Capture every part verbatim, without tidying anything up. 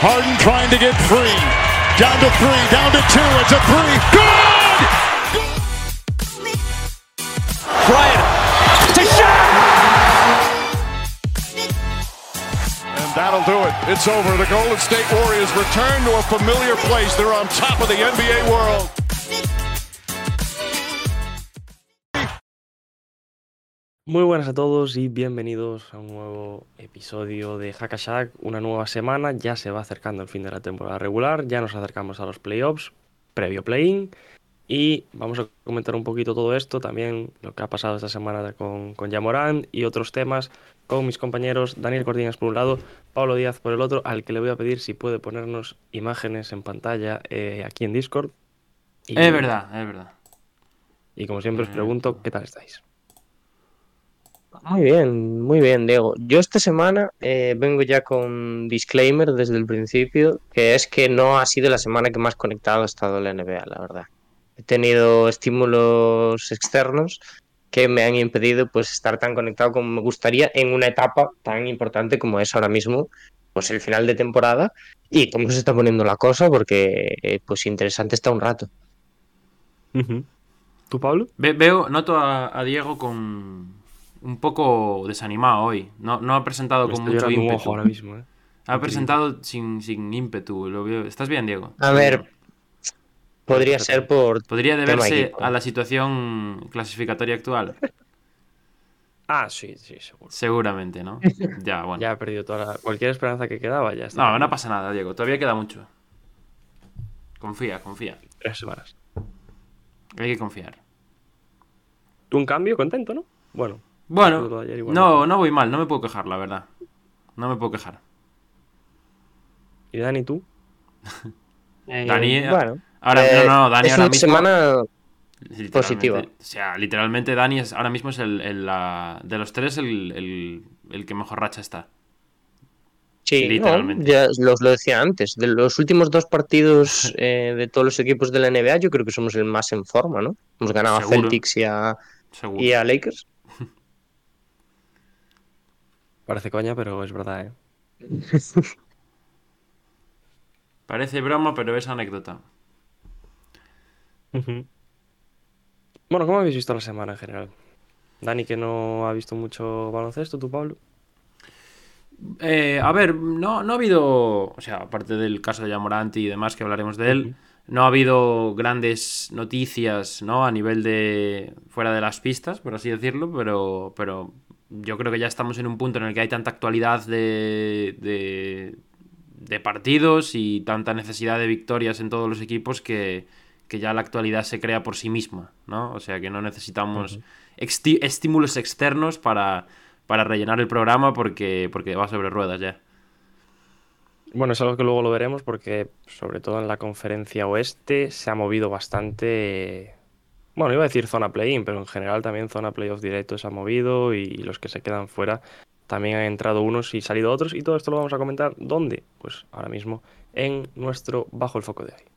Harden trying to get free. Down to three, down to two, it's a three. Good! Bryant to shot! And that'll do it. It's over. The Golden State Warriors return to a familiar place. They're on top of the N B A world. Muy buenas a todos y bienvenidos a un nuevo episodio de Hack a Shack. Una nueva semana, ya se va acercando el fin de la temporada regular, ya nos acercamos a los playoffs, previo play-in, y vamos a comentar un poquito todo esto, también lo que ha pasado esta semana con, con Ja Morant y otros temas con mis compañeros Daniel Cortinas por un lado, Pablo Díaz por el otro, al que le voy a pedir si puede ponernos imágenes en pantalla eh, aquí en Discord. Y, es verdad, es verdad. Y como siempre os pregunto, ¿qué tal estáis? Muy bien, muy bien, Diego. Yo esta semana eh, vengo ya con disclaimer desde el principio, que es que no ha sido la semana que más conectado ha estado la N B A, la verdad. He tenido estímulos externos que me han impedido pues estar tan conectado como me gustaría en una etapa tan importante como es ahora mismo, pues el final de temporada y cómo se está poniendo la cosa, porque eh, pues interesante está un rato. Uh-huh. ¿Tú, Pablo? Ve- veo, noto a, a Diego con un poco desanimado hoy. No, no ha presentado Me con estoy mucho llorando un ímpetu. ojo ahora mismo, ¿eh? Ha presentado sin, sin ímpetu. Lo veo. ¿Estás bien, Diego? A ver, podría ser por Podría tema deberse equipo. a la situación clasificatoria actual. Ah, sí, sí, seguro. Seguramente, ¿no? Ya, bueno. Ya he perdido toda la... cualquier esperanza que quedaba, ya está. No, no pasa nada, Diego. Todavía queda mucho. Confía, confía. Tres semanas. Hay que confiar. ¿Tú un cambio? Contento, ¿no? Bueno. Bueno, de ayer igual no, no voy mal. No me puedo quejar, la verdad. No me puedo quejar. ¿Y Dani, tú? Eh, Dani, bueno, ahora, eh, no, no, Dani es ahora una mismo, semana literalmente, positiva. O sea, literalmente Dani es, ahora mismo es el, el la, de los tres el, el, el que mejor racha está. Sí, Literalmente. no, ya os lo decía antes. De los últimos dos partidos eh, de todos los equipos de la N B A, yo creo que somos el más en forma, ¿no? Hemos ganado Seguro. a Celtics y a, Seguro. y a Lakers. Parece coña, pero es verdad, ¿eh? Parece broma, pero es anécdota. Uh-huh. Bueno, ¿cómo habéis visto la semana en general? Dani, que no ha visto mucho baloncesto, ¿tú, Pablo? Eh, a ver, no, no ha habido, o sea, aparte del caso de Ja Morant y demás, que hablaremos de él, uh-huh. No ha habido grandes noticias, ¿no? A nivel de fuera de las pistas, por así decirlo, pero, pero yo creo que ya estamos en un punto en el que hay tanta actualidad de, de, de partidos y tanta necesidad de victorias en todos los equipos que, que ya la actualidad se crea por sí misma, ¿no? O sea, que no necesitamos uh-huh. esti- estímulos externos para... para rellenar el programa porque, porque va sobre ruedas ya. Bueno, es algo que luego lo veremos porque, sobre todo en la conferencia oeste, se ha movido bastante... Bueno, iba a decir zona play-in, pero en general también zona playoff directo se ha movido y los que se quedan fuera también han entrado unos y salido otros, y todo esto lo vamos a comentar. ¿Dónde? Pues ahora mismo en nuestro Bajo el Foco de hoy.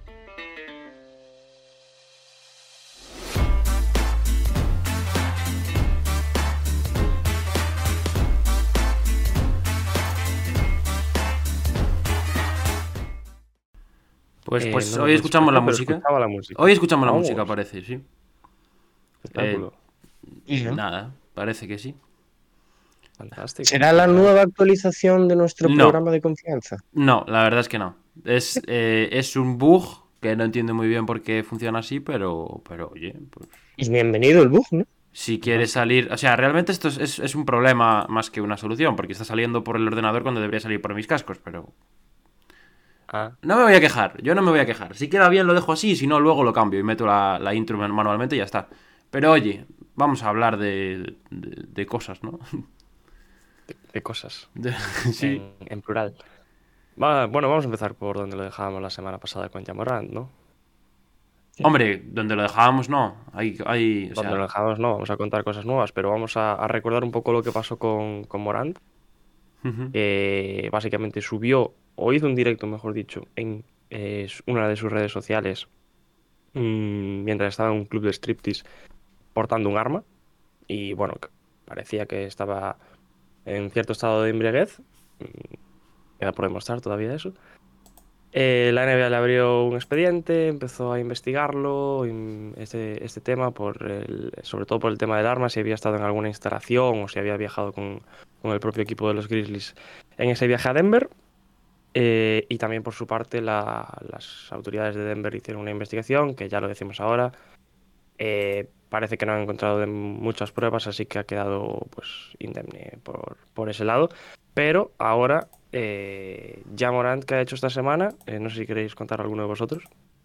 Pues, pues eh, no, hoy no escuchamos la, pero música. la música. Hoy escuchamos Vamos. la música, parece, sí. Eh, uh-huh. Nada, parece que sí. Fantástico. ¿Será la nueva actualización de nuestro no. programa de confianza? No, la verdad es que no. Es, eh, es un bug que no entiendo muy bien por qué funciona así, pero, pero oye, pues... Y bienvenido el bug, ¿no? Si quieres salir... O sea, realmente esto es, es, es un problema más que una solución, porque está saliendo por el ordenador cuando debería salir por mis cascos, pero... Ah. No me voy a quejar, yo no me voy a quejar. Si queda bien lo dejo así, si no luego lo cambio y meto la, la intro manualmente y ya está. Pero oye, vamos a hablar de, de, de cosas, ¿no? De, de cosas. De, sí. En, en plural. Va, bueno, vamos a empezar por donde lo dejábamos la semana pasada con Ja Morant, ¿no? Hombre, donde lo dejábamos no. Hay, hay, o donde sea... lo dejábamos no, vamos a contar cosas nuevas, pero vamos a, a recordar un poco lo que pasó con, con Morant. Uh-huh. Que básicamente subió, o hizo un directo, mejor dicho, en eh, una de sus redes sociales mmm, mientras estaba en un club de striptease portando un arma. Y bueno, parecía que estaba en cierto estado de embriaguez. queda por demostrar todavía eso. Eh, la N B A le abrió un expediente, empezó a investigarlo, este, este tema, por el, sobre todo por el tema del arma, si había estado en alguna instalación o si había viajado con, con el propio equipo de los Grizzlies en ese viaje a Denver. Eh, y también por su parte la, las autoridades de Denver hicieron una investigación, que ya lo decimos ahora. Eh, parece que no han encontrado de muchas pruebas, así que ha quedado pues indemne por, por ese lado. Pero ahora, eh, Ja Morant, ¿qué ha hecho esta semana? Eh, no sé si queréis contar alguno de vosotros.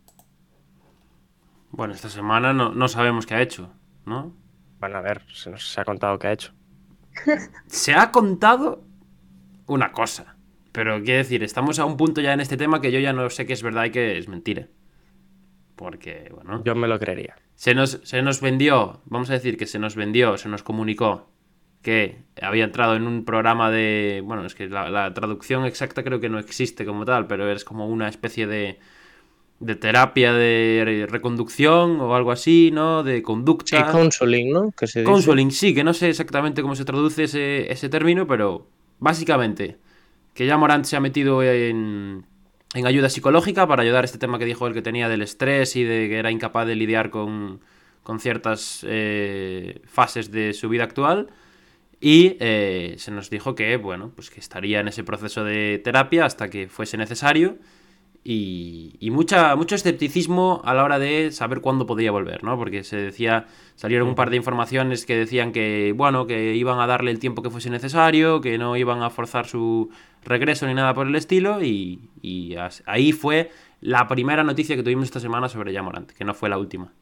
Bueno, esta semana no, no sabemos qué ha hecho, ¿no? Bueno, a ver, se nos se ha contado qué ha hecho. Se ha contado una cosa, pero quiero decir, estamos a un punto ya en este tema que yo ya no sé qué es verdad y qué es mentira. Porque, bueno... Yo me lo creería. Se nos, se nos vendió, vamos a decir que se nos vendió, se nos comunicó que había entrado en un programa de... Bueno, es que la, la traducción exacta creo que no existe como tal, pero es como una especie de, de terapia de reconducción o algo así, ¿no? De conducta. Sí, counseling, ¿no? Que se dice. Counseling, sí, que no sé exactamente cómo se traduce ese, ese término, pero básicamente que Ja Morant se ha metido en, en ayuda psicológica para ayudar a este tema que dijo él que tenía del estrés y de que era incapaz de lidiar con, con ciertas eh, fases de su vida actual. Y eh, se nos dijo que, bueno, pues que estaría en ese proceso de terapia hasta que fuese necesario. Y, y mucha, mucho escepticismo a la hora de saber cuándo podría volver, ¿no? Porque se decía, salieron un par de informaciones que decían que, bueno, que iban a darle el tiempo que fuese necesario, que no iban a forzar su regreso ni nada por el estilo, y, y ahí fue la primera noticia que tuvimos esta semana sobre Ja Morant, que no fue la última.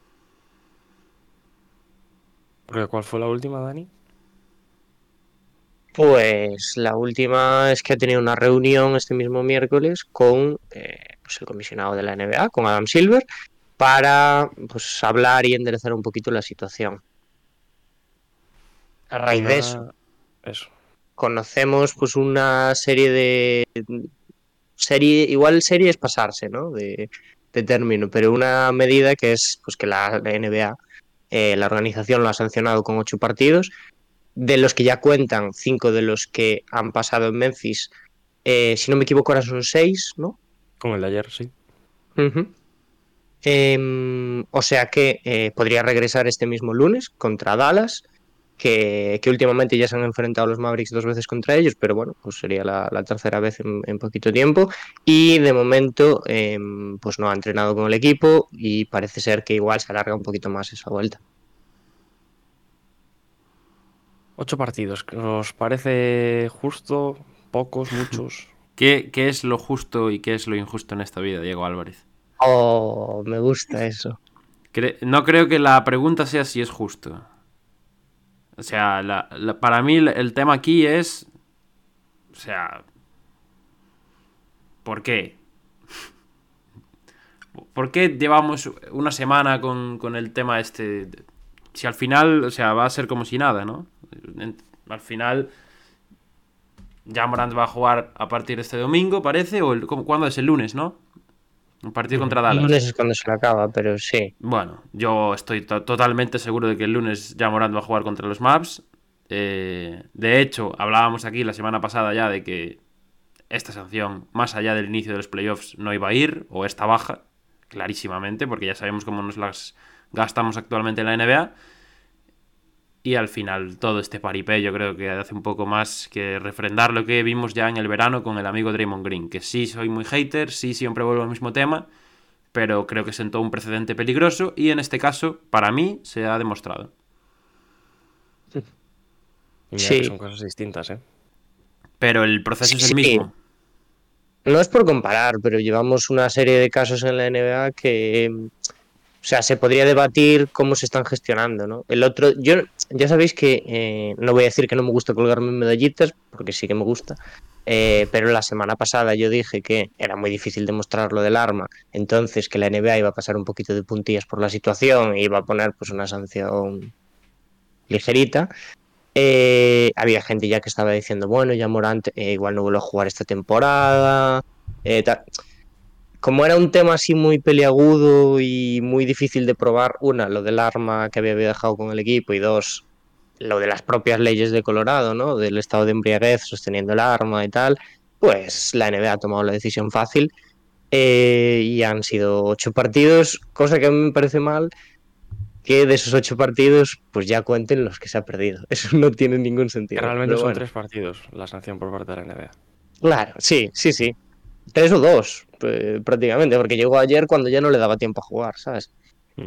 ¿Cuál fue la última, Dani? Pues la última es que ha tenido una reunión este mismo miércoles con eh, pues el comisionado de la N B A, con Adam Silver, para pues hablar y enderezar un poquito la situación. A raíz una... de eso, eso, conocemos pues una serie de... serie Igual serie es pasarse, ¿no? De, de término, pero una medida que es pues que la, la N B A, eh, la organización lo ha sancionado con ocho partidos, de los que ya cuentan, cinco de los que han pasado en Memphis, eh, si no me equivoco ahora son seis, ¿no? con el de ayer, sí. Uh-huh. Eh, o sea que eh, podría regresar este mismo lunes contra Dallas, que, que últimamente ya se han enfrentado los Mavericks dos veces contra ellos, pero bueno, pues sería la, la tercera vez en, en poquito tiempo. Y de momento, eh, pues no ha entrenado con el equipo y parece ser que igual se alarga un poquito más esa vuelta. Ocho partidos, ¿os parece justo? ¿Pocos? ¿Muchos? ¿Qué, ¿Qué es lo justo y qué es lo injusto en esta vida, Diego Álvarez? Oh, me gusta eso. Cre- no creo que la pregunta sea si es justo. O sea, la, la, para mí el tema aquí es... O sea... ¿Por qué? ¿Por qué llevamos una semana con, con el tema este? Si al final, o sea, va a ser como si nada, ¿no? Al final, Ja Morant va a jugar a partir de este domingo, parece, o el, ¿cuándo es? El lunes, ¿no? Un partido contra Dallas. El lunes es cuando se le acaba, pero sí. Bueno, yo estoy to- totalmente seguro de que el lunes Ja Morant va a jugar contra los Mavs. Eh, de hecho, hablábamos aquí la semana pasada ya de que esta sanción, más allá del inicio de los playoffs, no iba a ir, o esta baja, clarísimamente, porque ya sabemos cómo nos las gastamos actualmente en la N B A. Y al final todo este paripé yo creo que hace un poco más que refrendar lo que vimos ya en el verano con el amigo Draymond Green, que sí soy muy hater, sí siempre vuelvo al mismo tema, pero creo que sentó un precedente peligroso y en este caso, para mí, se ha demostrado. Y mira Sí. que son cosas distintas, ¿eh? Pero el proceso es el Sí. mismo. No es por comparar, pero llevamos una serie de casos en la N B A que, o sea, se podría debatir cómo se están gestionando, ¿no? El otro, yo, ya sabéis que eh, no voy a decir que no me gusta colgarme medallitas, porque sí que me gusta, eh, pero la semana pasada yo dije que era muy difícil demostrar lo del arma, entonces que la N B A iba a pasar un poquito de puntillas por la situación e iba a poner pues una sanción ligerita. Eh, había gente ya que estaba diciendo, bueno, ya Morant eh, igual no vuelve a jugar esta temporada. Eh, ta- Como era un tema así muy peliagudo y muy difícil de probar, una, lo del arma que había dejado con el equipo, y dos, lo de las propias leyes de Colorado, ¿no? Del estado de embriaguez sosteniendo el arma y tal, pues la N B A ha tomado la decisión fácil eh, y han sido ocho partidos, cosa que a mí me parece mal que de esos ocho partidos pues ya cuenten los que se ha perdido. Eso no tiene ningún Que sentido. realmente Pero son bueno, tres partidos la sanción por parte de la N B A. claro, sí, sí, sí. Tres o dos, pues, prácticamente, porque llegó ayer cuando ya no le daba tiempo a jugar, ¿sabes? Mm.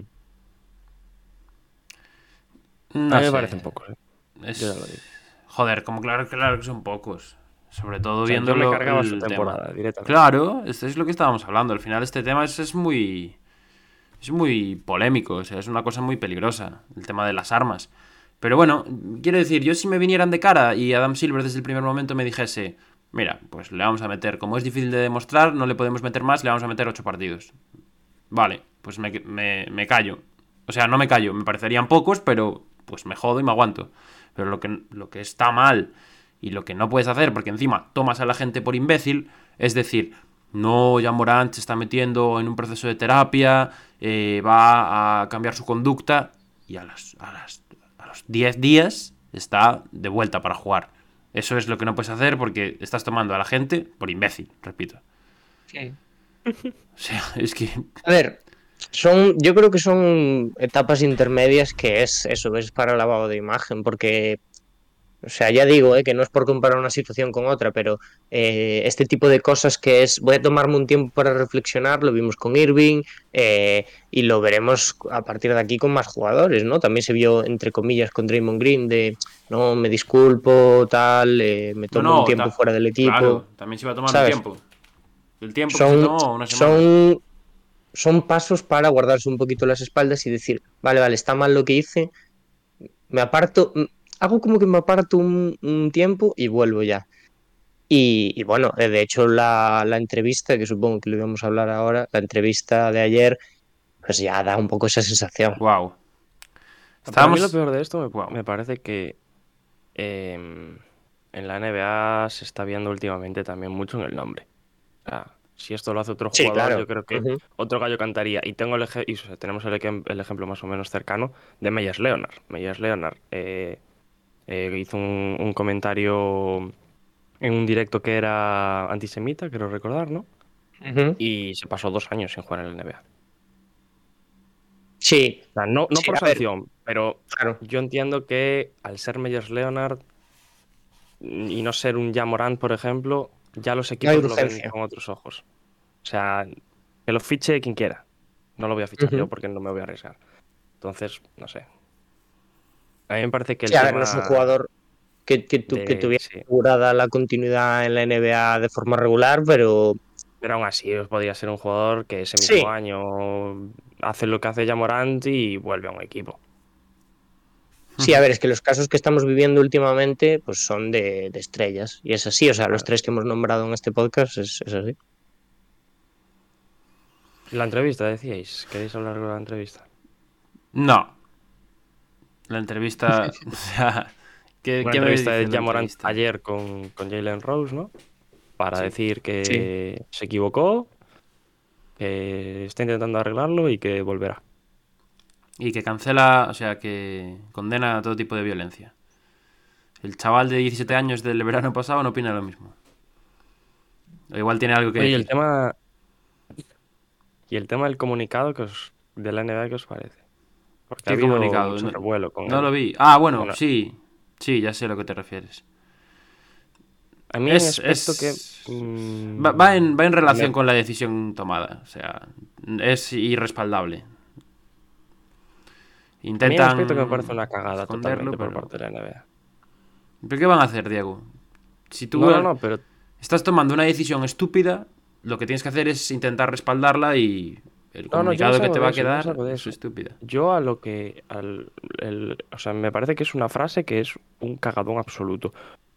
A No mí me sé. parecen pocos, ¿eh? Es... Yo ya lo digo. Joder, como claro, claro que son pocos. Sobre todo O sea, yo viendo me lo- cargaba su el temporada tema. directamente. Claro, esto es lo que estábamos hablando. Al final este tema es, es muy... Es muy polémico, o sea, es una cosa muy peligrosa, el tema de las armas. Pero bueno, quiero decir, yo si me vinieran de cara y Adam Silver desde el primer momento me dijese, mira, pues le vamos a meter, como es difícil de demostrar, no le podemos meter más, le vamos a meter ocho partidos. Vale, pues me, me, me callo. O sea, no me callo, me parecerían pocos, pero pues me jodo y me aguanto. Pero lo que, lo que está mal y lo que no puedes hacer, porque encima tomas a la gente por imbécil, es decir, no, ya Morant se está metiendo en un proceso de terapia, eh, va a cambiar su conducta y a, las, a, las, a los diez días está de vuelta para jugar. Eso es lo que no puedes hacer porque estás tomando a la gente por imbécil, repito. Sí. O sea, es que... A ver, son, yo creo que son etapas intermedias que es eso, es para lavado de imagen, porque, o sea, ya digo, eh, que no es por comparar una situación con otra, pero eh, este tipo de cosas que es, voy a tomarme un tiempo para reflexionar, lo vimos con Irving eh, y lo veremos a partir de aquí con más jugadores, ¿no? También se vio, entre comillas, con Draymond Green de, no, me disculpo, tal, eh, me No, tomo un no, tiempo ta- fuera del equipo, claro, también se iba a tomar un ¿sabes? tiempo. El tiempo que se Son, tomó, una semana. son, son pasos para guardarse un poquito las espaldas y decir, vale, vale, está mal lo que hice, me aparto, mm, hago como que me aparto un, un tiempo y vuelvo ya. Y, y bueno, eh, de hecho la, la entrevista, que supongo que lo íbamos a hablar ahora, la entrevista de ayer, pues ya da un poco esa sensación. Wow. Para mí lo Estábamos... peor de esto me, Wow. me parece que em, en la N B A se está viendo últimamente también mucho en el nombre. O sea, si esto lo hace otro Sí, jugador, claro. yo creo que Ujú. otro gallo cantaría. Y tengo el eje- y, o sea, tenemos el, ejem- el ejemplo más o menos cercano de Meyers Leonard. Meyers Leonard eh, eh, hizo un, un comentario en un directo que era antisemita, quiero recordar, ¿no? Ujú. Y se pasó dos años sin jugar en la N B A. Sí, O sea, no, no sí, por a ver, sanción, pero claro. yo entiendo que al ser Meyers Leonard y no ser un Ja Morant, por ejemplo, ya los No hay equipos lo ven urgencia. con otros ojos. O sea, que lo fiche quien quiera. No lo voy a fichar Ujú. yo porque no me voy a arriesgar. Entonces, no sé. A mí me parece que el Sí, a ver, no es un tema jugador que, que, tu- que de... tuviera Sí, asegurada la continuidad en la N B A de forma regular, pero pero aún así podría ser un jugador que ese mismo sí, año hace lo que hace Ja Morant y vuelve a un equipo. sí, a ver, es que los casos que estamos viviendo últimamente pues son de, de estrellas. Y es así, o sea, los Claro. tres que hemos nombrado en este podcast es, es así. La entrevista, decíais. ¿Queréis hablar de la entrevista? No. La entrevista... O sea... ¿Qué, Una qué me entrevista dice de la Ja Morant entrevista? ayer con, con Jalen Rose, ¿no? Para Sí. decir Sí. que se equivocó, que está intentando arreglarlo y que volverá. Y que cancela, o sea, que condena a todo tipo de violencia. El chaval de diecisiete años del verano pasado no opina lo mismo. O igual tiene algo que Oye, y decir. el tema. Y el tema del comunicado que os, de la N B A, ¿qué os parece? Porque ha ¿Qué habido comunicado? mucho No, revuelo con no él. lo vi. Ah, bueno, Bueno, sí. Sí, ya sé a lo que te refieres. a mí en Es, aspecto que. es... mm, Va, va en, va en relación me- con la decisión tomada. O sea, es irrespaldable. a mí en aspecto que me Intentan parece una cagada esconderlo, totalmente por pero... parte de la N B A. ¿Pero qué van a hacer, Diego? Si tú No, no, no, pero estás tomando una decisión estúpida, lo que tienes que hacer es intentar respaldarla y el no, no, yo no comunicado que salgo te de va a eso, yo no quedar salgo de es eso. estúpida. Yo a lo que. Al, el- o sea, me parece que es una frase que es un cagadón absoluto.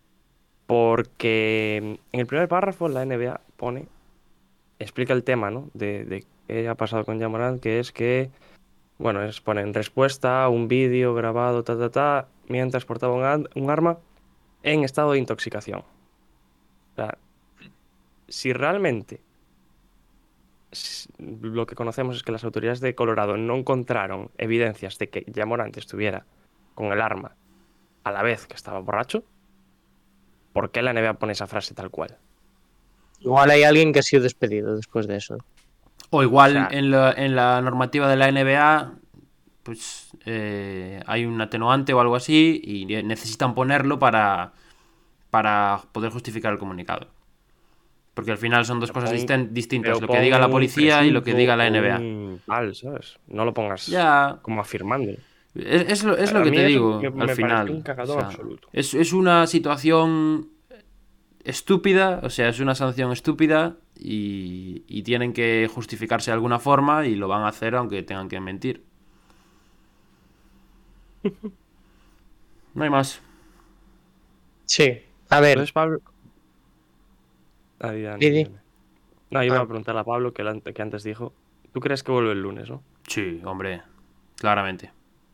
Porque en el primer párrafo la N B A pone, explica el tema, ¿no? De, de qué ha pasado con Ja Morant, que es que, bueno, es pone en respuesta a un vídeo grabado, ta, ta, ta, mientras portaba un, ad- un arma en estado de intoxicación. O sea, si realmente s- lo que conocemos es que las autoridades de Colorado no encontraron evidencias de que Ja Morant estuviera con el arma a la vez que estaba borracho, ¿por qué la N B A pone esa frase tal cual? Igual hay alguien que ha sido despedido después de eso. O igual O sea- en, la, en la normativa de la N B A, pues eh, hay un atenuante o algo así y necesitan ponerlo para, para poder justificar el comunicado. Porque al final son dos Pero cosas pon- disten- distintas, pero lo que pon diga la un policía y lo que presunto diga la o N B A. un tal, ¿sabes? No lo pongas Ya, como afirmando. es, es lo, es A lo a que mí te eso digo me, al me pareció un final. O cagadón sea, absoluto. es, es una situación estúpida, o sea, es una sanción estúpida y, y tienen que justificarse de alguna forma y lo van a hacer aunque tengan que mentir. No hay más. Sí. A ver, Entonces, Pablo... Ah, di, Dani, Didi. di, Dani. No, iba Ah. a preguntarle a Pablo que, el- que antes dijo, ¿tú crees que vuelve el lunes, no? Sí, hombre, claramente.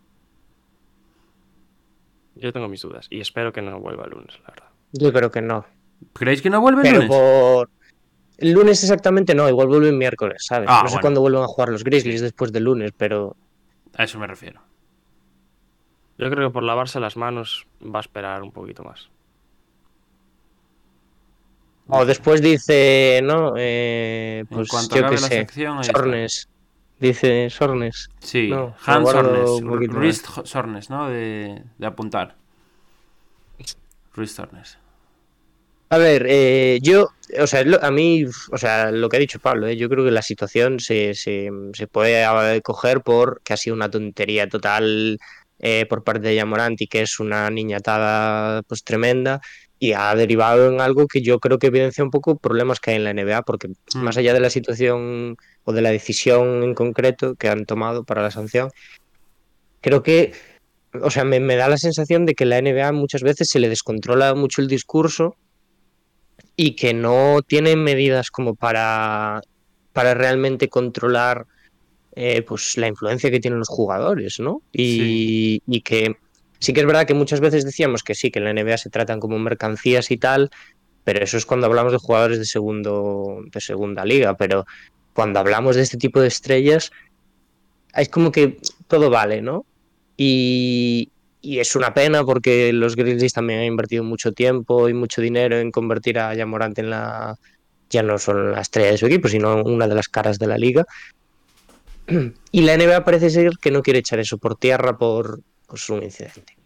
Yo tengo mis dudas y espero que no vuelva el lunes, la verdad. Yo creo que no. ¿Creéis que no vuelve el Pero lunes? por... El lunes exactamente no, igual vuelve el miércoles, ¿sabes? Ah, no sé bueno. cuándo vuelven a jugar los Grizzlies Sí. después del lunes, pero... A eso me refiero. Yo creo que por lavarse las manos va a esperar un poquito más. O después dice, ¿no? Eh, En pues cuanto yo acabe qué la sé. sección, ahí está. Sornes. Dice Sornes. Sí, No, me hand guardo soreness, un poquito más. wrist ho- soreness, ¿no? De, de apuntar. Wrist soreness. A ver, eh, yo, o sea, lo- a mí, o sea, lo que ha dicho Pablo, eh, yo creo que la situación se, se, se puede eh, coger por que ha sido una tontería total eh, por parte de Yamoranti, que es una niñatada pues tremenda, y ha derivado en algo que yo creo que evidencia un poco problemas que hay en la N B A, porque Mm. más allá de la situación o de la decisión en concreto que han tomado para la sanción, creo que, o sea, me, me da la sensación de que la N B A muchas veces se le descontrola mucho el discurso y que no tienen medidas como para, para realmente controlar eh, pues la influencia que tienen los jugadores, ¿no? Sí. Y, y que sí que es verdad que muchas veces decíamos que sí, que en la N B A se tratan como mercancías y tal, pero eso es cuando hablamos de jugadores de segundo, de segunda liga, pero cuando hablamos de este tipo de estrellas, es como que todo vale, ¿no? Y, y es una pena porque los Grizzlies también han invertido mucho tiempo y mucho dinero en convertir a Ja Morant en la, ya no solo la estrella de su equipo, sino una de las caras de la liga. Y la N B A parece ser que no quiere echar eso por tierra por pues, un incidente.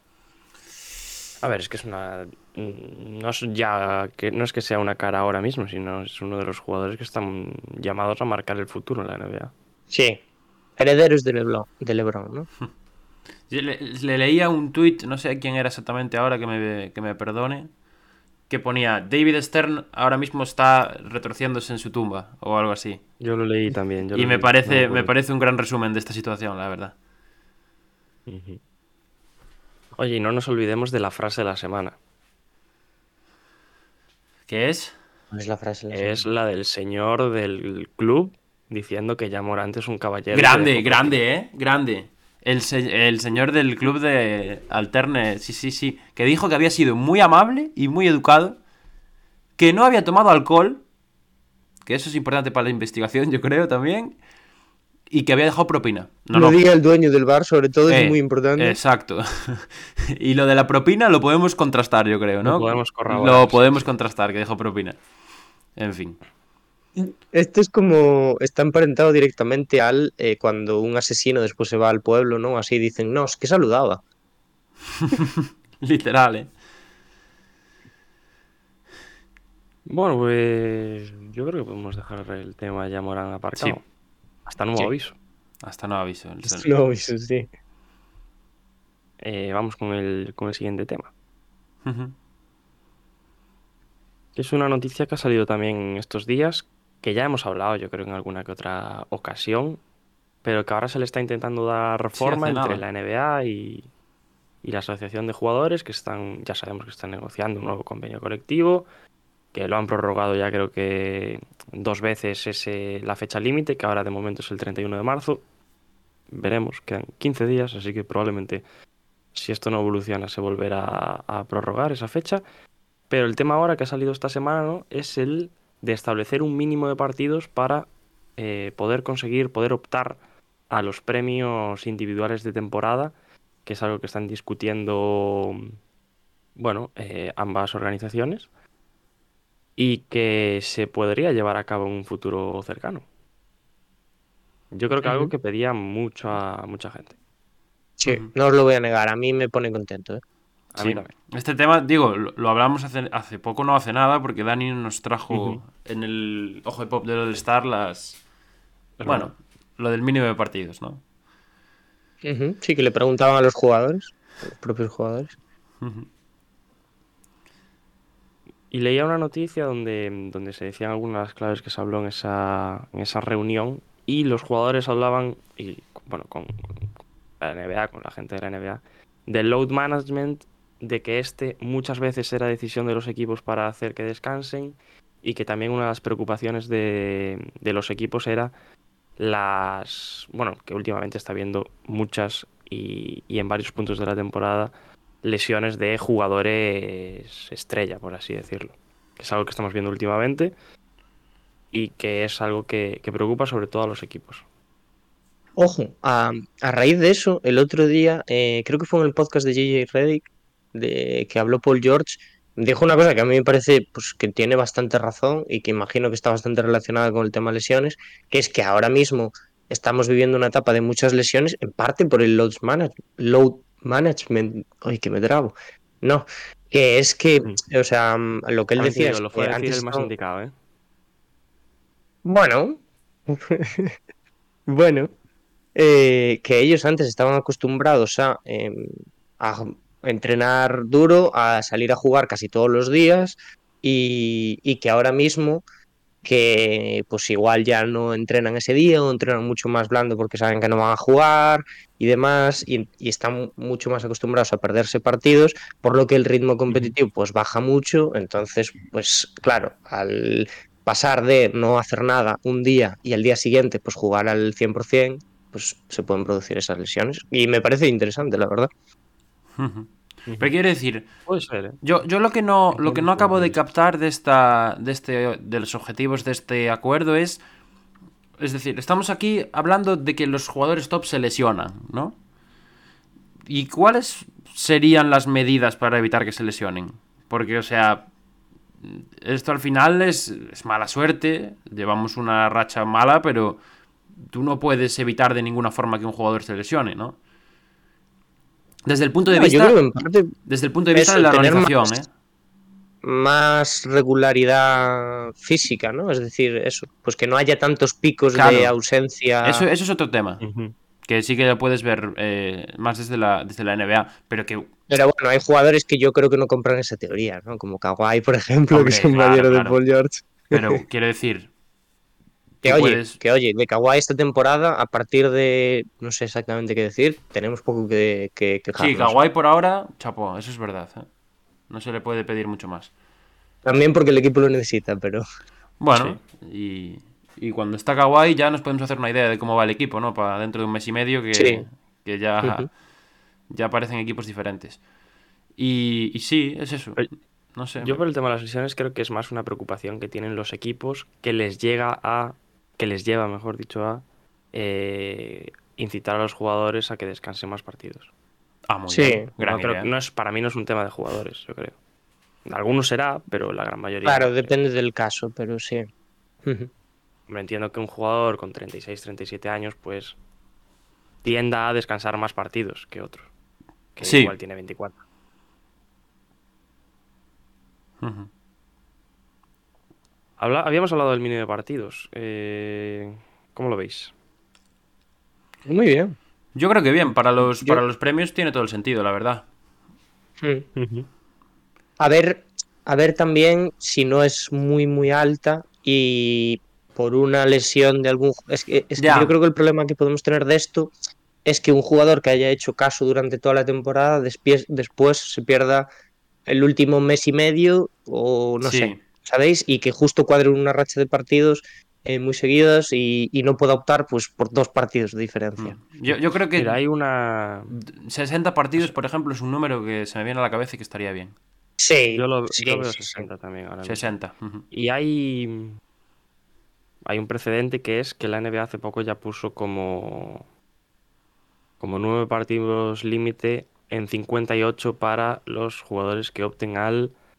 A ver, es que es una... No es ya que no es que sea una cara ahora mismo, sino es uno de los jugadores que están llamados a marcar el futuro en la N B A. Sí, herederos de LeBron, de LeBron, ¿no? Yo Le, le leía un tuit, no sé quién era exactamente ahora, que me, que me perdone, que ponía David Stern ahora mismo está retorciéndose en su tumba o algo así. Yo lo leí también. Yo Y lo me leí, parece, no me acuerdo. parece un gran resumen de esta situación, la verdad. Ujú. Oye, y no nos olvidemos de la frase de la semana. ¿Qué es? ¿Cuál es la frase? La Es la del señor del club diciendo que Ja Morant es un caballero. que Grande, dejó grande, ¿eh? Grande. El, se- el señor del club de Alterne, sí, sí, sí, que dijo que había sido muy amable y muy educado, que no había tomado alcohol, que eso es importante para la investigación, yo creo también, y que había dejado propina. No, Lo no. diga el dueño del bar, sobre todo, Eh, es muy importante. Exacto. Y lo de la propina lo podemos contrastar, yo creo, ¿no? Lo podemos corroborar, Lo sí, podemos sí. contrastar, que dejó propina. En fin. Esto es como, está emparentado directamente al eh, cuando un asesino después se va al pueblo, ¿no? Así dicen, no, es que saludaba. Literal, ¿eh? Bueno, pues yo creo que podemos dejar el tema Ja Morant aparcado. Sí. Hasta nuevo Sí. aviso. Hasta no aviso. El Esto sol. no, eso sí. Eh, vamos con el, con el siguiente tema. Ujú. Que es una noticia que ha salido también estos días, que ya hemos hablado, yo creo, en alguna que otra ocasión, pero que ahora se le está intentando dar forma hace entre nada. la N B A y, y la Asociación de Jugadores, que están, ya sabemos que están negociando un nuevo convenio colectivo, que lo han prorrogado ya creo que dos veces ese, la fecha límite, que ahora de momento es el treinta y uno de marzo. Veremos, quedan quince días, así que probablemente si esto no evoluciona se volverá a, a prorrogar esa fecha. Pero el tema ahora que ha salido esta semana, ¿no?, es el de establecer un mínimo de partidos para eh, poder conseguir, poder optar a los premios individuales de temporada, que es algo que están discutiendo, bueno, eh, ambas organizaciones. y que se podría llevar a cabo en un futuro cercano. Yo creo que algo Ujú. que pedía mucho a mucha gente. Sí, Ujú. no os lo voy a negar, a mí me pone contento, ¿eh? A mí Sí. también. Este tema, digo, lo, lo hablamos hace, hace poco, no hace nada, porque Dani nos trajo Ujú. en el Ojo de Pop del All-Star las... Es Bueno, verdad. lo del mínimo de partidos, ¿no? Ujú. Sí, que le preguntaban a los jugadores, a los propios jugadores. Ujú. Y leía una noticia donde, donde se decían algunas de las claves que se habló en esa, en esa reunión y los jugadores hablaban, y bueno, con, con la N B A, con la gente de la N B A, del load management, de que este muchas veces era decisión de los equipos para hacer que descansen y que también una de las preocupaciones de, de los equipos era las, bueno, que últimamente está habiendo muchas y, y en varios puntos de la temporada lesiones de jugadores estrella, por así decirlo. Que es algo que estamos viendo últimamente y que es algo que, que preocupa sobre todo a los equipos. Ojo, a, a raíz de eso, el otro día, eh, creo que fue en el podcast de J J Redick, de que habló Paul George, dijo una cosa que a mí me parece pues, que tiene bastante razón y que imagino que está bastante relacionada con el tema lesiones, que es que ahora mismo estamos viviendo una etapa de muchas lesiones, en parte por el load, manage- load management. Ay, que me trabo. No, que es que, Mm. o sea, mm, lo que él También te decía digo, es lo que fue a decir antes el más estaban... indicado, ¿eh? Bueno, bueno. eh, que ellos antes estaban acostumbrados a, eh, a entrenar duro, a salir a jugar casi todos los días y, y que ahora mismo que pues igual ya no entrenan ese día o entrenan mucho más blando porque saben que no van a jugar y demás y, y están mucho más acostumbrados a perderse partidos, por lo que el ritmo Ujú. competitivo pues baja mucho, entonces pues claro, al pasar de no hacer nada un día y al día siguiente pues jugar al cien por ciento, pues se pueden producir esas lesiones y me parece interesante, la verdad. Ujú. Pero Ujú. quiero decir, Puede ser, ¿eh? yo, yo lo que no, lo que Entiendo no tu punto acabo de de vista. captar de esta, de este, de los objetivos de este acuerdo es, es decir, estamos aquí hablando de que los jugadores top se lesionan, ¿no? ¿Y cuáles serían las medidas para evitar que se lesionen? Porque, o sea, esto al final es, es mala suerte, llevamos una racha mala, pero tú no puedes evitar de ninguna forma que un jugador se lesione, ¿no? Desde el punto de No, yo creo que vista, en parte desde el punto de vista de eso, la tener organización, ¿eh? más más regularidad física, ¿no? Es decir, eso, pues que no haya tantos picos de Claro, ausencia. eso, eso es otro tema, Ujú. que sí que lo puedes ver eh, más desde la, desde la N B A, pero que, Pero bueno, hay jugadores que yo creo que no compran esa teoría, ¿no? Como Kawhi, por ejemplo, que es hombre, claro, compañero de claro, Paul George. pero quiero decir, Que tú oye, puedes... que oye, de Kawhi esta temporada, a partir de, no sé exactamente qué decir, tenemos poco que, que Sí, quejarnos, ¿eh? Kawhi por ahora, chapó, eso es verdad, ¿eh? No se le puede pedir mucho más. También porque el equipo lo necesita, pero Bueno, Sí. y, y cuando está Kawhi ya nos podemos hacer una idea de cómo va el equipo, ¿no? Para dentro de un mes y medio que, sí. que ya, Ujú. ya aparecen equipos diferentes. Y, y sí, es eso. Pero No sé. yo por el tema de las lesiones creo que es más una preocupación que tienen los equipos que les llega a, que les lleva, mejor dicho, a eh, incitar a los jugadores a que descansen más partidos. Ah, muy bien. Sí, Gran No creo, idea. no es, para mí no es un tema de jugadores, yo creo. Algunos será, pero la gran mayoría claro, no creo. depende del caso, pero sí. Ujú. Me entiendo que un jugador con treinta y seis, treinta y siete años, pues tienda a descansar más partidos que otros, que igual Sí. tiene veinticuatro. Ujú. Habla- habíamos hablado del mínimo de partidos. Eh, ¿cómo lo veis? Muy bien. Yo creo que bien, para los, Yo, para los premios tiene todo el sentido, la verdad. mm. Ujú. A ver, a ver también si no es muy, muy alta y por una lesión de algún... Es que, es que yo Ya, creo que el problema que podemos tener de esto es que un jugador que haya hecho caso durante toda la temporada despies- después se pierda el último mes y medio o no sé, sí. ¿sabéis? Y que justo cuadre una racha de partidos eh, muy seguidas y, y no pueda optar pues por dos partidos de diferencia. Mm. Yo, yo creo Mira, que hay una... sesenta partidos, por ejemplo, es un número que se me viene a la cabeza y que estaría bien. Yo, Sí, lo, yo sí, veo sí, sí. sesenta también ahora mismo. Sesenta. Ujú. Y hay, hay un precedente que es que la N B A hace poco ya puso como, como nueve partidos límite en cincuenta y ocho para los jugadores que opten al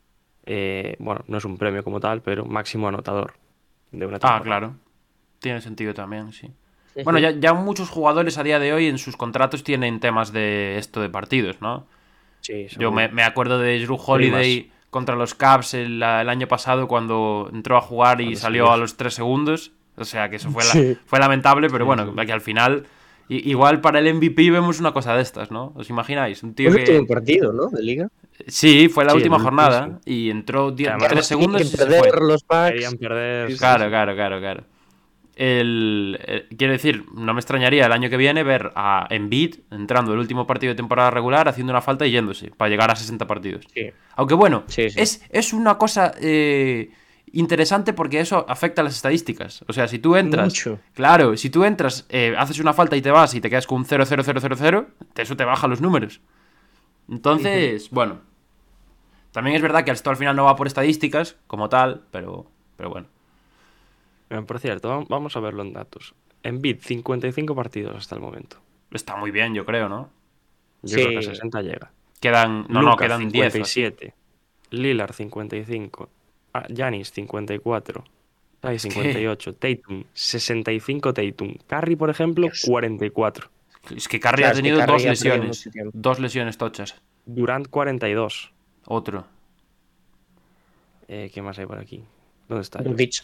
eh, bueno, no es un premio como tal, pero máximo anotador de una temporada. Ah, claro. Tiene sentido también, sí. Bueno, ya, ya muchos jugadores a día de hoy en sus contratos tienen temas de esto de partidos, ¿no? Sí, Yo me, seguro. me acuerdo de Jrue Holiday Primas. contra los Cavs el, el año pasado cuando entró a jugar y Cuando salió salió. a los tres segundos. O sea, que eso fue, la, Sí. fue lamentable, pero Sí, bueno, sí. que al final, i- igual para el M V P vemos una cosa de estas, ¿no? ¿Os imagináis? Un tío Fue el último que... partido, ¿no? De liga. Sí, fue la Sí, el última último, sí. jornada y entró Que die- Que además tres además tenían segundos que y se fue. perder los querían Bucks. perder. Sí, Sí, sí. Claro, sí. claro, claro, claro. El, eh, quiero decir, no me extrañaría el año que viene ver a Embiid entrando el último partido de temporada regular, haciendo una falta y yéndose, para llegar a sesenta partidos. Sí. Aunque bueno, Sí, sí. Es, es una cosa eh, interesante porque eso afecta a las estadísticas. O sea, si tú entras... Mucho. Claro, si tú entras, eh, haces una falta y te vas y te quedas con un cero cero cero cero cero, eso te baja los números. Entonces, bueno. También es verdad que esto al final no va por estadísticas como tal, pero, pero bueno. Eh, Por cierto, vam- vamos a verlo en datos. Embiid, cincuenta y cinco partidos hasta el momento. Está muy bien, yo creo, ¿no? Yo creo que a Sí. sesenta llega. Quedan... No, no, Lucas, quedan diez. cincuenta y o así. siete. Lillard, cincuenta y cinco. Ah, Giannis, cincuenta y cuatro. Shai, cincuenta y ocho. Tatum, sesenta y cinco Tatum. Curry, por ejemplo, Dios. cuarenta y cuatro. Es que Curry Claro, ha es que tenido Curry dos ha perdido lesiones. mucho tiempo. Dos lesiones tochas. Durant, cuarenta y dos. Otro. Eh, ¿Qué más hay por aquí? ¿Dónde está? Jokic.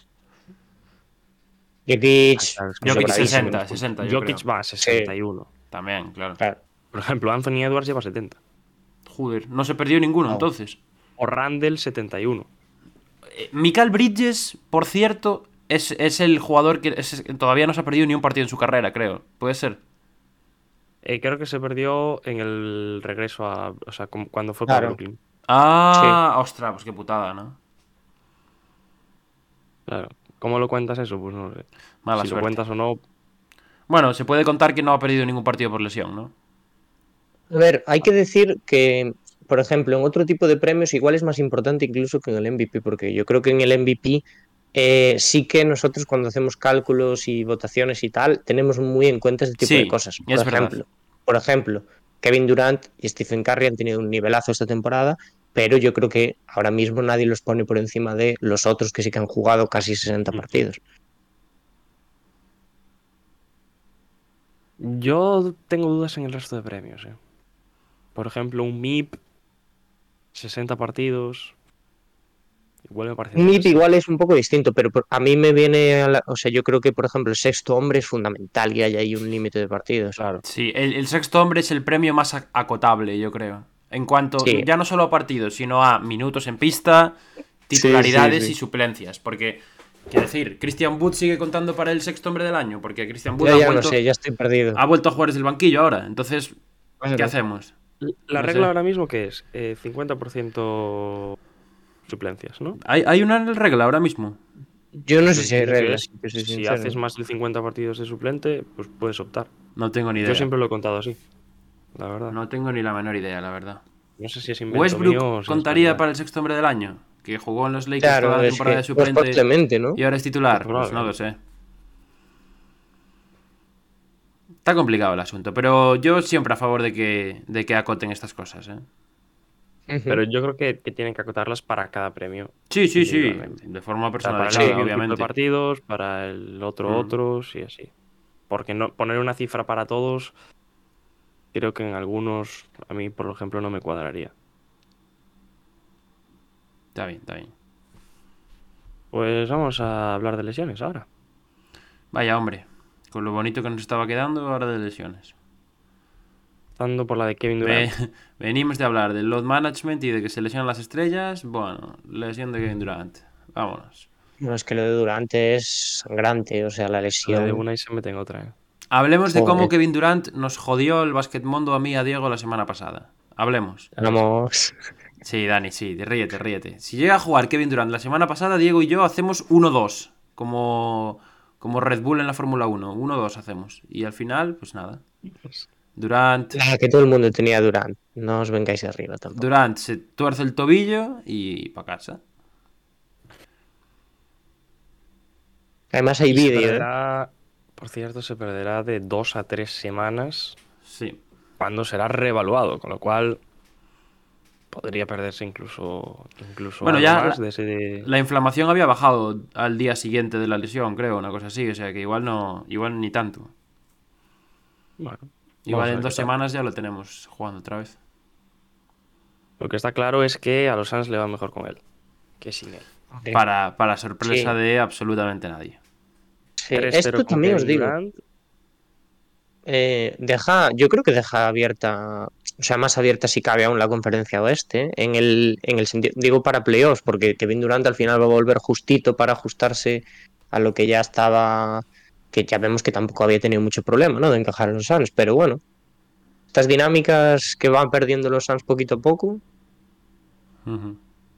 Jokic. Ah, claro, es que Jokic sobradísimo. sesenta, sesenta, yo Jokic creo. va a sesenta y uno. También, claro. Claro. Por ejemplo, Anthony Edwards lleva setenta. Joder, no se perdió ninguno No. entonces. O Randall, setenta y uno. Eh, Mikal Bridges, por cierto, es, es el jugador que es- todavía no se ha perdido ni un partido en su carrera, creo. ¿Puede ser? Eh, creo que se perdió en el regreso a. O sea, como cuando fue para Claro. Brooklyn. Ah, ostras, pues qué putada, ¿no? Claro. ¿Cómo lo cuentas eso? Pues no lo sé. Mala si suerte. lo cuentas o no. Bueno, se puede contar que no ha perdido ningún partido por lesión, ¿no? A ver, hay que decir que, por ejemplo, en otro tipo de premios igual es más importante incluso que en el M V P, porque yo creo que en el M V P eh, sí que nosotros cuando hacemos cálculos y votaciones y tal, tenemos muy en cuenta este tipo Sí, de cosas. Por es verdad. ejemplo, por ejemplo, Kevin Durant y Stephen Curry han tenido un nivelazo esta temporada, pero yo creo que ahora mismo nadie los pone por encima de los otros que sí que han jugado casi sesenta partidos. Yo tengo dudas en el resto de premios. eh. Por ejemplo, un M I P, sesenta partidos. Igual me parece. Un M I P excesivo. igual es un poco distinto, pero por- a mí me viene, a la- o sea, yo creo que, por ejemplo, el sexto hombre es fundamental y hay ahí un límite de partidos. Claro. Sí, el, el sexto hombre es el premio más ac- acotable, yo creo. En cuanto, Sí. ya no solo a partidos, sino a minutos en pista, titularidades sí, sí. y suplencias. Porque, quiero decir, Christian Wood sigue contando para el sexto hombre del año, porque Christian Wood Yo ha ya no vuelto, sé, ya estoy perdido. ha vuelto a jugar desde el banquillo ahora. Entonces, ¿qué Claro. hacemos? La No regla sé. ahora mismo que es eh, cincuenta por ciento suplencias, ¿no? ¿Hay, hay una regla ahora mismo? Yo no sé si hay Entiendo que reglas. es, si te soy si sincero. haces más de cincuenta partidos de suplente, pues puedes optar. No tengo ni idea. Yo siempre lo he contado así, la verdad. No, No tengo ni la menor idea, la verdad. sé si es invento Westbrook mío o si es contaría verdad. para el sexto hombre del año, que jugó en los Lakers Claro, toda la es temporada que de suplente pues posiblemente, ¿no? y ahora es titular. Pues Pues no lo sé. Está complicado el asunto, pero yo siempre a favor de que, de que acoten estas cosas, ¿eh? Ujú. Pero yo creo que, que tienen que acotarlas para cada premio. Sí, sí, sí, Individualmente. de forma O sea, para el personalizada, siguiente tipo de obviamente. partidos, para el otro Mm. otros y así. Porque no poner una cifra para todos, creo que en algunos, a mí por ejemplo, no me cuadraría. Está bien, está bien. Pues vamos a hablar de lesiones ahora. Vaya, hombre, con lo bonito que nos estaba quedando ahora de lesiones. Estando por la de Kevin Ve- Durant. venimos de hablar del load management y de que se lesionan las estrellas. Bueno, lesión de Kevin Durant. Vámonos. No, es que lo de Durant es sangrante, o sea, la La de lesión. una y se mete en otra. ¿eh? Hablemos de cómo Joder. Kevin Durant nos jodió el basquetmundo a mí y a Diego la semana pasada. Hablemos. Vamos. Sí, Dani, sí, ríete, ríete. Si llega a jugar Kevin Durant la semana pasada, Diego y yo hacemos uno dos. Como, como Red Bull en la Fórmula uno. uno dos hacemos. Y al final, pues nada. Durant, Nada, que todo el mundo tenía a Durant. No os vengáis arriba tampoco. Durant se tuerce el tobillo y para casa. Además hay Y se vídeo, ¿eh? perderá, por cierto, se perderá de dos a tres semanas Sí. cuando será reevaluado, con lo cual podría perderse incluso, incluso Bueno, algo ya más la, de ese... la inflamación había bajado al día siguiente de la lesión, creo, una cosa así. O sea que igual no, igual ni tanto. Bueno, Igual vamos a en ver qué dos tal. semanas ya lo tenemos jugando otra vez. Lo que está claro es que a los Suns le va mejor con él que sin él. Hombre, Para, para sorpresa sí, de absolutamente nadie. sí. tres cero Esto con también os Kevin digo. Durant. Eh, deja, yo creo que deja abierta, o sea, más abierta si cabe aún la conferencia oeste, ¿eh? En el, en el sentido, digo para playoffs, porque Kevin Durant al final va a volver justito para ajustarse a lo que ya estaba, que ya vemos que tampoco había tenido mucho problema, ¿no? De encajar en los Suns, pero bueno, estas dinámicas que van perdiendo los Suns poquito a poco, Ujú.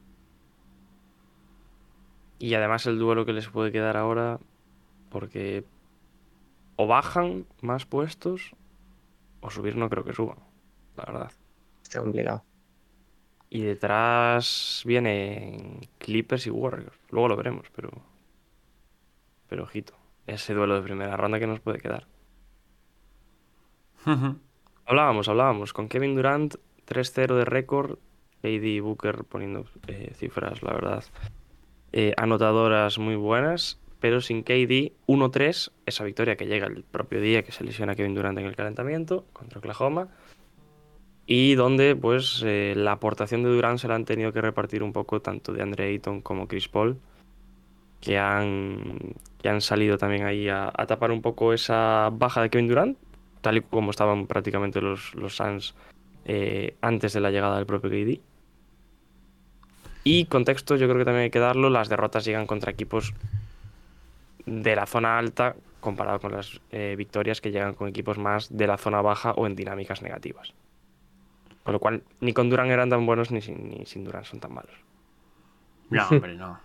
Y además el duelo que les puede quedar ahora, porque o bajan más puestos o subir no creo que suban, la verdad. está complicado. Y detrás vienen Clippers y Warriors. Luego lo veremos, pero, pero ojito. Ese duelo de primera ronda que nos puede quedar. Ujú. Hablábamos, hablábamos. Con Kevin Durant, tres cero de récord. K D y Booker poniendo eh, cifras, la verdad. eh, anotadoras muy buenas. Pero sin K D, uno tres. Esa victoria que llega el propio día que se lesiona Kevin Durant en el calentamiento contra Oklahoma. Y donde pues eh, la aportación de Durant se la han tenido que repartir un poco tanto de Andre Ayton como Chris Paul, que han, que han salido también ahí a, a tapar un poco esa baja de Kevin Durant, tal y como estaban prácticamente los, los Suns eh, antes de la llegada del propio K D. Y contexto, yo creo que también hay que darlo, las derrotas llegan contra equipos de la zona alta comparado con las eh, victorias que llegan con equipos más de la zona baja o en dinámicas negativas. Con lo cual, ni con Durant eran tan buenos ni sin, ni sin Durant son tan malos. No, hombre, no.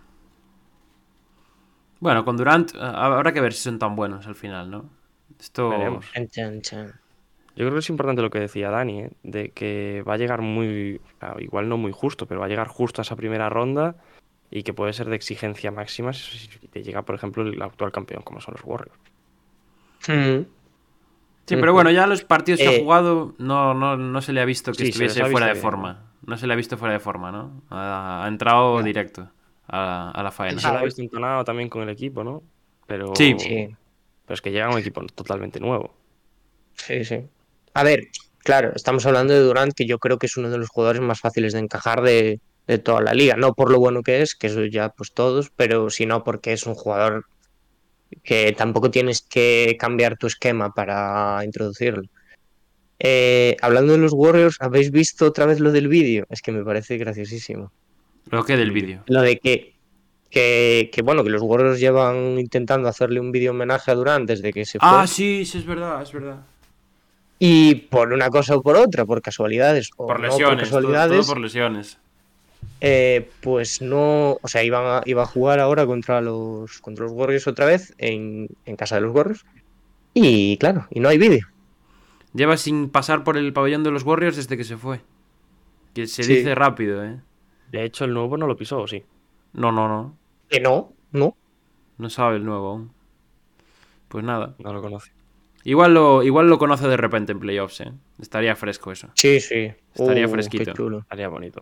Bueno, con Durant eh, habrá que ver si son tan buenos al final, ¿no? Esto... Veremos. Chan, chan, chan. Yo creo que es importante lo que decía Dani, ¿eh? De que va a llegar muy, ah, igual no muy justo, pero va a llegar justo a esa primera ronda y que puede ser de exigencia máxima si te llega, por ejemplo, el actual campeón, como son los Warriors. Mm. Sí, pero bueno, ya los partidos que ha Eh, jugado no, no, no se le ha visto que Sí, se les estuviese ha fuera de visto bien, forma. No se le ha visto fuera de forma, ¿no? Ha, ha entrado No. directo a, a la Y faena. se lo ha Ah, visto entonado también con el equipo, ¿no? Pero, Sí, sí, pero es que llega un equipo totalmente nuevo. sí, sí. A ver, claro, estamos hablando de Durant, que yo creo que es uno de los jugadores más fáciles de encajar de, de toda la liga. No por lo bueno que es, que eso ya pues todos, pero sino porque es un jugador que tampoco tienes que cambiar tu esquema para introducirlo. Eh, hablando de los Warriors, ¿habéis visto otra vez lo del vídeo? Es que me parece graciosísimo. lo que del vídeo. Lo de que, que, que, bueno, que los Warriors llevan intentando hacerle un vídeo homenaje a Durant desde que se Ah, fue. sí, sí, es verdad, es verdad. Y por una cosa o por otra, por casualidades o Por no por lesiones, todo, todo casualidades, por lesiones. eh, pues no, o sea, iban a, iba a jugar ahora contra los, contra los Warriors otra vez en, en casa de los Warriors. Y claro, y no hay vídeo. Lleva sin pasar por el pabellón de los Warriors desde que se fue. Que se Sí. dice rápido, ¿eh? De hecho, el nuevo no lo pisó, ¿o sí? No, no, no. Que no, no. No sabe el nuevo aún. Pues nada. No lo conoce. Igual lo, igual lo conoce de repente en playoffs, ¿eh? Estaría fresco eso. Sí, sí. Estaría Uh, fresquito. Qué chulo. Estaría bonito.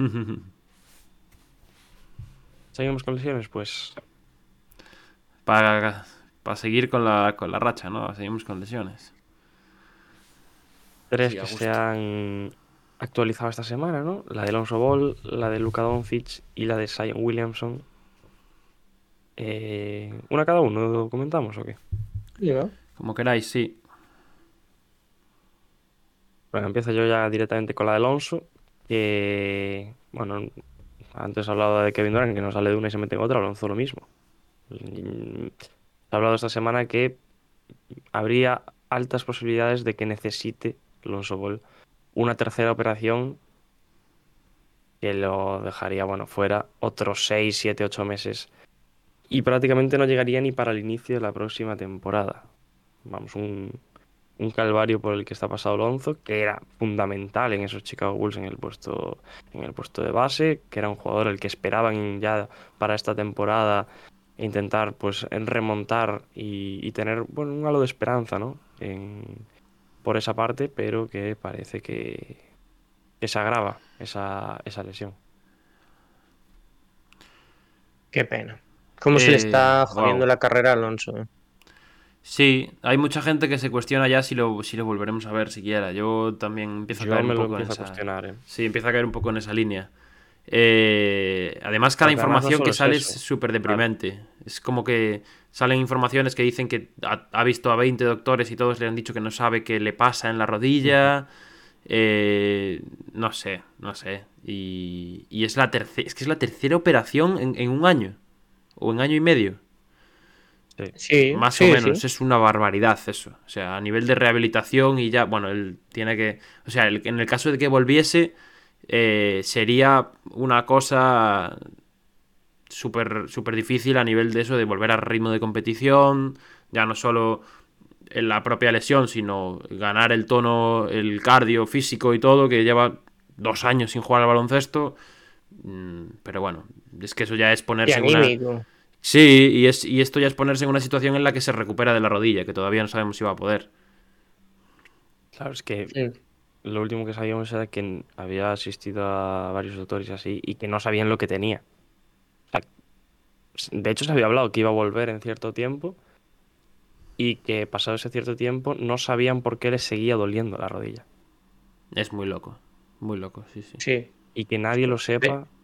¿Seguimos con lesiones? Pues Para, para seguir con la, con la racha, ¿no? Seguimos con lesiones. tres Sí, a que gusto. se han actualizado esta semana, ¿no? La de Alonso Ball, la de Luka Doncic y la de Zion Williamson. Eh, ¿una cada uno lo comentamos o qué? Sí, ¿no? Como queráis, sí. Bueno, empiezo yo ya directamente con la de Alonso, que, bueno, antes he hablado de Kevin Durant, que no sale de una y se mete en otra, Alonso lo mismo. Y se ha hablado esta semana que habría altas posibilidades de que necesite Alonso Ball una tercera operación que lo dejaría, bueno, fuera otros seis siete ocho meses y prácticamente no llegaría ni para el inicio de la próxima temporada. Vamos, un, un calvario por el que está pasado Alonso, que era fundamental en esos Chicago Bulls en el puesto, en el puesto de base, que era un jugador el que esperaban ya para esta temporada intentar pues en remontar y, y tener bueno, un halo de esperanza, ¿no? En, por esa parte, pero que parece que, que se agrava esa, esa lesión. Qué pena. ¿Cómo se le Eh, está jodiendo wow. la carrera a Alonso? eh? Sí, hay mucha gente que se cuestiona ya si lo, si lo volveremos a ver siquiera. Yo también empiezo a Yo caer un me lo poco en empiezo a esa. cuestionar, ¿eh? Sí, empiezo a caer un poco en esa línea. Eh, además, cada Porque además no información solo que es sale es eso. súper Claro. deprimente. Es como que salen informaciones que dicen que ha, ha visto a veinte doctores y todos le han dicho que no sabe qué le pasa en la rodilla. Eh, no sé, no sé. Y, y es la tercera, es que es la tercera operación en, en un año. O en año y medio. Sí. Sí, Más o sí, sí. menos, es una barbaridad eso. O sea, a nivel de rehabilitación y ya, bueno, él tiene que... O sea, el- en el caso de que volviese, eh, sería una cosa súper súper difícil a nivel de eso, de volver al ritmo de competición, ya no solo en la propia lesión, sino ganar el tono, el cardio físico y todo, que lleva dos años sin jugar al baloncesto. Mm, Pero bueno, es que eso ya es Y ponerse en una... anímico. Sí, y, es, y esto ya es ponerse en una situación en la que se recupera de la rodilla, que todavía no sabemos si va a poder. Claro, es que Sí. lo último que sabíamos era que n- había asistido a varios doctores y así y que no sabían lo que tenía. O sea, s- de hecho, se había hablado que iba a volver en cierto tiempo y que pasado ese cierto tiempo no sabían por qué le seguía doliendo la rodilla. Es muy loco, muy loco, sí, sí. Sí. Y que nadie lo Ve- sepa,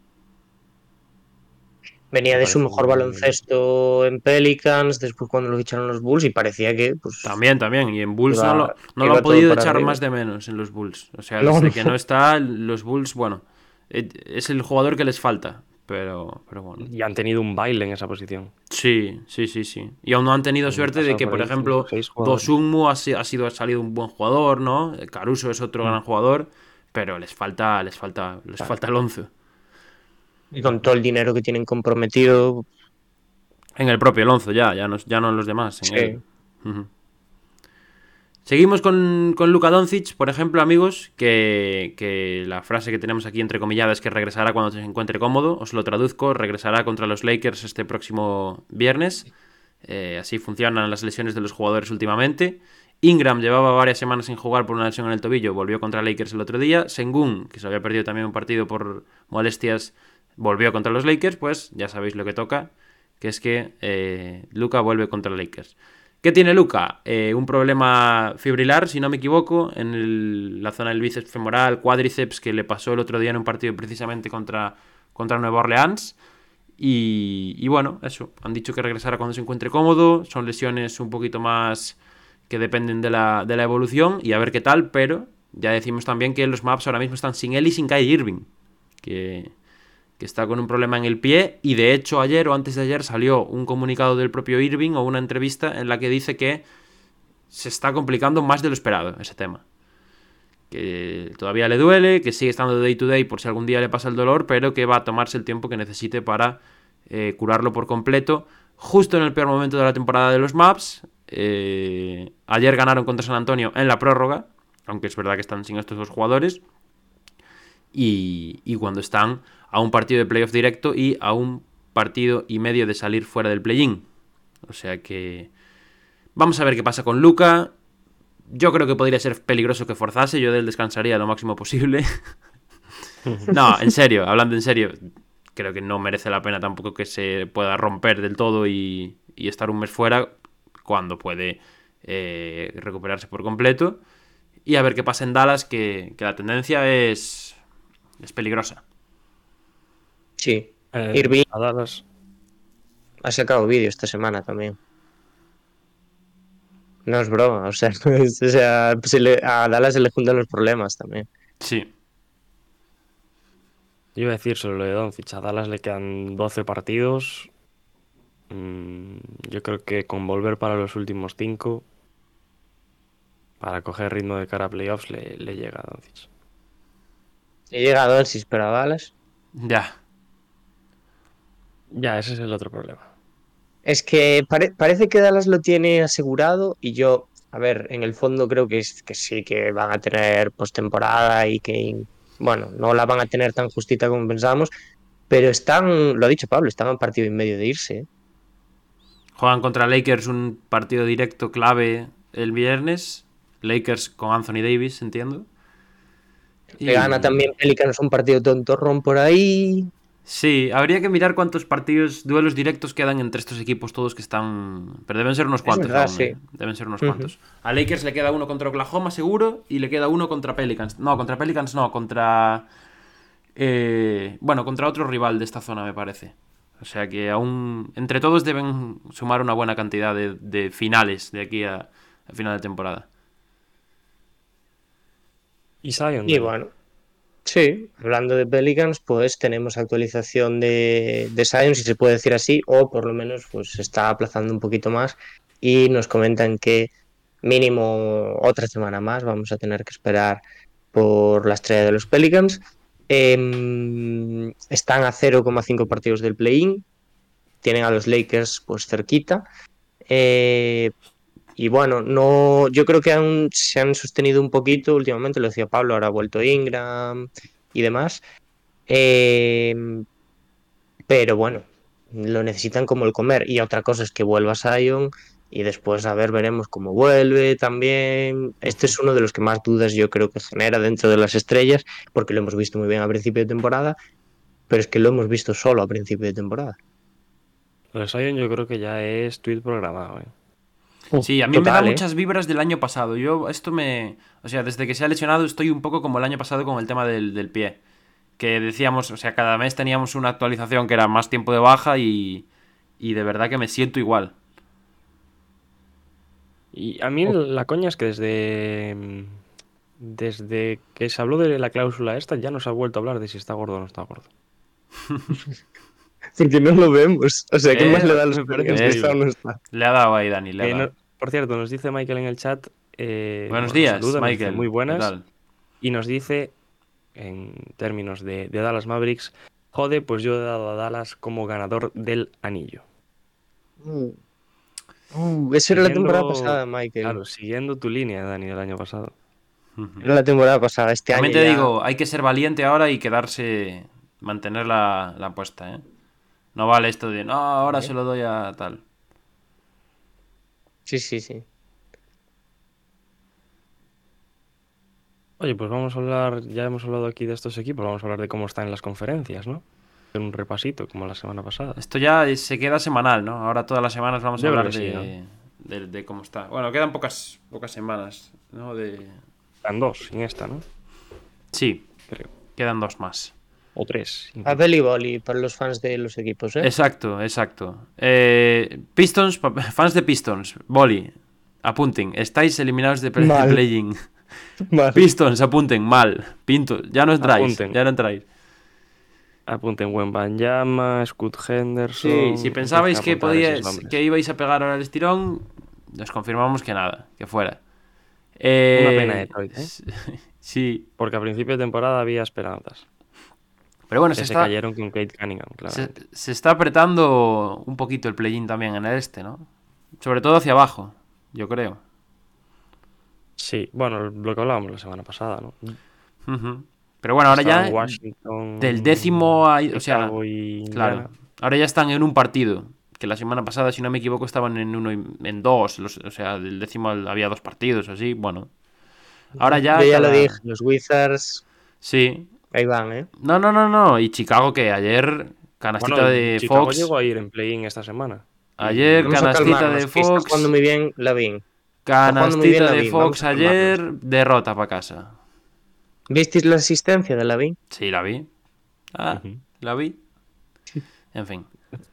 Venía me de su parece mejor muy, muy loco. baloncesto en Pelicans, después cuando lo ficharon los Bulls y parecía que pues También, también. Y en Bulls no iba, lo, no lo iba han todo podido para echar arriba. más de menos en los Bulls. O sea, No, no. desde que no está, los Bulls, bueno, eh, es el jugador que les falta. Pero, pero bueno. Y han tenido un baile en esa posición. Sí, sí, sí, sí. Y aún no han tenido Han suerte de pasado que, por por ahí cinco o ejemplo, seis jugadores. Dosunmu ha, si- ha sido, ha salido un buen jugador, ¿no? Caruso es otro Mm, gran jugador, pero les falta, les falta, les claro. falta Alonso. Y con todo el dinero que tienen comprometido, En el propio Alonso ya, ya no, ya no en los demás, en él. sí. Ujú. Seguimos con, con Luka Doncic, por ejemplo, amigos, que, que la frase que tenemos aquí entrecomillada es que regresará cuando se encuentre cómodo. Os lo traduzco, regresará contra los Lakers este próximo viernes. Eh, así funcionan las lesiones de los jugadores últimamente. Ingram llevaba varias semanas sin jugar por una lesión en el tobillo, volvió contra Lakers el otro día. Sengun, que se había perdido también un partido por molestias, volvió contra los Lakers. Pues ya sabéis lo que toca, que es que eh, Luka vuelve contra Lakers. ¿Qué tiene Luka? Eh, un problema fibrilar, si no me equivoco, en el- la zona del bíceps femoral, cuádriceps, que le pasó el otro día en un partido precisamente contra, contra Nueva Orleans. Y, y bueno, eso, han dicho que regresará cuando se encuentre cómodo. Son lesiones un poquito más que dependen de la, de la evolución y a ver qué tal, pero ya decimos también que los Maps ahora mismo están sin él y sin Kyrie Irving, que, que está con un problema en el pie, y de hecho ayer o antes de ayer salió un comunicado del propio Irving o una entrevista en la que dice que se está complicando más de lo esperado ese tema. Que todavía le duele, que sigue estando day to day por si algún día le pasa el dolor, pero que va a tomarse el tiempo que necesite para eh, curarlo por completo, justo en el peor momento de la temporada de los Maps. Eh, ayer ganaron contra San Antonio en la prórroga, aunque es verdad que están sin estos dos jugadores, y, y cuando están a un partido de playoff directo y a un partido y medio de salir fuera del play-in. O sea que vamos a ver qué pasa con Luka. Yo creo que podría ser peligroso que forzase. Yo de él descansaría lo máximo posible. No, en serio, hablando en serio, creo que no merece la pena tampoco que se pueda romper del todo y, y estar un mes fuera cuando puede eh, recuperarse por completo. Y a ver qué pasa en Dallas, que, que la tendencia es, es peligrosa. Sí. Eh, Irving a Dallas. ha sacado vídeo esta semana también. No es broma, o sea, o sea se le- a Dallas se le juntan los problemas también. Sí, Yo iba a decir sobre lo de Doncic. A Dallas le quedan doce partidos. Mm, yo creo que con volver para los últimos cinco, para coger ritmo de cara a playoffs, le, le llega a Doncic. He llegado al Sis, pero a Dallas. ya. Ya, ese es el otro problema. Es que pare- parece que Dallas lo tiene asegurado y yo, a ver, en el fondo creo que, es, que sí que van a tener postemporada y que, bueno, no la van a tener tan justita como pensábamos, pero están, lo ha dicho Pablo, están a un partido y medio de irse. ¿eh? Juegan contra Lakers un partido directo clave el viernes. Lakers con Anthony Davis, entiendo. Que gana también Pelicans un partido tontorrón por ahí. Sí, habría que mirar cuántos partidos, duelos directos quedan entre estos equipos todos que están... Pero deben ser unos cuantos verdad, aún, sí. ¿eh? Deben ser unos Ujú. cuantos. A Lakers le queda uno contra Oklahoma seguro y le queda uno contra Pelicans. No, contra Pelicans no, contra... eh, Bueno, contra otro rival de esta zona me parece. O sea que aún... Entre todos deben sumar una buena cantidad de, de finales de aquí a, a final de temporada. Y Zion. Y Dani. bueno, sí, hablando de Pelicans, pues tenemos actualización de, de Zion, si se puede decir así, o por lo menos pues se está aplazando un poquito más y nos comentan que mínimo otra semana más vamos a tener que esperar por la estrella de los Pelicans. Em, están a cero coma cinco partidos del play-in, tienen a los Lakers pues cerquita. Eh, y bueno, no, yo creo que han, se han sostenido un poquito últimamente, lo decía Pablo, ahora ha vuelto Ingram y demás. Eh, pero bueno, lo necesitan como el comer. Y otra cosa es que vuelva Zion y después, a ver, veremos cómo vuelve también. Este es uno de los que más dudas yo creo que genera dentro de las estrellas, porque lo hemos visto muy bien a principio de temporada, pero es que lo hemos visto solo a principio de temporada. Lo de Zion yo creo que ya es tweet programado, ¿eh? Sí, a mí me da Total, ¿eh? muchas vibras del año pasado. Yo, esto me. O sea, desde que se ha lesionado estoy un poco como el año pasado con el tema del, del pie. Que decíamos, o sea, cada mes teníamos una actualización que era más tiempo de baja y. Y de verdad que me siento igual. Y a mí la coña es que desde. mm, Desde que se habló de la cláusula esta, ya no se ha vuelto a hablar de si está gordo o no está gordo. Porque no lo vemos. O sea, ¿qué Eh, más le da a los me parece Pelicans que está o increíble. no está? Le ha dado ahí, Dani, le ha Eh, dado. no- por cierto, nos dice Michael en el chat. eh, Buenos bueno, días, saluda, nos dice Michael. muy ¿Qué buenas. tal? Y nos dice, en términos de, de Dallas Mavericks, jode, pues yo he dado a Dallas como ganador del anillo. Mm. Uh, eso era la temporada Siguiendo- pasada, Michael. Claro, siguiendo tu línea, Dani, del año pasado. Ujú. Era la temporada pasada. Este También año te ya- digo, hay que ser valiente ahora y quedarse. Mantener la, la apuesta, ¿eh? No vale esto de, no, ahora se lo doy a tal. Sí, sí, sí. Oye, pues vamos a hablar, ya hemos hablado aquí de estos equipos, vamos a hablar de cómo están en las conferencias, ¿no? Hacer un repasito, como la semana pasada. Esto ya se queda semanal, ¿no? Ahora todas las semanas vamos a Yo creo hablar que sí, de, de, de cómo está. Bueno, quedan pocas, pocas semanas, ¿no? De... Están dos en esta, ¿no? Sí, Creo. quedan dos más. O tres. A incluso. Belly para los fans de los equipos, ¿eh? Exacto, exacto. Eh, Pistons, pa- fans de Pistons, Boli, apunten, estáis eliminados de play- Mal. de play-in. Vale. Pistons, apunten, mal. Pinto, ya no entráis, Apunten. ya no entráis. Apunten Wembanyama, Scoot Henderson. Sí, si pensabais hay que que apuntar esos podíais, nombres. que ibais a pegar ahora el estirón, os confirmamos que nada, que fuera. Eh, Una pena, Detroit, ¿eh? Sí, Porque a principio de temporada había esperanzas. pero bueno, Que se se está, cayeron con Kate Cunningham, claro. se, se está apretando un poquito el play-in también en el este, ¿no? Sobre todo hacia abajo, yo creo. Sí, bueno, lo que hablábamos la semana pasada, ¿no? Ujú. Pero bueno, ahora Estaban ya Washington, del décimo, a- o sea, Chicago y claro, Indiana. ahora ya están en un partido. Que la semana pasada, si no me equivoco, estaban en uno y en dos. los- o sea, del décimo al- había dos partidos, así. Bueno. Ahora ya. Yo ya lo cada- dije, los Wizards Sí. ahí van, ¿eh? No, no, no, no. Y Chicago, que ayer canastita Bueno, de Chicago Fox. llegó a ir en play-in esta semana. Ayer Vamos a canastita calmarnos, de que está Fox. jugando muy bien Lavín. jugando muy bien Canastita de Lavín, vamos Fox a ayer. Derrota para casa. ¿Visteis la asistencia de Lavín? Sí, la vi. Ah, Ujú. la vi. En fin.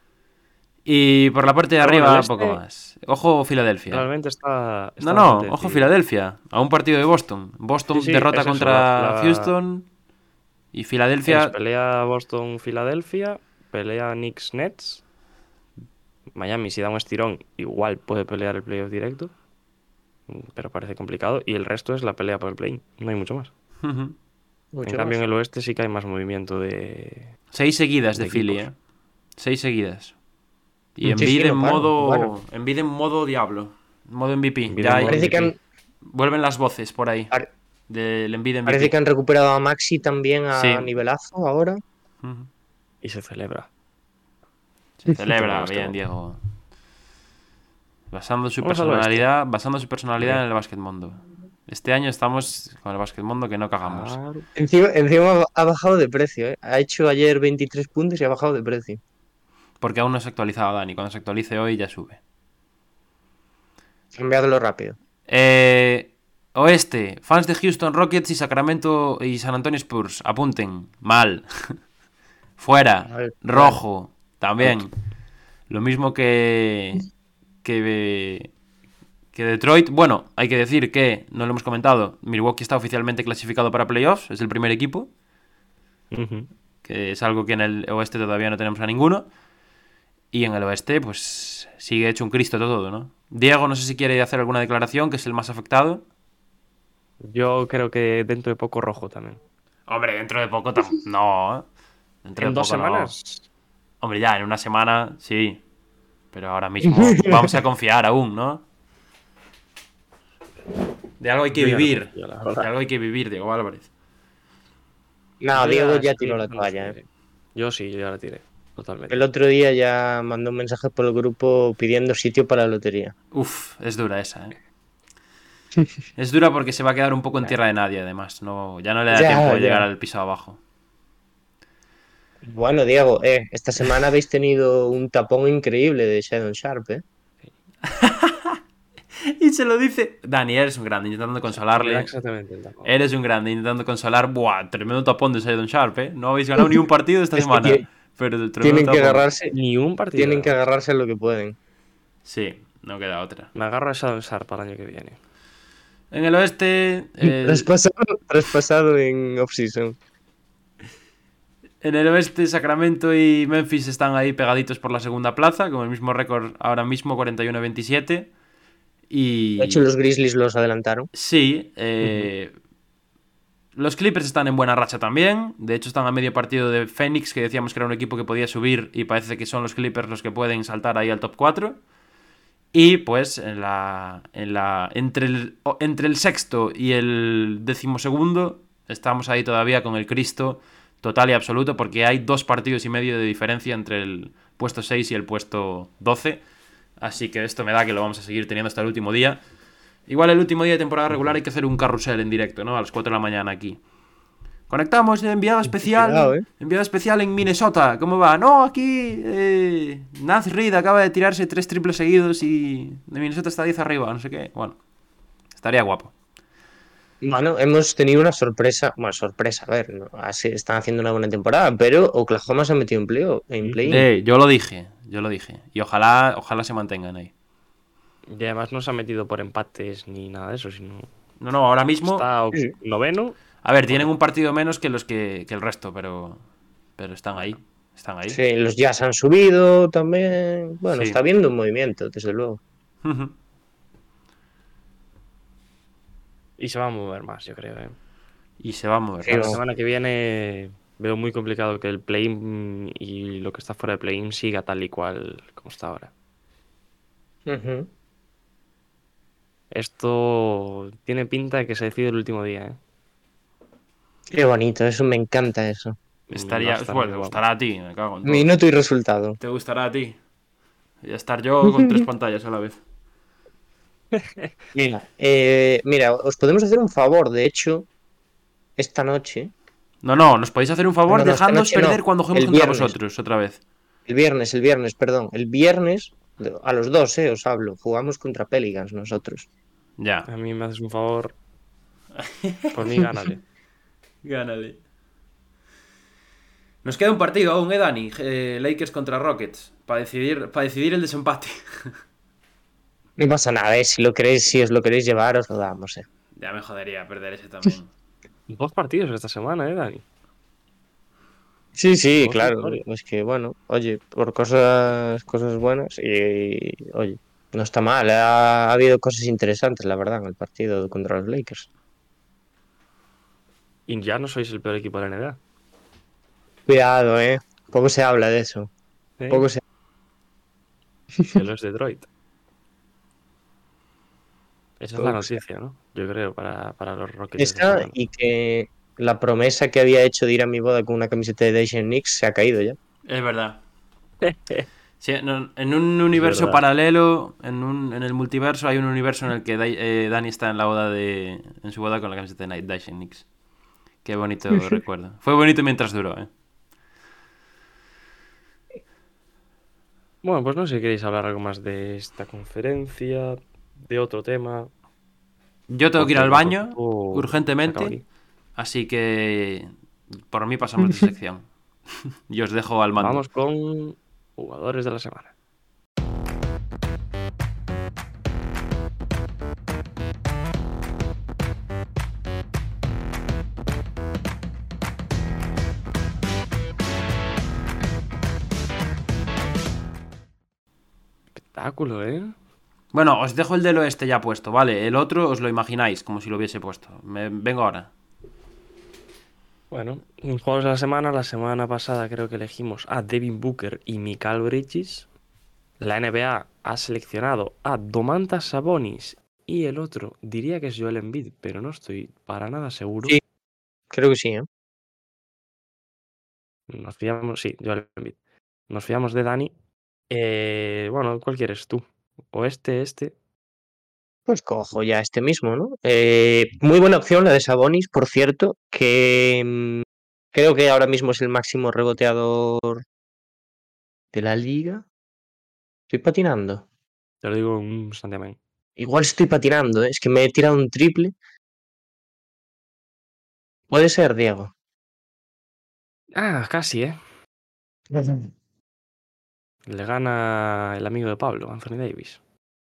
Y por la parte de Pero bueno, arriba, el este- poco más. Ojo, Filadelfia. Realmente está. está No, no, bastante ojo decidido. Filadelfia. A un partido de Boston. Boston Sí, sí, derrota es eso, contra la- la- Houston. Y Filadelfia. Es pelea Boston-Filadelfia, pelea Knicks-Nets. Miami, si da un estirón, igual puede pelear el playoff directo. Pero parece complicado. Y el resto es la pelea por el play. No hay mucho más. Ujú. Mucho en cambio, más. en el oeste sí que hay más movimiento de. Seis seguidas de, De Philly, equipos. eh. Seis seguidas. Y Sí, Embiid sí, no en paro, modo. no paro. Embiid en modo diablo. Modo M V P. Embiid Ya en hay- modo Parece que, han, vuelven las voces por ahí. Par- Del Embiid M V P. parece que han recuperado a Maxi también a Sí. nivelazo ahora. Ujú. Y se celebra. Se celebra Como bien, este Diego. Basando su Vamos al oeste. personalidad, basando su personalidad Sí. en el básquet mundo. Este año estamos con el Basquetmundo que no cagamos. Claro. Encima, encima ha bajado de precio, ¿eh? Ha hecho ayer veintitrés puntos y ha bajado de precio. Porque aún no se ha actualizado, Dani. Cuando se actualice hoy ya sube. Cambiadlo rápido. Eh, oeste, fans de Houston Rockets y Sacramento y San Antonio Spurs. Apunten. Mal. Fuera. Mal. Rojo. También. Lo mismo que... Que... Que Detroit. Bueno, hay que decir que, no lo hemos comentado, Milwaukee está oficialmente clasificado para playoffs. Es el primer equipo. Ujú. Que es algo que en el oeste todavía no tenemos a ninguno. Y en el oeste, pues sigue hecho un Cristo todo, ¿no? Diego, no sé si quiere hacer alguna declaración, que es el más afectado. Yo creo que dentro de poco rojo también. Hombre, dentro de poco tam- no. ¿eh? Dentro En de dos poco no. semanas. Hombre, ya, en una semana sí. Pero ahora mismo vamos a confiar aún, ¿no? De algo hay que Yo ya no vivir. confío, la De verdad. algo hay que vivir, Diego Álvarez. No, Yo Diego ya sí, tiró la no toalla, sé. ¿eh? Yo sí, yo ya la tiré. Totalmente. El otro día ya mandó un mensaje por el grupo pidiendo sitio para la lotería. Uf, es dura esa, ¿eh? Es dura porque se va a quedar un poco en tierra de nadie, además. No, ya no le da Ya, tiempo de ya. llegar al piso abajo. Bueno, Diego, eh, esta semana habéis tenido un tapón increíble de Shadon Sharp, ¿eh? Y se lo dice. Dani, eres un grande intentando Era consolarle. exactamente el tapón. Eres un grande intentando consolar. Buah, tremendo tapón de Shadon Sharp, ¿eh? No habéis ganado ni un partido esta Es que semana. tiene- Pero el tremendo Tienen que tapón. agarrarse, Ni un partido. tienen que agarrarse a lo que pueden. Sí, no queda otra. Me agarro a Shadow Sharp para el año que viene. En el oeste. el- Traspasado, traspasado en off-season. En el oeste, Sacramento y Memphis están ahí pegaditos por la segunda plaza, con el mismo récord ahora mismo, cuarenta y uno a veintisiete. Y. De hecho, los Grizzlies los adelantaron. Sí, eh, los Clippers están en buena racha también. De hecho, están a medio partido de Phoenix, que decíamos que era un equipo que podía subir, y parece que son los Clippers los que pueden saltar ahí al top cuatro. Y pues en la, en la entre, el, o- entre el sexto y el decimosegundo estamos ahí todavía con el Cristo total y absoluto, porque hay dos partidos y medio de diferencia entre el puesto seis y el puesto doce. Así que esto me da que lo vamos a seguir teniendo hasta el último día. Igual el último día de temporada regular hay que hacer un carrusel en directo, ¿no? A las cuatro de la mañana aquí. Conectamos, enviado especial. Cuidado, ¿eh? Enviado especial en Minnesota. ¿Cómo va? No, aquí eh, Naz Reid acaba de tirarse tres triples seguidos y de Minnesota está diez arriba, no sé qué. Bueno, estaría guapo. Bueno, hemos tenido una sorpresa. Bueno, sorpresa, a ver, no, así están haciendo una buena temporada, pero Oklahoma se ha metido en play en play. Eh, yo lo dije, yo lo dije. Y ojalá, ojalá se mantengan ahí. Y además no se ha metido por empates ni nada de eso, sino. No, no, ahora mismo. Está o- Sí. noveno. A ver, tienen un partido menos que los que, que el resto, pero. Pero están ahí. Están ahí. Sí, los Jazz han subido también. Bueno, Sí. está habiendo un movimiento, desde luego. Ujú. Y se va a mover más, yo creo. ¿eh? Y se va a mover. Sí, La no. semana que viene veo muy complicado que el play-in y lo que está fuera de play-in siga tal y cual como está ahora. Ujú. Esto tiene pinta de que se decide el último día. ¿eh? Qué bonito, eso me encanta eso. Estaría. Va a estar Bueno, muy te guapo. gustará a ti, me cago en todo. Minuto y resultado. Te gustará a ti. Y a estar yo con tres pantallas a la vez. Mira, eh, mira, os podemos hacer un favor, de hecho, esta noche, No, no, nos podéis hacer un favor No, no, esta dejándonos noche no, perder cuando juguemos el contra viernes. vosotros otra vez. el viernes, el viernes, perdón, el viernes, a los dos, eh, os hablo, jugamos contra Pelicans nosotros. Ya. A mí me haces un favor. Por mí, gánale. Gánale. Nos queda un partido aún, ¿eh, Dani? Eh, Lakers contra Rockets. Para decidir, para decidir el desempate. No pasa nada, eh, si lo queréis, si os lo queréis llevar, os lo damos, eh. Ya me jodería perder ese también. Dos partidos esta semana, ¿eh, Dani? Sí, sí, Dos claro, victorias. es que bueno, oye, por cosas, cosas buenas y, oye, no está mal, ha, ha habido cosas interesantes, la verdad, en el partido contra los Lakers. Y ya no sois el peor equipo de la N B A. Cuidado, eh, poco se habla de eso, ¿eh? poco se Que lo es Detroit. Esa es la Poco se- noticia, ¿no? Yo creo, para, para los Rockets. esta Esta semana. y que la promesa que había hecho de ir a mi boda con una camiseta de Daishin Knicks se ha caído ya. Es verdad. Sí, no, en un universo verdad. paralelo, en, un, en el multiverso, hay un universo en el que Dai- eh, Dani está en la boda de. En su boda con la camiseta de Night Dash Knicks. Qué bonito recuerdo. Fue bonito mientras duró, ¿eh? Bueno, pues no sé si queréis hablar algo más de esta conferencia, de otro tema, Yo tengo que ir porque al la cosa baño estuvo- se acaba urgentemente, aquí. así que por mí pasamos de sección. Y os dejo al mando. Vamos con jugadores de la semana. Espectáculo, ¿eh? Bueno, os dejo el del oeste ya puesto, ¿vale? El otro os lo imagináis como si lo hubiese puesto. Me, vengo ahora. Bueno, jugadores de la semana. La semana pasada creo que elegimos a Devin Booker y Mikal Bridges. La N B A ha seleccionado a Domantas Sabonis y el otro diría que es Joel Embiid, pero no estoy para nada seguro. Sí, creo que sí, ¿eh? Nos fiamos, sí, Joel Embiid. Nos fiamos de Dani. Eh, bueno, ¿cuál quieres tú? ¿O este, este? Pues cojo ya este mismo, ¿no? Eh, muy buena opción la de Sabonis, por cierto, que mm, creo que ahora mismo es el máximo reboteador de la liga. Estoy patinando. Te lo digo en un instante. Igual estoy patinando, ¿eh? Es que me he tirado un triple. Puede ser, Diego. Ah, casi, ¿eh? Le gana el amigo de Pablo, Anthony Davis.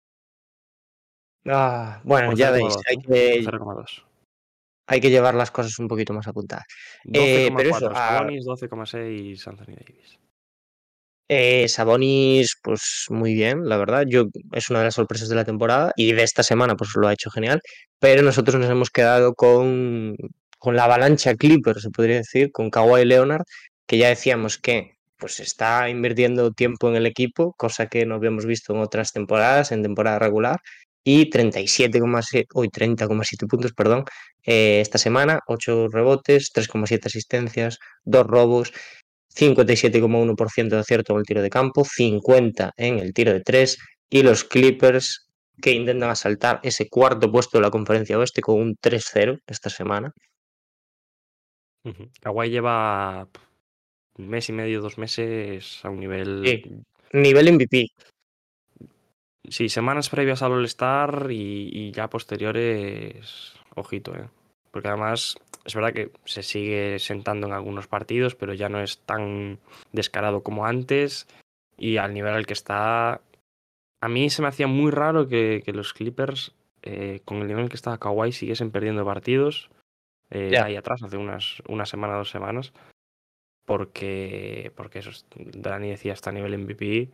Ah, bueno, Por ya cero coma veis, dos, hay ¿eh? Por que, cero coma dos. hay que llevar las cosas un poquito más apuntadas. doce Eh, coma pero eso, cuatro a, Sabonis, doce coma seis Anthony Davis. Eh, Sabonis, pues muy bien, la verdad. Yo es una de las sorpresas de la temporada y de esta semana, pues lo ha hecho genial. Pero nosotros nos hemos quedado con, con la avalancha Clipper, se podría decir, con Kawhi Leonard, que ya decíamos que pues está invirtiendo tiempo en el equipo, cosa que no habíamos visto en otras temporadas, en temporada regular. Y treinta y siete coma siete, uy, treinta coma siete puntos, perdón, eh, esta semana, ocho rebotes, tres coma siete asistencias, dos robos, cincuenta y siete coma uno por ciento de acierto en el tiro de campo, cincuenta por ciento en el tiro de tres, y los Clippers que intentan asaltar ese cuarto puesto de la conferencia oeste con un tres cero esta semana. Ujú. Kawhi lleva pf, un mes y medio, dos meses a un nivel. Sí, nivel M V P. Sí, semanas previas al All-Star y, y ya posteriores. Ojito, ¿eh? Porque además es verdad que se sigue sentando en algunos partidos, pero ya no es tan descarado como antes. Y al nivel al que está. A mí se me hacía muy raro que, que los Clippers, eh, con el nivel en que estaba Kawhi, siguiesen perdiendo partidos. eh, Ya. ahí atrás, hace unas, una semana, dos semanas. Porque, porque eso, es- Dani decía, está a nivel M V P.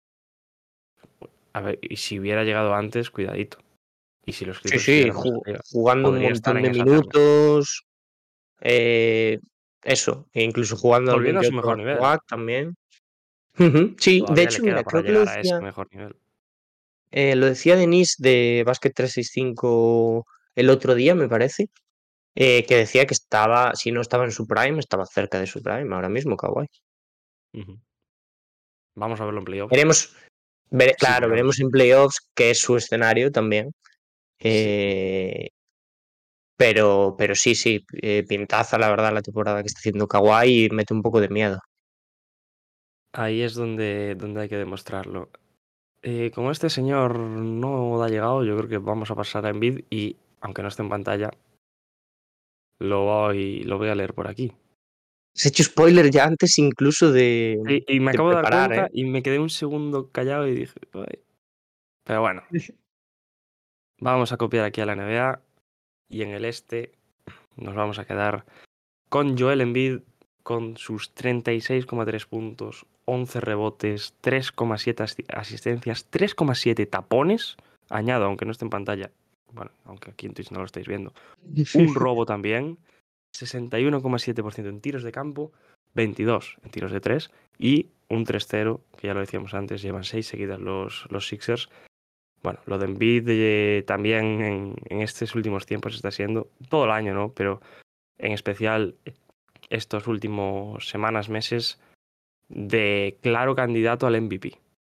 A ver, y si hubiera llegado antes, cuidadito. Y si los Sí, Clippers sí, estuvieran más ju- arriba, jugando un podría estar montón en de esa terna. minutos. eh, eso, e incluso jugando algún Volviendo a que su otro mejor nivel. back-to-back también. Ujú, sí, de Todavía le hecho, queda mira, para creo que lo llegar a ese decía, mejor nivel. eh, lo decía Denise de Basket trescientos sesenta y cinco el otro día, me parece. Eh, que decía que estaba, si no estaba en su prime, estaba cerca de su prime ahora mismo, Kawhi. Ujú. Vamos a verlo en playoffs. Veremos, vere- Sí, claro, porque vamos. veremos en playoffs, que es su escenario también. Sí. Eh, pero, pero sí, sí, eh, pintaza la verdad la temporada que está haciendo Kawhi y mete un poco de miedo. Ahí es donde, donde hay que demostrarlo. Eh, como este señor no ha llegado, yo creo que vamos a pasar a Embiid y, aunque no esté en pantalla, lo voy, lo voy a leer por aquí. Has hecho spoiler ya antes incluso de, Y, y me de acabo de dar preparar, cuenta ¿eh? y me quedé un segundo callado y dije, "Ay". Pero bueno, vamos a copiar aquí a la N B A y en el este nos vamos a quedar con Joel Embiid con sus treinta y seis coma tres puntos, once rebotes, tres coma siete asi- asistencias, tres coma siete tapones, añado, aunque no esté en pantalla, bueno, aunque aquí en Twitch no lo estáis viendo, un robo también, sesenta y uno coma siete por ciento en tiros de campo, veintidós en tiros de tres y un tres cero, que ya lo decíamos antes, llevan seis seguidas los, los Sixers. Bueno, lo de Embiid eh, también en, en estos últimos tiempos está siendo, todo el año, ¿no? Pero en especial estos últimos semanas, meses, de claro candidato al M V P.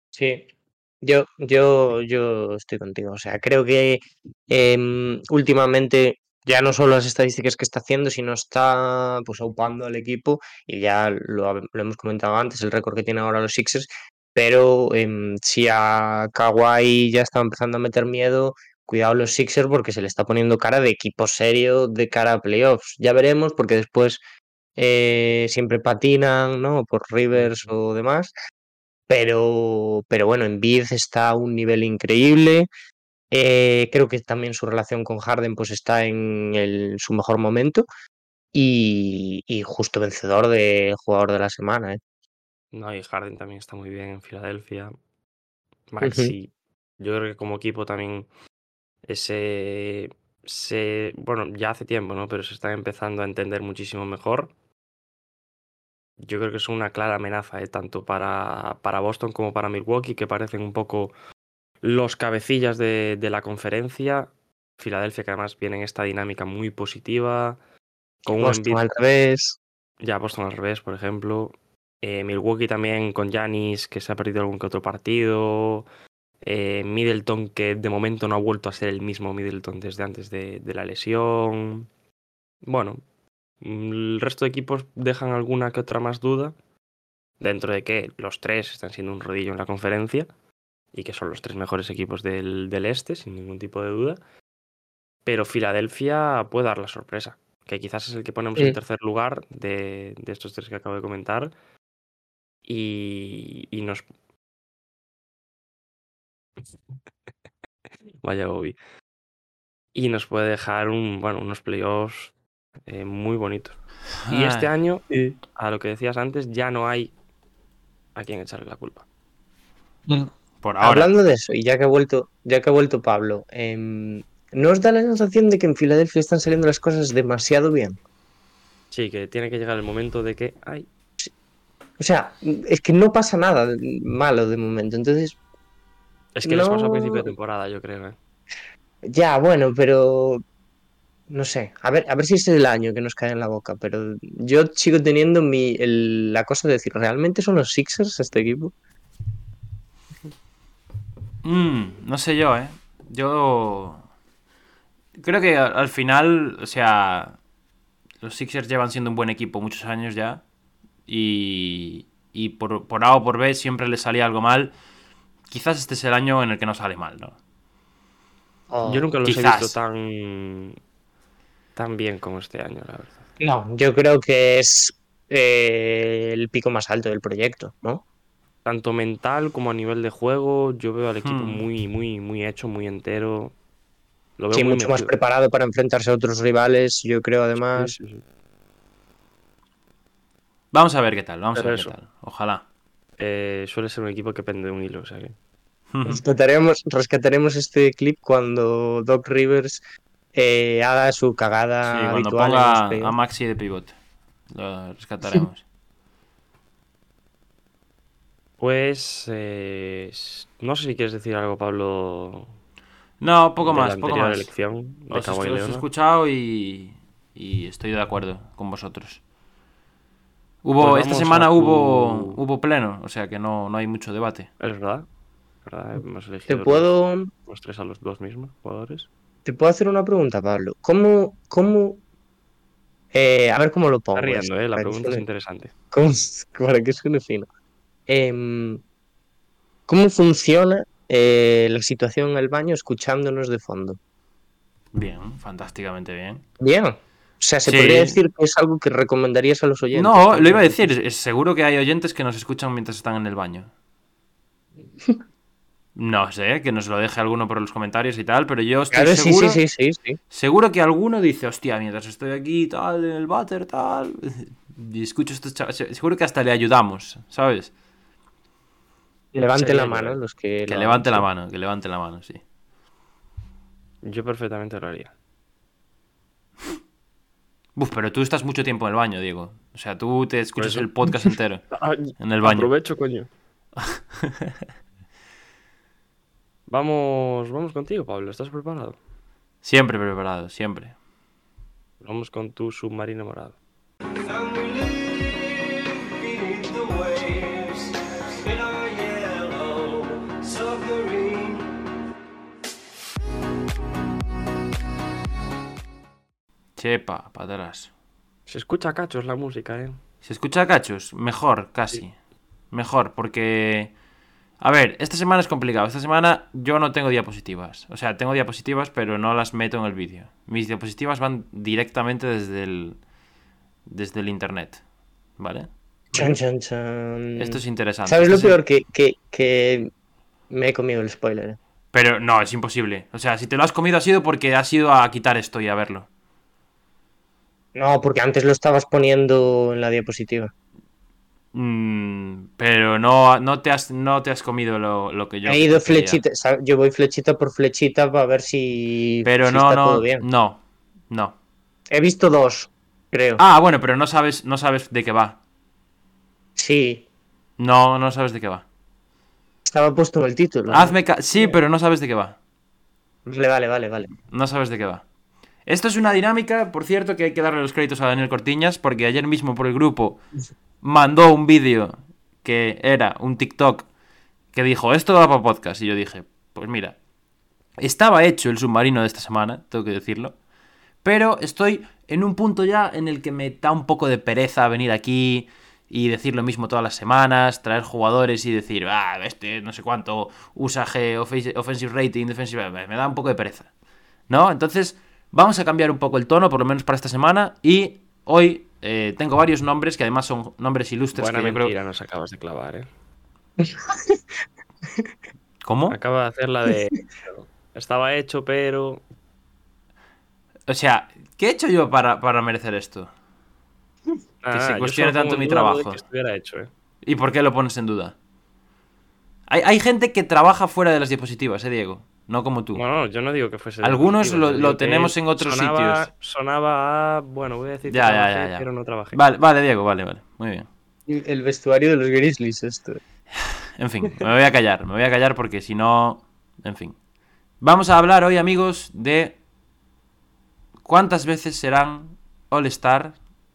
Sí, yo, yo, yo estoy contigo. O sea, creo que em, últimamente ya no solo las estadísticas que está haciendo, sino está pues aupando al equipo y ya lo, hab- lo hemos comentado antes, el récord que tienen ahora los Sixers, pero em, si a Kawhi ya está empezando a meter miedo, cuidado los Sixers porque se le está poniendo cara de equipo serio de cara a playoffs. Ya veremos porque después eh, siempre patinan, ¿no? Por Rivers Ujú. o demás. Pero, pero bueno, Embiid está a un nivel increíble. Eh, creo que también su relación con Harden pues está en el- su mejor momento y, y justo vencedor de jugador de la semana, ¿eh? No, y Harden también está muy bien en Filadelfia. Ujú. Maxi, yo creo que como equipo también ese se bueno, ya hace tiempo, ¿no? Pero se están empezando a entender muchísimo mejor. Yo creo que es una clara amenaza, ¿eh? Tanto para, para Boston como para Milwaukee, que parecen un poco los cabecillas de, de la conferencia. Filadelfia, que además viene en esta dinámica muy positiva, con un Boston Embiid, al revés. ya Boston al revés, por ejemplo. Eh, Milwaukee también con Giannis, que se ha perdido algún que otro partido. Eh, Middleton, que de momento no ha vuelto a ser el mismo Middleton desde antes de, de la lesión. Bueno, mm, el resto de equipos dejan alguna que otra más duda, dentro de que los tres están siendo un rodillo en la conferencia y que son los tres mejores equipos del, del este, sin ningún tipo de duda. Pero Filadelfia puede dar la sorpresa, que quizás es el que ponemos en Mm. tercer lugar de, de estos tres que acabo de comentar. Y, y nos... Vaya Bobby. Y nos puede dejar un, bueno, unos playoffs eh, muy bonitos. Y este Ay, año, a lo que decías antes, ya no hay a quien echarle la culpa. por ahora. Hablando de eso, y ya que ha vuelto, ya que ha vuelto Pablo, em, ¿no os da la sensación de que en Filadelfia están saliendo las cosas demasiado bien? Sí, que tiene que llegar el momento de que, ay, O sea, es que no pasa nada malo de momento. Entonces, es que les pasó a principio no. de temporada, yo creo, ¿eh? Ya, bueno, pero no sé. A ver, a ver si es el año que nos cae en la boca. Pero yo sigo teniendo mi, el- la cosa de decir, ¿realmente son los Sixers este equipo? Mm, no sé yo, ¿eh? Yo creo que al al final, o sea, los Sixers llevan siendo un buen equipo muchos años ya. Y, y por, por A o por B siempre les salía algo mal. Quizás este es el año en el que no sale mal, ¿no? Yo Oh, nunca los he visto Quizás. tan, tan bien como este año, la verdad. no, yo creo que es eh, el pico más alto del proyecto, ¿no? Tanto mental como a nivel de juego, yo veo al equipo Hmm. muy, muy, muy hecho, muy entero. Lo veo Sí, muy mucho más metido. preparado para enfrentarse a otros rivales, yo creo Sí, además. sí, sí. Vamos a ver qué tal, vamos a Pero ver qué eso, tal. Ojalá. eh, suele ser un equipo que pende de un hilo, o sea que... Rescataremos, rescataremos este clip cuando Doc Rivers eh, haga su Sí, cagada cuando habitual en los ponga a playoffs. Maxi de pivote. Lo rescataremos. Pues, eh, s- no sé si quieres decir algo, Pablo, No, poco de la más, poco anterior más. elección de Os, est- Kawhi os he Leonard. escuchado y, y estoy de acuerdo con vosotros. Pues Hubo, esta vamos a semana hubo, tu... hubo pleno, o sea que no, no hay mucho debate. Es verdad, ¿verdad? Hemos Te elegido los, puedo, los tres a los dos mismos jugadores. te puedo hacer una pregunta, Pablo. ¿Cómo, cómo, eh, a ver cómo lo Está pongo esto, riendo, ¿eh? La para que pregunta es suene, interesante. cómo- para que suene fino? Em, ¿cómo funciona eh, la situación en el baño escuchándonos de fondo? Bien, fantásticamente bien. Bien. O sea, se podría Sí. decir que es algo que recomendarías a los oyentes No, lo iba a también. decir, es seguro que hay oyentes que nos escuchan mientras están en el baño. No sé, que nos lo deje alguno por los comentarios y tal, pero yo estoy Claro, sí, sí, seguro, sí, sí, sí. seguro que alguno dice, hostia, mientras estoy aquí, tal, en el váter, tal, y escucho estos chavales, seguro que hasta le ayudamos, ¿sabes? Levante Sería la yo, mano ¿eh? los que Que lo hagan, levante la sí. mano, que levante la mano, sí. Yo perfectamente lo haría. Uf, pero tú estás mucho tiempo en el baño, Diego. O sea, tú te escuchas eso. el podcast entero en el baño. Aprovecho, coño. Vamos, vamos contigo, Pablo. ¿Estás preparado? Siempre preparado, siempre. Vamos con tu submarino morado. And we leave the waves in our yellow Chepa, para atrás. Se escucha a cachos la música, ¿eh? ¿Se escucha a cachos? Mejor, casi. Sí. Mejor, porque... A ver, esta semana es complicado. Esta semana yo no tengo diapositivas. O sea, tengo diapositivas, pero no las meto en el vídeo. Mis diapositivas van directamente desde el... Desde el internet. ¿Vale? Chan, chan, chan. Esto es interesante. ¿Sabes Esto lo es... peor? Que, que, que me he comido el spoiler. Pero no, es imposible. O sea, si te lo has comido ha sido porque has ido a quitar esto y a verlo. No, porque antes lo estabas poniendo en la diapositiva. Mm, pero no, no, te has, no te has comido lo, lo que yo He ido quería. flechita, yo voy flechita por flechita para ver si, Pero si no, está no, todo bien. no, no. He visto dos, creo. Ah, bueno, pero no sabes, no sabes de qué va. Sí. No, no sabes de qué va. Estaba puesto en el título. Hazme ca- sí, pero no sabes de qué va. Vale, vale, vale, vale. No sabes de qué va. Esto es una dinámica, por cierto, que hay que darle los créditos a Daniel Cortiñas, porque ayer mismo por el grupo mandó un vídeo que era un TikTok que dijo, esto va para podcast. Y yo dije, pues mira, estaba hecho el submarino de esta semana, tengo que decirlo, pero estoy en un punto ya en el que me da un poco de pereza venir aquí y decir lo mismo todas las semanas, traer jugadores y decir, ah, este no sé cuánto, usa G, offensive rating, defensive, me da un poco de pereza, ¿no? Entonces, vamos a cambiar un poco el tono, por lo menos para esta semana, y hoy eh, tengo varios nombres, que además son nombres ilustres. Buena que yo mentira creo... nos acabas de clavar, ¿eh? ¿Cómo? Acaba de hacer la de... Estaba hecho, pero... O sea, ¿qué he hecho yo para, para merecer esto? Ah, que se yo cuestione solo tanto pongo mi en duda lo de trabajo. que estuviera hecho, ¿eh? ¿Y por qué lo pones en duda? Hay, hay gente que trabaja fuera de las diapositivas, ¿eh, Diego? No como tú. Bueno, yo no digo que fuese... Algunos lo, digo lo que tenemos en otros sonaba, sitios. Sonaba a... Bueno, voy a decir que Ya, ya, trabajé, ya, ya. pero no trabajé. Vale, vale, Diego, vale, vale. Muy bien. El vestuario de los Grizzlies, esto. En fin, me voy a callar, me voy a callar porque si no... En fin. Vamos a hablar hoy, amigos, de... ¿Cuántas veces serán All-Star?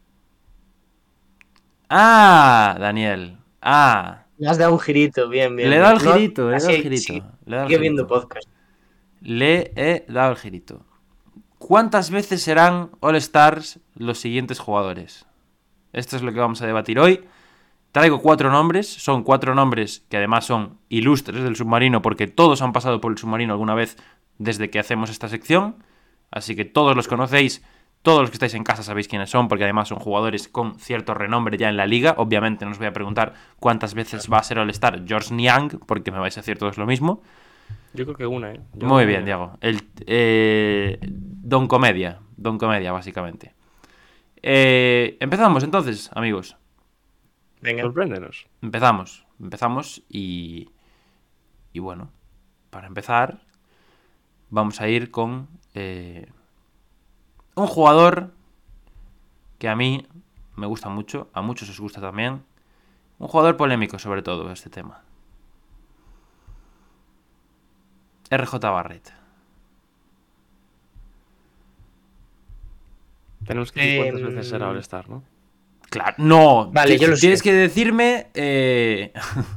Ah, Daniel. Ah. Le has dado un girito, bien, bien. Le he dado el bien. girito, No, le he dado el así, girito. sí, Le he dado el sigue viendo girito. podcast. Le he dado el girito. ¿Cuántas veces serán All-Stars los siguientes jugadores? Esto es lo que vamos a debatir hoy. Traigo cuatro nombres. Son cuatro nombres que además son ilustres del submarino porque todos han pasado por el submarino alguna vez desde que hacemos esta sección. Así que todos los conocéis. Todos los que estáis en casa sabéis quiénes son, porque además son jugadores con cierto renombre ya en la liga. Obviamente no os voy a preguntar cuántas veces va a ser All-Star George Niang, porque me vais a decir todos lo mismo. Yo creo que una, ¿eh? Yo Muy no- bien, Diego. El, eh, Don Comedia. Don Comedia, básicamente. Eh, empezamos entonces, amigos. Venga. Sorpréndenos. Empezamos. Empezamos y... Y bueno, para empezar, vamos a ir con... Eh, un jugador que a mí me gusta mucho, a muchos os gusta también. Un jugador polémico sobre todo este tema. R J Barrett. Tenemos que decir cuántas Em, veces será All-Star, ¿no? Claro, no. Vale, Ti- yo lo Tienes sé. que decirme... eh,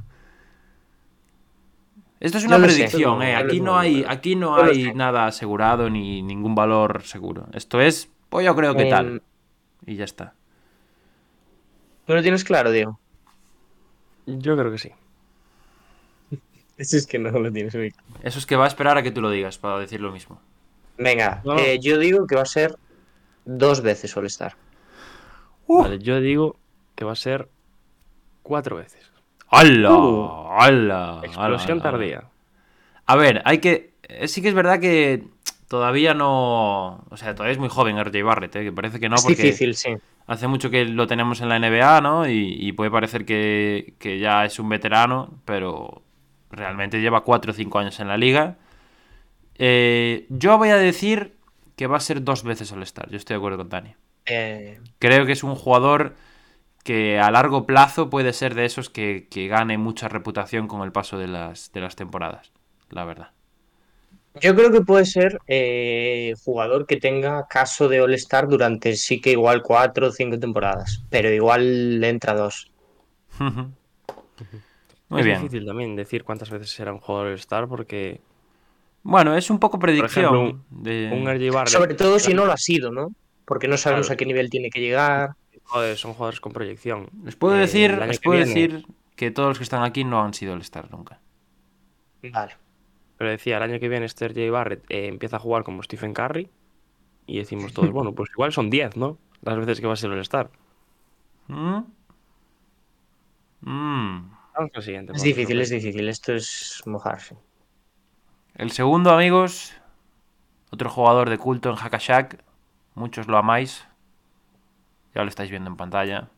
Esto es una Yo lo sé. predicción, eh. Yo lo Aquí sé. no hay, aquí no Yo lo hay sé. nada asegurado ni ningún valor seguro. Esto es, pues yo creo que Em, tal. Y ya está. ¿Tú lo tienes claro, Diego? Yo creo que sí. Eso es que no lo tienes muy claro. Eso es que va a esperar a que tú lo digas para decir lo mismo. Venga, No. eh, yo digo que va a ser dos veces All-Star. Uh. Vale, yo digo que va a ser cuatro veces. ¡Hala! Uh. ¡Hala! Explosión hala, hala. tardía. A ver, hay que... eh, Sí que es verdad que todavía no... O sea, todavía es muy joven R J Barrett, eh, que parece que no, Es porque difícil, sí. hace mucho que lo tenemos en la N B A, ¿no? Y, y puede parecer que, que ya es un veterano, pero realmente lleva cuatro o cinco años en la liga. Eh, yo voy a decir que va a ser dos veces All-Star. Yo estoy de acuerdo con Dani. Eh, Creo que es un jugador que a largo plazo puede ser de esos que, que gane mucha reputación con el paso de las, de las temporadas, la verdad. yo creo que puede ser eh, jugador que tenga caso de All-Star durante sí que igual cuatro o cinco temporadas, pero igual le entra dos. Muy es bien. difícil también decir cuántas veces será un jugador All-Star porque Bueno, es un poco predicción. ejemplo, de... un R J Barrett... Sobre todo si no lo ha sido, ¿no? porque no sabemos Claro. a qué nivel tiene que llegar. Joder, son jugadores con proyección. Les puedo Eh, decir, el año les que puedo viene- decir que todos los que están aquí no han sido el Star nunca. Vale. Pero decía, el año que viene este R J Barrett eh, empieza a jugar como Stephen Curry y decimos todos, bueno, pues igual son diez, ¿no? Las veces que va a ser el Star. ¿Mm? Mm. Vamos al siguiente. Es por difícil, favor. es difícil. Esto es mojarse. El segundo, amigos, otro jugador de culto en Hackashack. Muchos lo amáis. Ya lo estáis viendo en pantalla.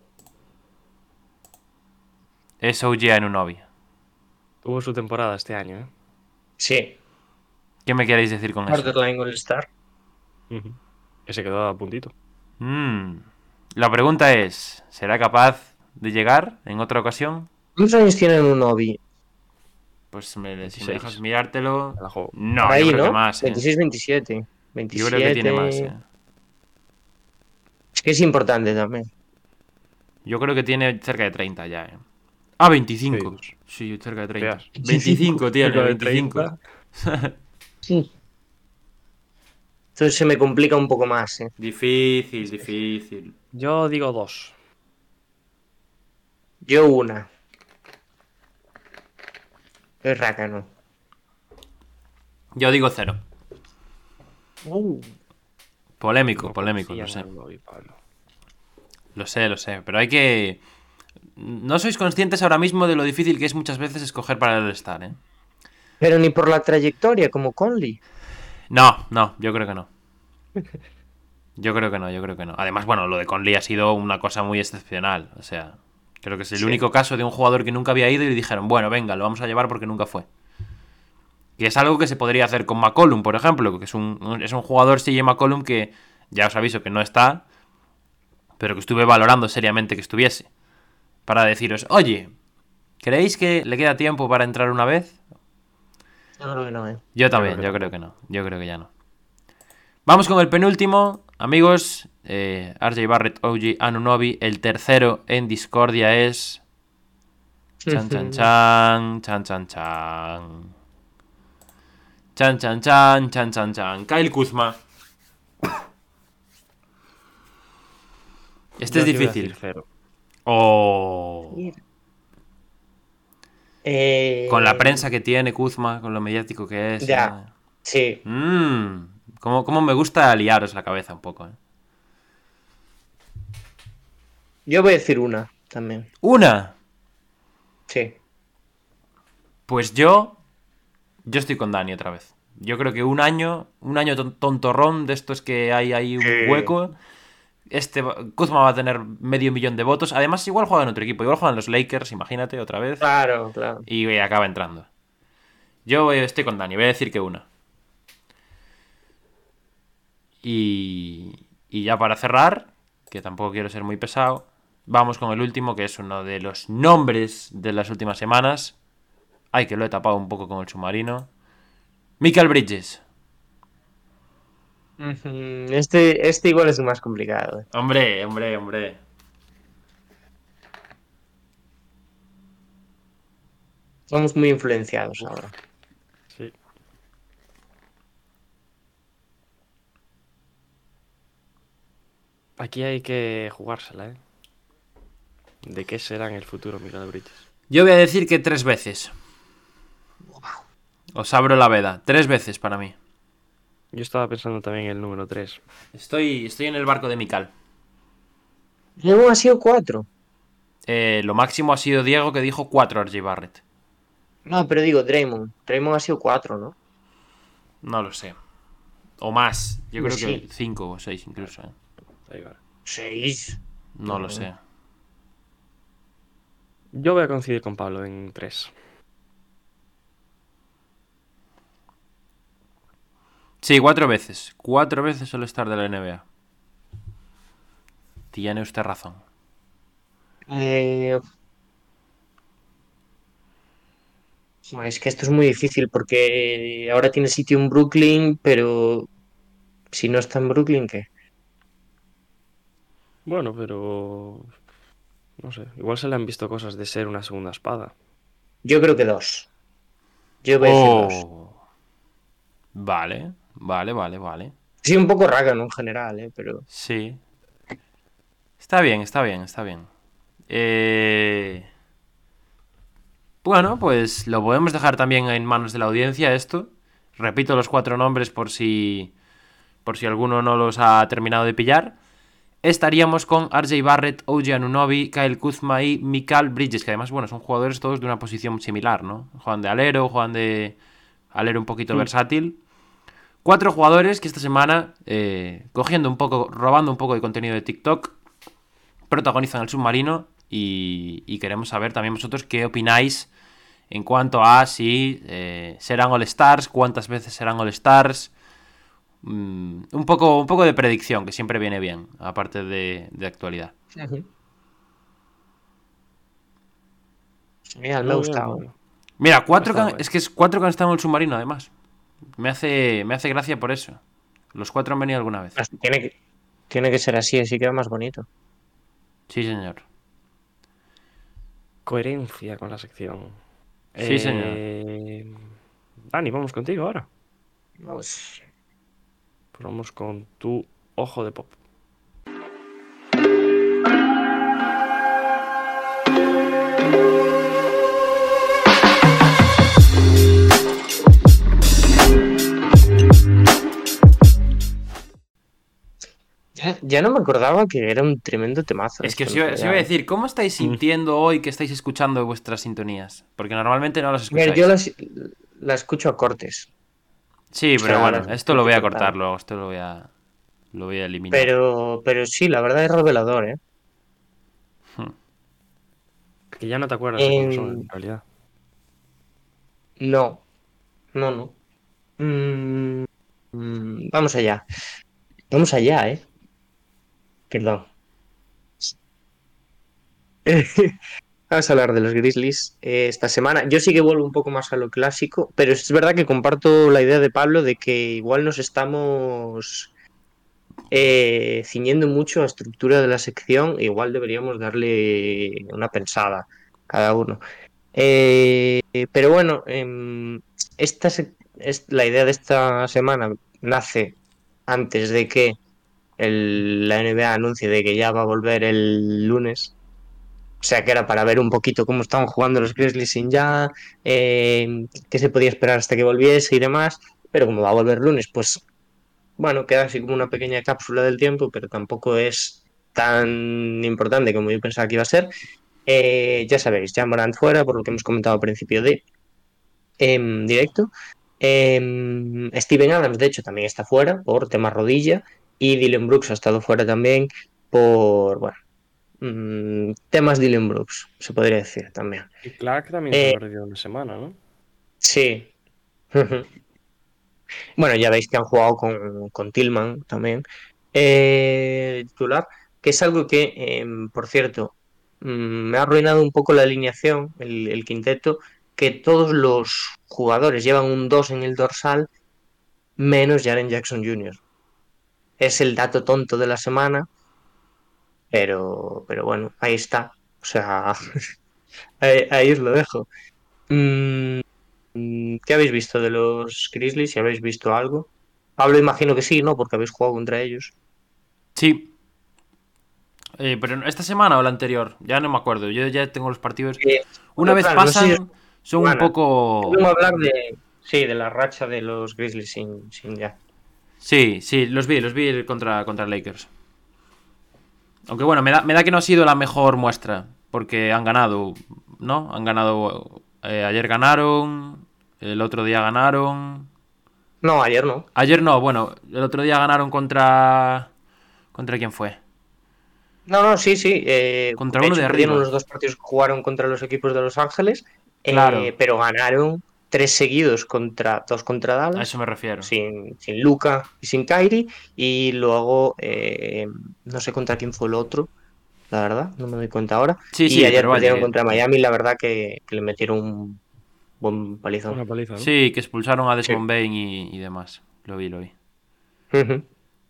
Es O G Anunoby. Tuvo su temporada este año, ¿eh? Sí. ¿Qué me queréis decir con eso? Borderline All-Star. Ujú. Que se quedó a puntito. Mm. La pregunta es, ¿será capaz de llegar en otra ocasión? ¿Cuántos años tienen un Obi? Pues me, si me veintiséis. dejas mirártelo... Me la juego. No, Por ahí, yo creo ¿no? que más, ¿eh? veintiséis veintisiete. Yo veintisiete. creo que tiene más, ¿eh? Es que es importante también. Yo creo que tiene cerca de treinta ya, ¿eh? Ah, veinticinco. Sí. Sí, cerca de treinta. Hostias. veinticinco tiene, Cerca de veinticinco. treinta. Sí. Entonces se me complica un poco más, ¿eh? Difícil, difícil. Yo digo dos. Yo una. Es rácano. Yo digo cero. Uh. Polémico, No polémico, confía lo sé. en Anunoby, Pablo. Lo sé, lo sé. Pero hay que... No sois conscientes ahora mismo de lo difícil que es muchas veces escoger para el All-Star, ¿eh? Pero ni por la trayectoria, como Conley. No, no, yo creo que no. Yo creo que no, yo creo que no. Además, bueno, lo de Conley ha sido una cosa muy excepcional. O sea, creo que es el Sí. único caso de un jugador que nunca había ido y le dijeron, bueno, venga, lo vamos a llevar porque nunca fue. Y es algo que se podría hacer con McCollum, por ejemplo, que es un, es un jugador, C J McCollum, que ya os aviso que no está, pero que estuve valorando seriamente que estuviese. Para deciros, oye, ¿creéis que le queda tiempo para entrar una vez? Yo creo que no, ¿eh? Yo también, creo yo que creo que no. Yo creo que ya no. Vamos con el penúltimo, amigos. Eh, R J Barrett, O G Anunoby. El tercero en discordia es... Chan, chan, chan. Chan, chan, chan. Chan, chan, chan. Chan, chan, chan. Kyle Kuzma. Este Yo es sí voy a difícil. decir cero. Oh. Eh, Con la prensa que tiene Kuzma, con lo mediático que es. Ya. eh. Sí. Mm. Cómo, cómo me gusta liaros la cabeza un poco, eh. Yo voy a decir una también. Una. Sí. Pues yo. Yo estoy con Dani otra vez. Yo creo que un año. Un año ton- tontorrón de estos que hay ahí un Sí. hueco. Este va- Kuzma va a tener medio millón de votos. Además, igual juega en otro equipo. Igual juegan los Lakers, imagínate, otra vez. Claro, claro. Y eh, acaba entrando. Yo eh, estoy con Dani. Voy a decir que una. Y. Y ya para cerrar. Que tampoco quiero ser muy pesado. Vamos con el último, que es uno de los nombres de las últimas semanas. Ay, que lo he tapado un poco con el submarino. Michael Bridges. Ujú. Este, este igual es más complicado, ¿eh? Hombre, hombre, hombre. Somos muy influenciados ahora. Sí. Aquí hay que jugársela, ¿eh? ¿De qué será en el futuro Miguel Bridges? Yo voy a decir que tres veces. Os abro la veda. Tres veces para mí. Yo estaba pensando también en el número tres. Estoy, estoy en el barco de Mikal. No, ha sido cuatro. Eh, lo máximo ha sido Diego, que dijo cuatro R J Barrett. No, pero digo, Draymond. Draymond ha sido cuatro, ¿no? No lo sé. O más. Yo creo Sí. que cinco o seis incluso. ¿eh? Ahí va. Seis. No lo sé. Yo voy a coincidir con Pablo en tres. Sí, cuatro veces. Cuatro veces suele estar de la N B A. Tiene usted razón. Eh... no, es que esto es muy difícil porque ahora tiene sitio en Brooklyn, pero si no está en Brooklyn, ¿qué? Bueno, pero... No sé. Igual se le han visto cosas de ser una segunda espada. Yo creo que dos. Yo voy a decir dos. Oh. Vale, vale, vale, vale. Sí, un poco rácano en general, ¿eh? Pero... Sí. Está bien, está bien, está bien. Eh... Bueno, pues lo podemos dejar también en manos de la audiencia esto. Repito los cuatro nombres por si por si alguno no los ha terminado de pillar. Estaríamos con R J Barrett, O G Anunoby, Kyle Kuzma y Mikal Bridges, que además, bueno, son jugadores todos de una posición similar, ¿no? Juegan de alero, juegan de alero un poquito mm. versátil. Cuatro jugadores que esta semana, eh, cogiendo un poco, robando un poco de contenido de TikTok, protagonizan el submarino y, y queremos saber también vosotros qué opináis en cuanto a si eh, serán All-Stars, cuántas veces serán All-Stars. Um, un, poco, un poco de predicción, que siempre viene bien, aparte de, de actualidad. Uh-huh. Mira, me ha gustado. Mira, cuatro can, es que es cuatro que han estado en el submarino, además. Me hace, me hace gracia por eso. Los cuatro han venido alguna vez. Tiene que, tiene que ser así, así queda más bonito. Sí, señor. Coherencia con la sección. Sí, eh... señor. Dani, vamos contigo ahora. Vamos. Pues vamos con tu ojo de pop. Ya, ya no me acordaba que era un tremendo temazo. Es que os iba, os iba a decir, ¿cómo estáis sintiendo mm. hoy que estáis escuchando vuestras sintonías? Porque normalmente no las escucháis. Mira, yo las, la escucho a cortes. Sí, pero o sea, bueno, esto lo voy a cortar luego, esto lo voy a, lo voy a eliminar. Pero, pero sí, la verdad es revelador, ¿eh? Hmm. Que ya no te acuerdas en... de cómo son, en realidad. No, no, no. Mm, mm, vamos allá. Vamos allá, ¿eh? Perdón. Vamos a hablar de los Grizzlies eh, esta semana. Yo sí que vuelvo un poco más a lo clásico, pero es verdad que comparto la idea de Pablo de que igual nos estamos eh, ciñendo mucho a la estructura de la sección. Igual deberíamos darle una pensada cada uno. Eh, pero bueno, eh, esta se, es, la idea de esta semana nace antes de que el, la N B A anuncie de que ya va a volver el lunes. O sea que era para ver un poquito cómo estaban jugando los Grizzlies sin ya, eh, qué se podía esperar hasta que volviese y demás. Pero como va a volver lunes, pues bueno, queda así como una pequeña cápsula del tiempo, pero tampoco es tan importante como yo pensaba que iba a ser. Eh, ya sabéis, Ja Morant fuera, por lo que hemos comentado al principio de eh, directo. Eh, Steven Adams, de hecho, también está fuera por tema rodilla. Y Dillon Brooks ha estado fuera también por, bueno, mmm, temas Dillon Brooks, se podría decir también. Y Clark también eh, se perdió una semana, ¿no? Sí. Bueno, ya veis que han jugado con, con Tillman también. Eh, titular, que es algo que, eh, por cierto, me ha arruinado un poco la alineación, el, el quinteto, que todos los jugadores llevan un dos en el dorsal, menos Jaren Jackson junior Es el dato tonto de la semana, pero, pero bueno, ahí está. O sea, ahí, ahí os lo dejo. Mm, ¿Qué habéis visto de los Grizzlies? Si habéis visto algo. Pablo, imagino que sí, ¿no? Porque habéis jugado contra ellos. Sí. Eh, pero esta semana o la anterior, ya no me acuerdo. Yo ya tengo los partidos. Eh, Una vez claro, pasan, no sé, son bueno, un poco. Vamos a hablar de. Sí, de la racha de los Grizzlies sin, sin ya. Sí, sí, los vi, los vi contra, contra Lakers. Aunque bueno, me da, me da que no ha sido la mejor muestra. Porque han ganado, ¿no? Han ganado. Eh, ayer ganaron. El otro día ganaron. No, ayer no. Ayer no, bueno, el otro día ganaron contra. ¿Contra quién fue? No, no, sí, sí. Eh, contra de uno hecho, de perdieron arriba. los dos partidos que jugaron contra los equipos de Los Ángeles. Claro. Eh, pero ganaron tres seguidos contra dos contra Dallas. A eso me refiero. Sin, sin Luka y sin Kyrie. Y luego, eh, no sé contra quién fue el otro. La verdad, no me doy cuenta ahora. Sí, y sí, ayer pero perdieron vaya, contra Miami. La verdad que, que le metieron un buen palizón. Una paliza, ¿no? Sí, que expulsaron a Desmond Sí. Bain y, y demás. Lo vi, lo vi. Uh-huh.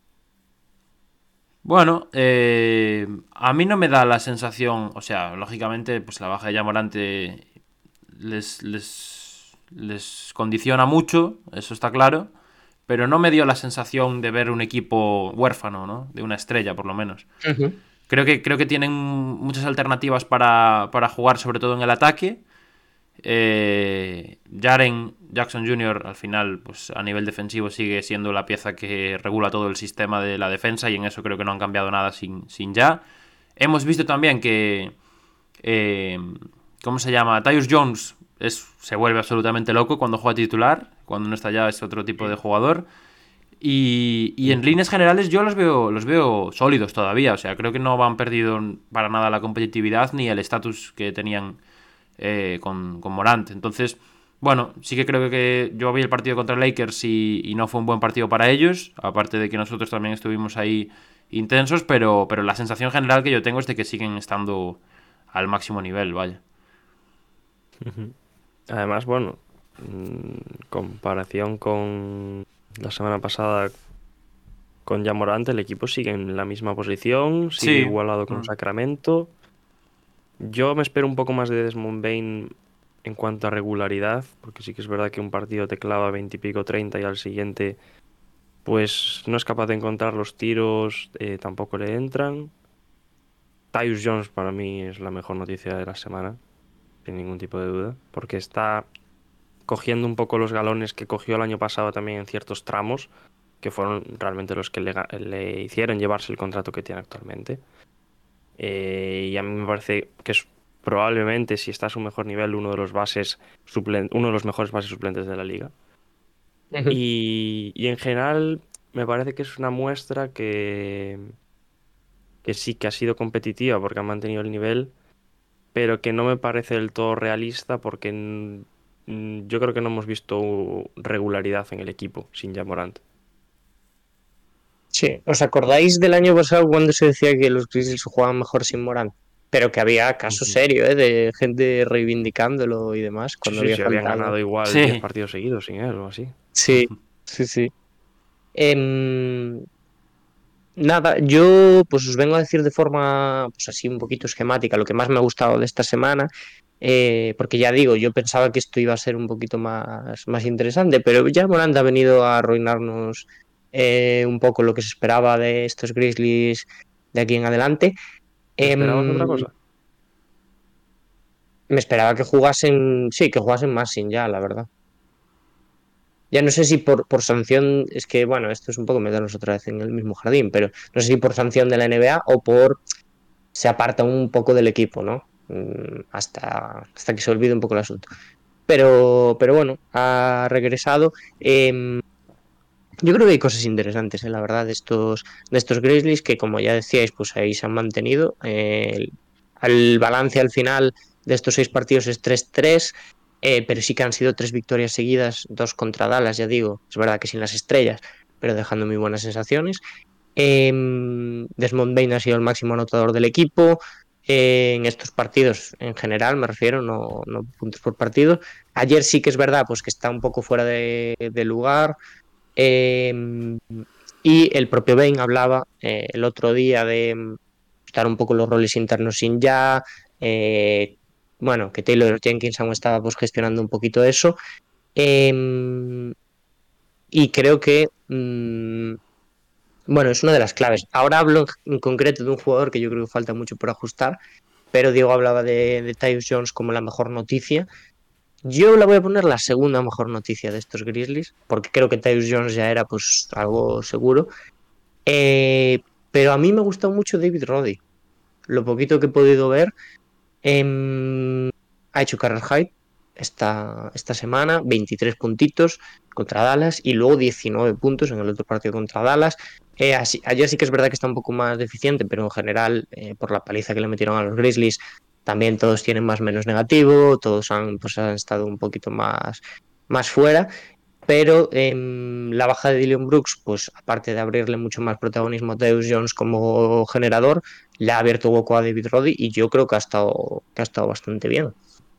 Bueno, eh, a mí no me da la sensación, o sea, lógicamente, pues la baja de Ja Morant les, les, les condiciona mucho, eso está claro, pero no me dio la sensación de ver un equipo huérfano, ¿no? De una estrella, por lo menos. Uh-huh. Creo que, creo que tienen muchas alternativas para, para jugar, sobre todo en el ataque. Eh, Jaren Jackson junior al final, pues a nivel defensivo sigue siendo la pieza que regula todo el sistema de la defensa, y en eso creo que no han cambiado nada sin, sin ya. Hemos visto también que eh, ¿cómo se llama? Tyus Jones es, se vuelve absolutamente loco cuando juega titular. Cuando no está ya es otro tipo de jugador. Y, y en líneas generales yo los veo, los veo sólidos todavía. O sea, creo que no han perdido para nada la competitividad ni el estatus que tenían eh, con, con Morant. Entonces, bueno, sí que creo que yo vi el partido contra Lakers y, y no fue un buen partido para ellos. Aparte de que nosotros también estuvimos ahí intensos, pero, pero la sensación general que yo tengo es de que siguen estando al máximo nivel, vaya. Además, bueno, en comparación con la semana pasada con Ja Morant, el equipo sigue en la misma posición, sigue Sí. igualado con Mm. Sacramento. Yo me espero un poco más de Desmond Bane en cuanto a regularidad, porque sí que es verdad que un partido te clava veinte y pico, treinta, y al siguiente pues no es capaz de encontrar los tiros, eh, tampoco le entran. Tyus Jones para mí es la mejor noticia de la semana, sin ningún tipo de duda, porque está cogiendo un poco los galones que cogió el año pasado también en ciertos tramos, que fueron realmente los que le, ga- le hicieron llevarse el contrato que tiene actualmente. Eh, y a mí me parece que es probablemente, si está a su mejor nivel, uno de los bases suplen- uno de los mejores bases suplentes de la liga. Uh-huh. Y, y en general me parece que es una muestra que, que sí que ha sido competitiva porque ha mantenido el nivel, pero que no me parece del todo realista porque mm, mm, yo creo que no hemos visto regularidad en el equipo sin Ja Morant. Sí, ¿os acordáis del año pasado cuando se decía que los Grizzlies jugaban mejor sin Morant? Pero que había caso Ujú. serio, ¿eh? De gente reivindicándolo y demás Sí, cuando sí, había sí, habían faltado. ganado igual Sí. diez partidos seguidos sin él o así. Sí, sí, sí. Em, nada, yo pues os vengo a decir de forma pues así un poquito esquemática lo que más me ha gustado de esta semana, eh, porque ya digo, yo pensaba que esto iba a ser un poquito más, más interesante, pero ya Morant ha venido a arruinarnos eh, un poco lo que se esperaba de estos Grizzlies de aquí en adelante. ¿Te esperabas Em, otra cosa? Me esperaba que jugasen, sí, que jugasen más sin ya, la verdad. Ya no sé si por, por sanción, es que bueno, esto es un poco meternos otra vez en el mismo jardín, pero no sé si por sanción de la N B A o por se aparta un poco del equipo, ¿no? Mm, Hasta, hasta que se olvide un poco el asunto. Pero, pero bueno, ha regresado. Eh, yo creo que hay cosas interesantes, ¿eh? La verdad, de estos, de estos Grizzlies que, como ya decíais, pues ahí se han mantenido. Eh, el, el balance al final de estos seis partidos es tres tres, eh, pero sí que han sido tres victorias seguidas, dos contra Dallas, ya digo. Es verdad que sin las estrellas, pero dejando muy buenas sensaciones. Eh, Desmond Bane ha sido el máximo anotador del equipo. Eh, en estos partidos, en general, me refiero, no, no puntos por partido. Ayer sí que es verdad, pues que está un poco fuera de, de lugar. Eh, y el propio Bane hablaba eh, el otro día de mm, estar un poco los roles internos sin ya. Eh, bueno, que Taylor Jenkins aún estaba pues, gestionando un poquito eso. Eh, y creo que, mm, bueno, es una de las claves. Ahora hablo en concreto de un jugador que yo creo que falta mucho por ajustar, pero Diego hablaba de, de Tyus Jones como la mejor noticia. Yo la voy a poner la segunda mejor noticia de estos Grizzlies, porque creo que Tyus Jones ya era pues algo seguro. Eh, pero a mí me ha gustado mucho David Roddy. Lo poquito que he podido ver, em, ha hecho career high esta, esta semana, veintitrés puntitos contra Dallas y luego diecinueve puntos en el otro partido contra Dallas. Eh, así, ayer sí que es verdad que está un poco más deficiente, pero en general, eh, por la paliza que le metieron a los Grizzlies, también todos tienen más o menos negativo, todos han, pues, han estado un poquito más, más fuera. Pero eh, la baja de Dillon Brooks, pues aparte de abrirle mucho más protagonismo a Tyus Jones como generador, le ha abierto hueco a David Roddy y yo creo que ha estado, que ha estado bastante bien.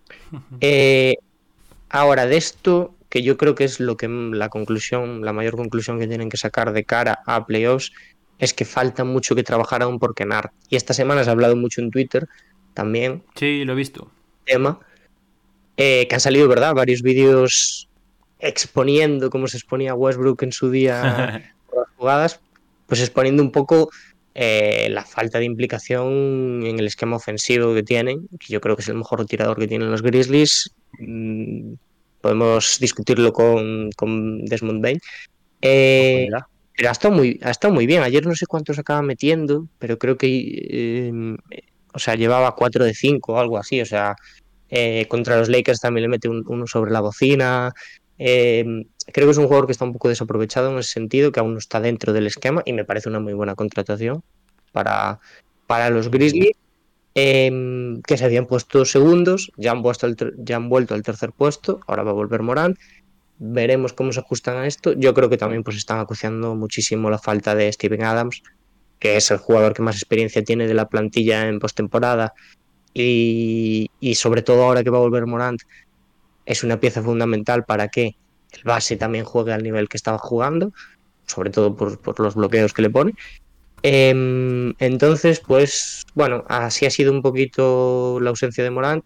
Eh, ahora, de esto, que yo creo que es lo que la conclusión, la mayor conclusión que tienen que sacar de cara a playoffs, es que falta mucho que trabajar aún por Kennard. Y esta semana se ha hablado mucho en Twitter también, Sí, lo he visto. tema, eh, que han salido, ¿verdad? Varios vídeos exponiendo como se exponía Westbrook en su día por las jugadas, pues exponiendo un poco eh, la falta de implicación en el esquema ofensivo que tienen, que yo creo que es el mejor tirador que tienen los Grizzlies. Mm, podemos discutirlo con, con Desmond Bain. Eh, Ojo, ya. pero ha estado, muy, ha estado muy bien. Ayer no sé cuántos acaba metiendo, pero creo que eh, o sea, llevaba cuatro de cinco o algo así. O sea, eh, contra los Lakers también le mete un- uno sobre la bocina. Eh, creo que es un jugador que está un poco desaprovechado en ese sentido, que aún no está dentro del esquema y me parece una muy buena contratación para, para los Grizzlies, eh, que se habían puesto segundos, ya han, puesto el ter- ya han vuelto al tercer puesto, ahora va a volver Morant. Veremos cómo se ajustan a esto. Yo creo que también pues están acuciando muchísimo la falta de Steven Adams, que es el jugador que más experiencia tiene de la plantilla en postemporada y, y sobre todo ahora que va a volver Morant, es una pieza fundamental para que el base también juegue al nivel que estaba jugando, sobre todo por, por los bloqueos que le pone. Eh, entonces, pues bueno, así ha sido un poquito la ausencia de Morant.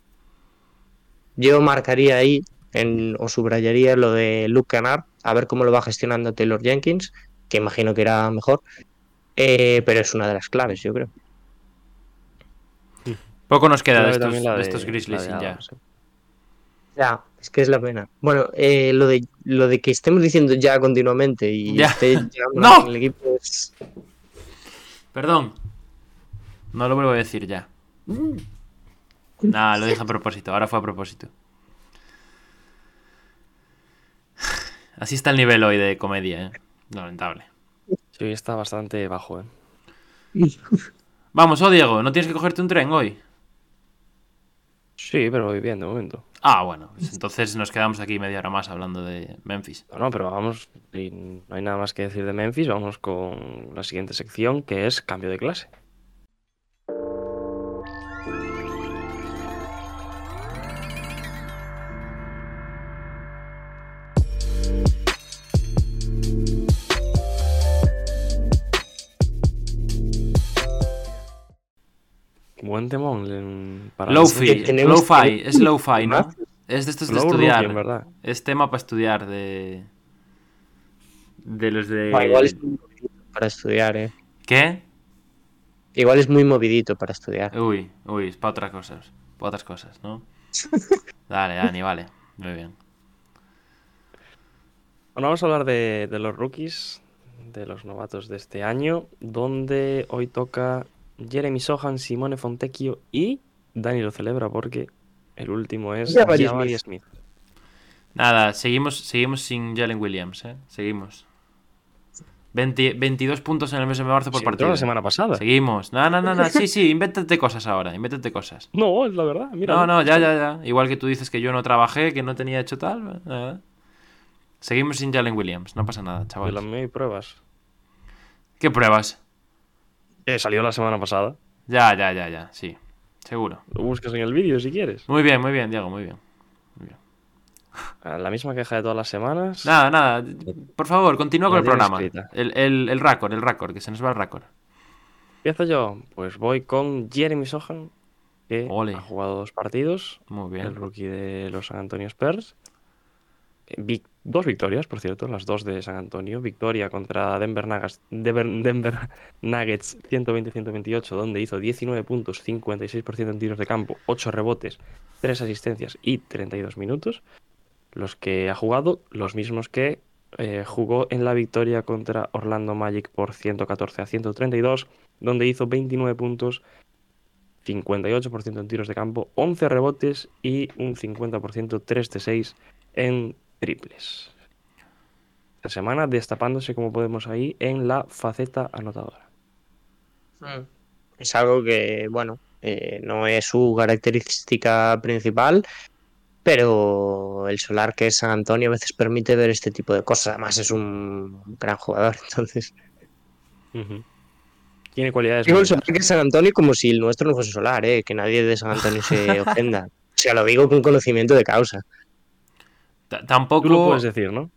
Yo marcaría ahí en, o subrayaría lo de Luke Kennard, a ver cómo lo va gestionando Taylor Jenkins, que imagino que era mejor, eh, pero es una de las claves, yo creo. Poco nos queda de Clave estos, también la de de, estos la Grizzlies de sin ya. Adams, eh. Ya, es que es la pena. Bueno, eh, lo de lo de que estemos diciendo ya continuamente y Ya. esté ya ¡No! en el equipo es... Perdón. No lo vuelvo a decir ya. Nada, lo dije a propósito. Ahora fue a propósito. Así está el nivel hoy de comedia, ¿eh? Lamentable. Sí, hoy está bastante bajo, ¿eh? Vamos, oh Diego, ¿no tienes que cogerte un tren hoy? Sí, pero voy bien de momento. Ah, bueno, pues entonces nos quedamos aquí media hora más hablando de Memphis. No, no, pero vamos, y no hay nada más que decir de Memphis, vamos con la siguiente sección, que es cambio de clase. Buen temón en- para Lo-fi, tenemos- lo-fi, es lo-fi, ¿no? Es de estos de Low estudiar. rookie, en verdad. Es tema para estudiar de... De los de... Ah, igual es muy movidito para estudiar, ¿eh? ¿Qué? Igual es muy movidito para estudiar. Uy, uy, es para otras cosas. Para otras cosas, ¿no? Dale, Dani, vale. Muy bien. Bueno, vamos a hablar de, de los rookies, de los novatos de este año, donde hoy toca Jeremy Sohan, Simone Fontecchio y Dani lo celebra porque el último es Jabari Jabari Smith. Smith. Nada, seguimos, seguimos sin Jalen Williams, ¿eh? Seguimos. veinte, veintidós puntos en el mes de marzo por Sí, entró partido. la semana pasada. Seguimos. No, no, no, no. Sí, sí, invéntate cosas ahora. Invéntate cosas. No, es la verdad. Mira, No, no, ya, ya, ya. Igual que tú dices que yo no trabajé, que no tenía hecho tal. Nada. Seguimos sin Jalen Williams. No pasa nada, de chavales. las mil pruebas. ¿Qué pruebas? Eh, salió la semana pasada. Ya, ya, ya, ya. Sí. Seguro. Lo buscas en el vídeo si quieres. Muy bien, muy bien, Diego, muy bien. Muy bien. Ah, La misma queja de todas las semanas. Nada, nada. Por favor, continúa con La el tienes programa. escrita. El, el, el récord, el récord, que se nos va el récord. Empiezo yo. Pues voy con Jeremy Sohan, que Ole. ha jugado dos partidos. Muy El bien. rookie de los San Antonio Spurs. Eh, vic- dos victorias, por cierto, las dos de San Antonio. Victoria contra Denver Nuggets, Denver, Denver Nuggets ciento veinte a ciento veintiocho, donde hizo diecinueve puntos, cincuenta y seis por ciento en tiros de campo, ocho rebotes, tres asistencias y treinta y dos minutos. Los que ha jugado, los mismos que eh, jugó en la victoria contra Orlando Magic por ciento catorce a ciento treinta y dos, donde hizo veintinueve puntos, cincuenta y ocho por ciento en tiros de campo, once rebotes y un cincuenta por ciento tres de seis en triples. Esta semana destapándose, como podemos ahí, en la faceta anotadora. Es algo que, bueno, eh, no es su característica principal, pero el solar que es San Antonio a veces permite ver este tipo de cosas. Además es un gran jugador, entonces... Tiene cualidades Digo el muy solar que es San Antonio como si el nuestro no fuese solar, ¿eh? Que nadie de San Antonio se ofenda. O sea, lo digo con conocimiento de causa. T- Tú Tampoco, lo puedes decir, ¿no?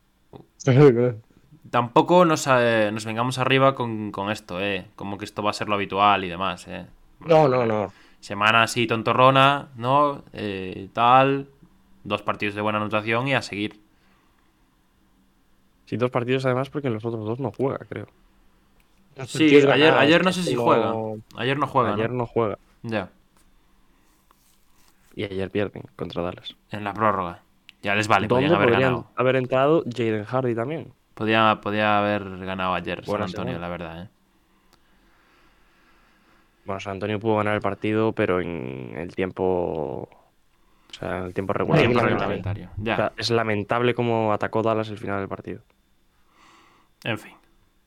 tampoco nos, eh, nos vengamos arriba con, con esto, ¿eh? Como que esto va a ser lo habitual y demás, ¿eh? No, no, no. Semana así tontorrona, ¿no? Eh, tal. Dos partidos de buena anotación y a seguir. Sí, dos partidos además porque en los otros dos no juega, creo. Los Sí, partidos ayer, ganados, ayer no es sé si como- juega. Ayer no juega, Ayer ¿no? no juega. Ya, Y ayer pierden contra Dallas. en la prórroga. Ya les vale, podían ¿Dónde haber podrían ganado. haber entrado Jaden Hardy también? Podía, podía haber ganado ayer San Buena Antonio, semana. la verdad, ¿eh? Bueno, San Antonio pudo ganar el partido, pero en el tiempo. O sea, en el tiempo regular. Tiempo Reglamentario. reglamentario. O Ya, sea, es lamentable cómo atacó Dallas el final del partido. en fin.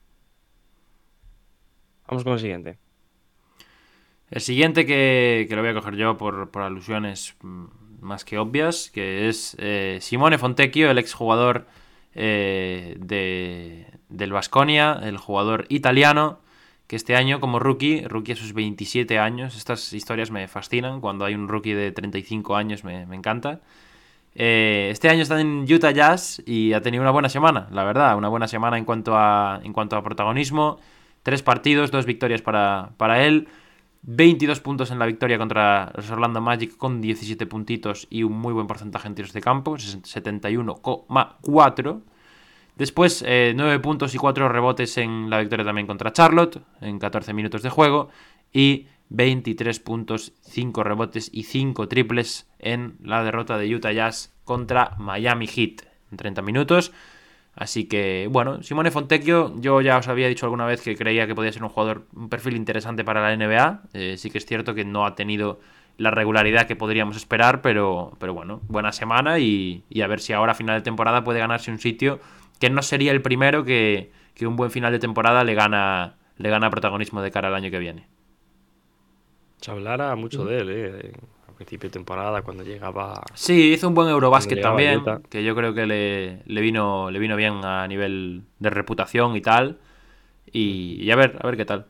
Vamos con el siguiente. El siguiente que, que lo voy a coger yo por, por alusiones mm, más que obvias, que es eh, Simone Fontecchio, el exjugador eh, de, del Baskonia, el jugador italiano, que este año como rookie, rookie a sus veintisiete años, estas historias me fascinan, cuando hay un rookie de treinta y cinco años me, me encanta. Eh, este año está en Utah Jazz y ha tenido una buena semana, la verdad, una buena semana en cuanto a, en cuanto a protagonismo. Tres partidos, dos victorias para, para él. veintidós puntos en la victoria contra los Orlando Magic con diecisiete puntitos y un muy buen porcentaje en tiros de campo, setenta y uno coma cuatro. Después, eh, nueve puntos y cuatro rebotes en la victoria también contra Charlotte, en catorce minutos de juego. Y veintitrés puntos, cinco rebotes y cinco triples en la derrota de Utah Jazz contra Miami Heat en treinta minutos. Así que, bueno, Simone Fontecchio, yo ya os había dicho alguna vez que creía que podía ser un jugador, un perfil interesante para la N B A. Eh, sí que es cierto que no ha tenido la regularidad que podríamos esperar, pero, pero bueno, buena semana y, y a ver si ahora a final de temporada puede ganarse un sitio que no sería el primero que, que un buen final de temporada le gana, le gana protagonismo de cara al año que viene. Se hablara mucho de él, ¿eh? A principio de temporada, cuando llegaba. Sí, hizo un buen Eurobasket Cuando llegaba también, Utah. que yo creo que le, le vino, le vino bien a nivel de reputación y tal. Y, y a ver, a ver qué tal.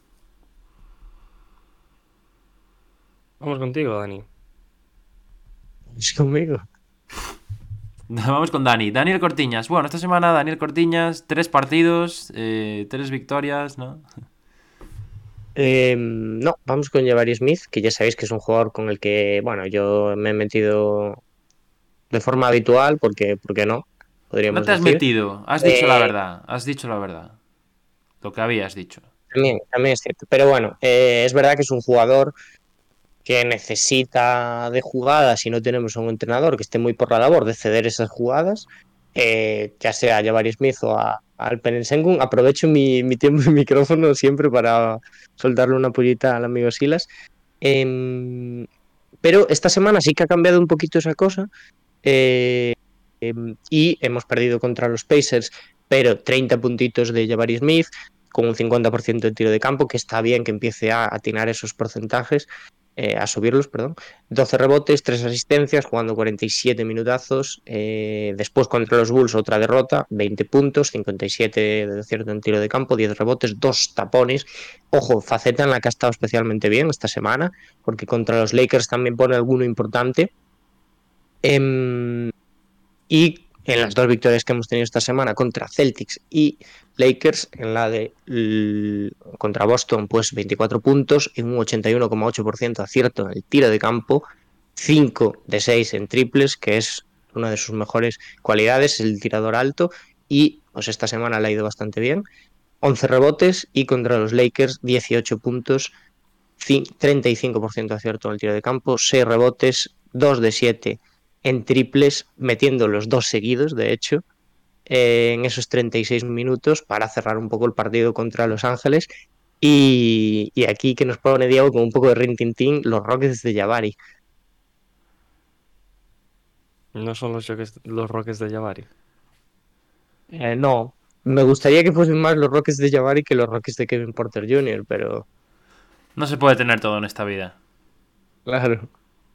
Vamos contigo, Dani. Es conmigo. Vamos con Dani. Daniel Cortiñas. Bueno, esta semana Daniel Cortiñas, tres partidos, eh, tres victorias, ¿no? Eh, no, vamos con Jabari Smith, que ya sabéis que es un jugador con el que, bueno, yo me he metido de forma habitual, porque, porque no, No podríamos te has decir. metido, has dicho la Eh, verdad, has dicho la verdad. Lo que habías dicho. También, también es cierto. Pero bueno, eh, es verdad que es un jugador que necesita de jugadas y no tenemos a un entrenador que esté muy por la labor de ceder esas jugadas, eh, ya sea a Jabari Smith o a, a Alperen Sengun. Aprovecho mi, mi tiempo y micrófono siempre para soltarle una pollita al amigo Silas. Em, pero esta semana sí que ha cambiado un poquito esa cosa. eh, em, y hemos perdido contra los Pacers, pero treinta puntitos de Jabari Smith, con un cincuenta por ciento de tiro de campo, que está bien que empiece a atinar esos porcentajes, eh, a subirlos, perdón. doce rebotes, tres asistencias, jugando cuarenta y siete minutazos. Eh, después contra los Bulls otra derrota, veinte puntos, cincuenta y siete de cierto en tiro de campo, diez rebotes, dos tapones. Ojo, faceta en la que ha estado especialmente bien esta semana, porque contra los Lakers también pone alguno importante. Eh, y en las dos victorias que hemos tenido esta semana contra Celtics y Lakers, en la de l- contra Boston, pues veinticuatro puntos y un ochenta y uno coma ocho por ciento acierto en el tiro de campo, cinco de seis en triples, que es una de sus mejores cualidades, el tirador alto, y pues esta semana le ha ido bastante bien. once rebotes y contra los Lakers dieciocho puntos, treinta y cinco por ciento acierto en el tiro de campo, seis rebotes, dos de siete en triples, metiendo los dos seguidos, de hecho, eh, en esos treinta y seis minutos para cerrar un poco el partido contra Los Ángeles. Y, y aquí que nos pone Diego con un poco de rintintín, los Rockets de Jabari. No son los, Rockets- los Rockets de Jabari. Eh, no, me gustaría que fuesen más los Rockets de Jabari que los Rockets de Kevin Porter junior, pero No se puede tener todo en esta vida. claro.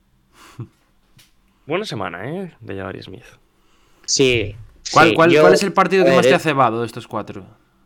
Buena semana, ¿eh? De Jabari Smith. Sí. ¿Cuál, sí, cuál, yo- cuál es el partido a que ver, más te eh, ha cebado de estos cuatro?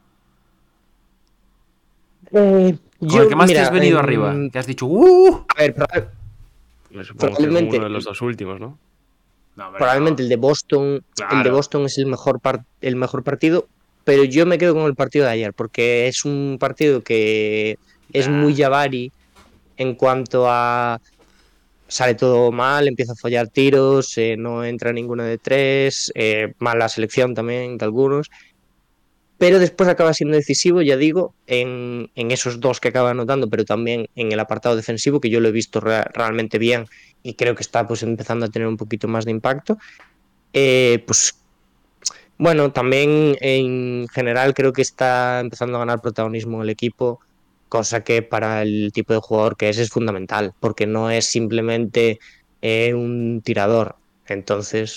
eh, Con yo, el que más mira, te has venido em, arriba. Que has dicho, ¡uh! A ver, proba- Me supongo que Probablemente- uno de los dos últimos, ¿no? No, hombre, probablemente no. el de Boston, el de Claro. Boston es el mejor par- el mejor partido, pero yo me quedo con el partido de ayer porque es un partido que es Ya. muy Jabari en cuanto a sale todo mal, empieza a fallar tiros, eh, no entra ninguno de tres, eh, mala selección también de algunos, pero después acaba siendo decisivo, ya digo, en, en esos dos que acaba anotando, pero también en el apartado defensivo, que yo lo he visto re- realmente bien y creo que está pues empezando a tener un poquito más de impacto. Eh, pues bueno, también en general creo que está empezando a ganar protagonismo en el equipo, cosa que para el tipo de jugador que es es fundamental, porque no es simplemente eh, un tirador. Entonces,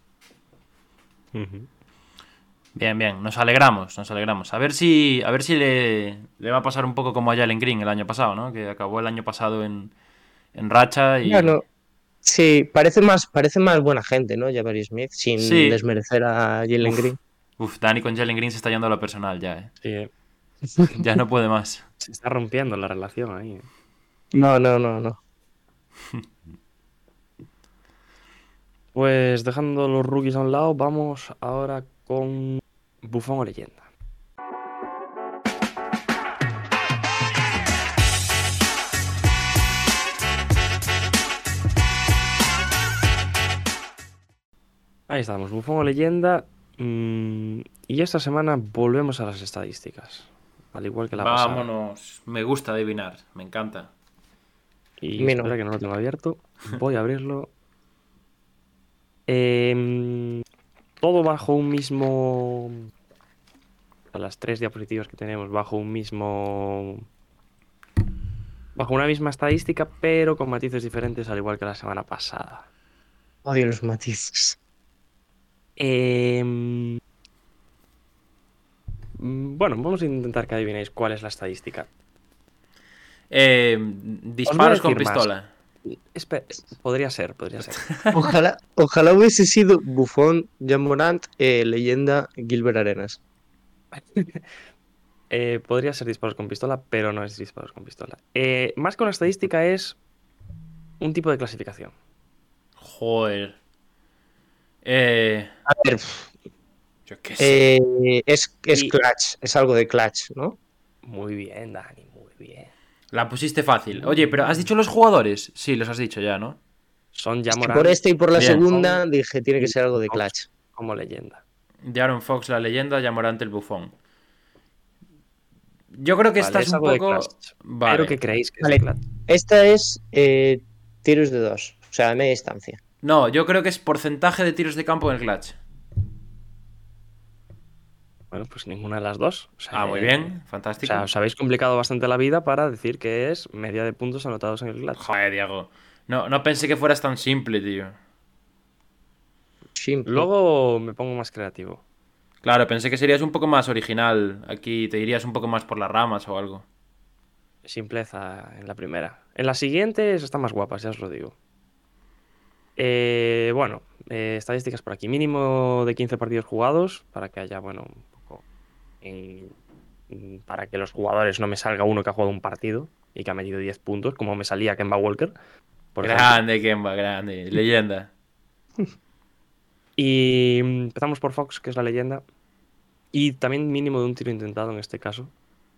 Ujú. Bien, bien, nos alegramos, nos alegramos. A ver si, a ver si le, le va a pasar un poco como a Jalen Green el año pasado, ¿no? Que acabó el año pasado en, en racha y... bueno, sí, parece más, parece más buena gente, ¿no? Jabari Smith, sin Sí, desmerecer a Jalen uf, Green. uf, Dani con Jalen Green se está yendo a lo personal ya, ¿eh? Sí, eh, Ya no puede más. se está rompiendo la relación ahí. eh. No, no, no, no. Pues dejando los rookies a un lado, vamos ahora con Buffon o leyenda. Ahí estamos, Buffon o leyenda. mm, y esta semana volvemos a las estadísticas, al igual que la pasada. Vámonos. Me gusta adivinar, me encanta. Y mí no. espera que no lo tengo abierto. Voy a abrirlo. Em, todo bajo un mismo... A las tres diapositivas que tenemos bajo un mismo... Bajo una misma estadística, pero con matices diferentes, al igual que la semana pasada. Odio los matices. Em, mm, Bueno, vamos a intentar que adivinéis cuál es la estadística. Eh, Os voy a disparos con decir más. pistola. Espe- podría ser, podría ser. Ojalá, ojalá hubiese sido Buffon, Jan Morant, eh, leyenda Gilbert Arenas. Eh, podría ser disparos con pistola, pero no es disparos con pistola. Eh, más que una estadística es un tipo de clasificación. Joder. Eh, A ver, yo qué sé. eh, es, es Y- clutch, es algo de clutch, ¿no? Muy bien, Dani, muy bien. La pusiste fácil. Oye, pero ¿has dicho los jugadores? Sí, los has dicho ya, ¿no? Son ya Es que Morant por esta y por la Bien. segunda dije, tiene que y ser algo de Fox clutch. como leyenda. Aaron Fox, la leyenda, Morant el bufón. Yo creo que Vale, estás es un algo de poco... clutch. Vale. Pero ¿qué creéis que es Vale. de clutch? Esta es eh, tiros de dos, o sea, de media distancia. No, yo creo que es porcentaje de tiros de campo en el clutch. Bueno, pues ninguna de las dos. O sea, Ah, muy eh, bien, O fantástico. sea, os habéis complicado bastante la vida para decir que es media de puntos anotados en el clutch. Joder, Diego. No, no pensé que fueras tan simple, tío. Simple. Luego me pongo más creativo. Claro, pensé que serías un poco más original. Aquí te irías un poco más por las ramas o algo. Simpleza en la primera. En las siguientes están más guapas, ya os lo digo. Eh, bueno, eh, estadísticas por aquí. Mínimo de quince partidos jugados para que haya, bueno, un poco... en- mm, para que los jugadores no me salga uno que ha jugado un partido y que ha metido diez puntos, como me salía Kemba Walker. Por ejemplo. Grande, Kemba, grande. Leyenda. Y mm, empezamos por Fox, que es la leyenda. Y también mínimo de un tiro intentado en este caso.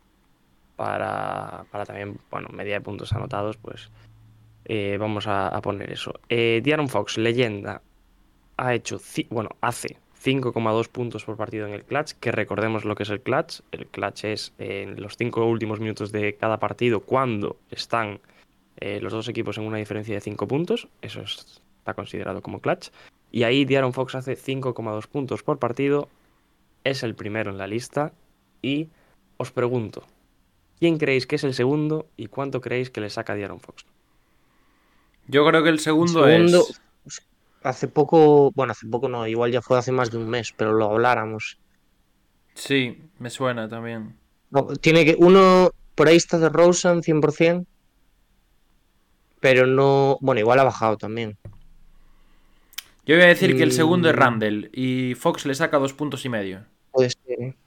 Para, para también, bueno, media de puntos anotados, pues eh, vamos a, a poner eso. Eh, De'Aaron Fox, leyenda, ha hecho, ci- bueno, hace cinco coma dos puntos por partido en el clutch, que recordemos lo que es el clutch. El clutch es eh, en los cinco últimos minutos de cada partido cuando están eh, los dos equipos en una diferencia de cinco puntos. Eso es- está considerado como clutch. Y ahí De'Aaron Fox hace cinco coma dos puntos por partido. Es el primero en la lista. Y os pregunto, ¿quién creéis que es el segundo y cuánto creéis que le saca De'Aaron Fox? Yo creo que el segundo, Segundo, es... hace poco, bueno, hace poco no, igual ya fue hace más de un mes, pero lo habláramos. Sí, me suena también. No, tiene que, uno, por ahí está de Rosen cien por ciento, pero no, bueno, igual ha bajado también. Yo voy a decir que el segundo es Mm. Randall y Fox le saca dos puntos y medio. Puede ser, ¿eh?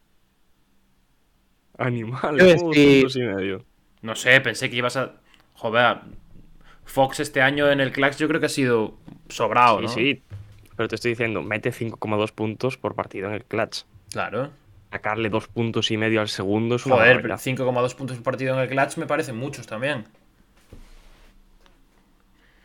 Animal, Yo ¿cómo dos decir- puntos y medio? No sé, pensé que ibas a... Joder, Fox este año en el clutch yo creo que ha sido sobrado, Sí, ¿no? sí, pero te estoy diciendo, mete cinco coma dos puntos por partido en el clutch. Claro. Sacarle dos puntos y medio al segundo es una Joder, pero barbaridad. cinco coma dos puntos por partido en el clutch me parecen muchos también.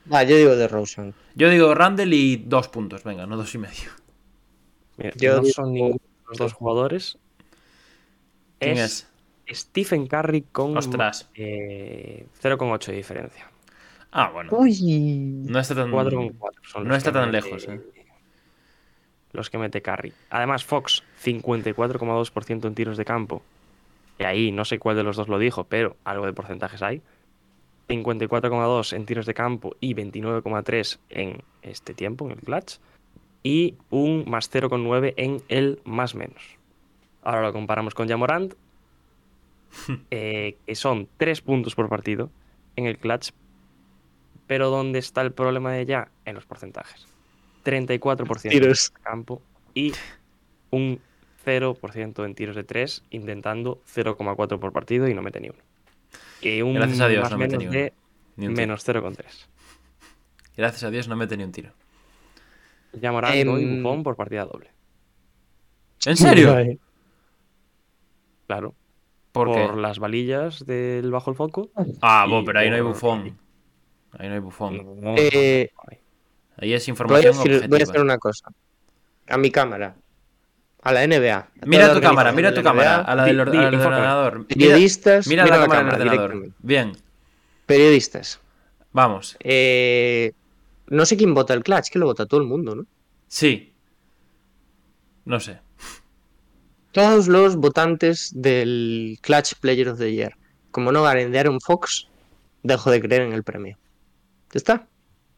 Va, yo digo de Rosen. Yo digo Randall y dos puntos, venga, no dos y medio. Mira, Yo no digo- son ninguno de los dos jugadores. ¿Quién es, Stephen Curry con Ostras. eh, cero coma ocho de diferencia. Ah, bueno. Uy. No está tan, cuatro coma cuatro son no los está que tan mete- lejos, eh. Los que mete Curry. Además, Fox, cincuenta y cuatro coma dos por ciento en tiros de campo. Y ahí no sé cuál de los dos lo dijo, pero algo de porcentajes hay. cincuenta y cuatro coma dos en tiros de campo y veintinueve coma tres en este tiempo, en el clutch. Y un más cero coma nueve en el más menos. Ahora lo comparamos con Ja Morant, eh, que son tres puntos por partido en el clutch. Pero ¿dónde está el problema de Ja? En los porcentajes. treinta y cuatro por ciento Tiros. en campo y un cero por ciento en tiros de tres, intentando cero coma cuatro por partido y no mete ni uno. Y un Gracias a Dios más no mete menos ni uno. de Ni un tiro. menos cero coma tres. Gracias a Dios no mete ni un tiro. Ja Morant Em, hoy Buffon por partida doble. ¿En serio? Ay. Claro. ¿Por Por qué? las valillas del bajo el foco. Ah, y bueno, pero ahí no hay por- bufón. Ahí no hay bufón. No, Eh, no, no. Ahí es Voy a, información decir- voy a objetiva. hacer una cosa. A mi cámara. A la N B A. a toda Mira la tu cámara, organización mira de tu la N B A, cámara, a la Di- del, or- di, al enfócame. ordenador. Mira, Periodistas, mira mira la la cámara del cámara ordenador. directamente. Bien, Periodistas. vamos. Eh, no sé quién vota el clutch, que lo vota todo el mundo, ¿no? Sí. No sé. Todos los votantes del Clutch Player of the Year. Como no ganen de Aaron Fox, dejo de creer en el premio. ¿Ya está?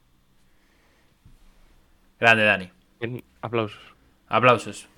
Grande, Dani. Bien, aplausos. Aplausos.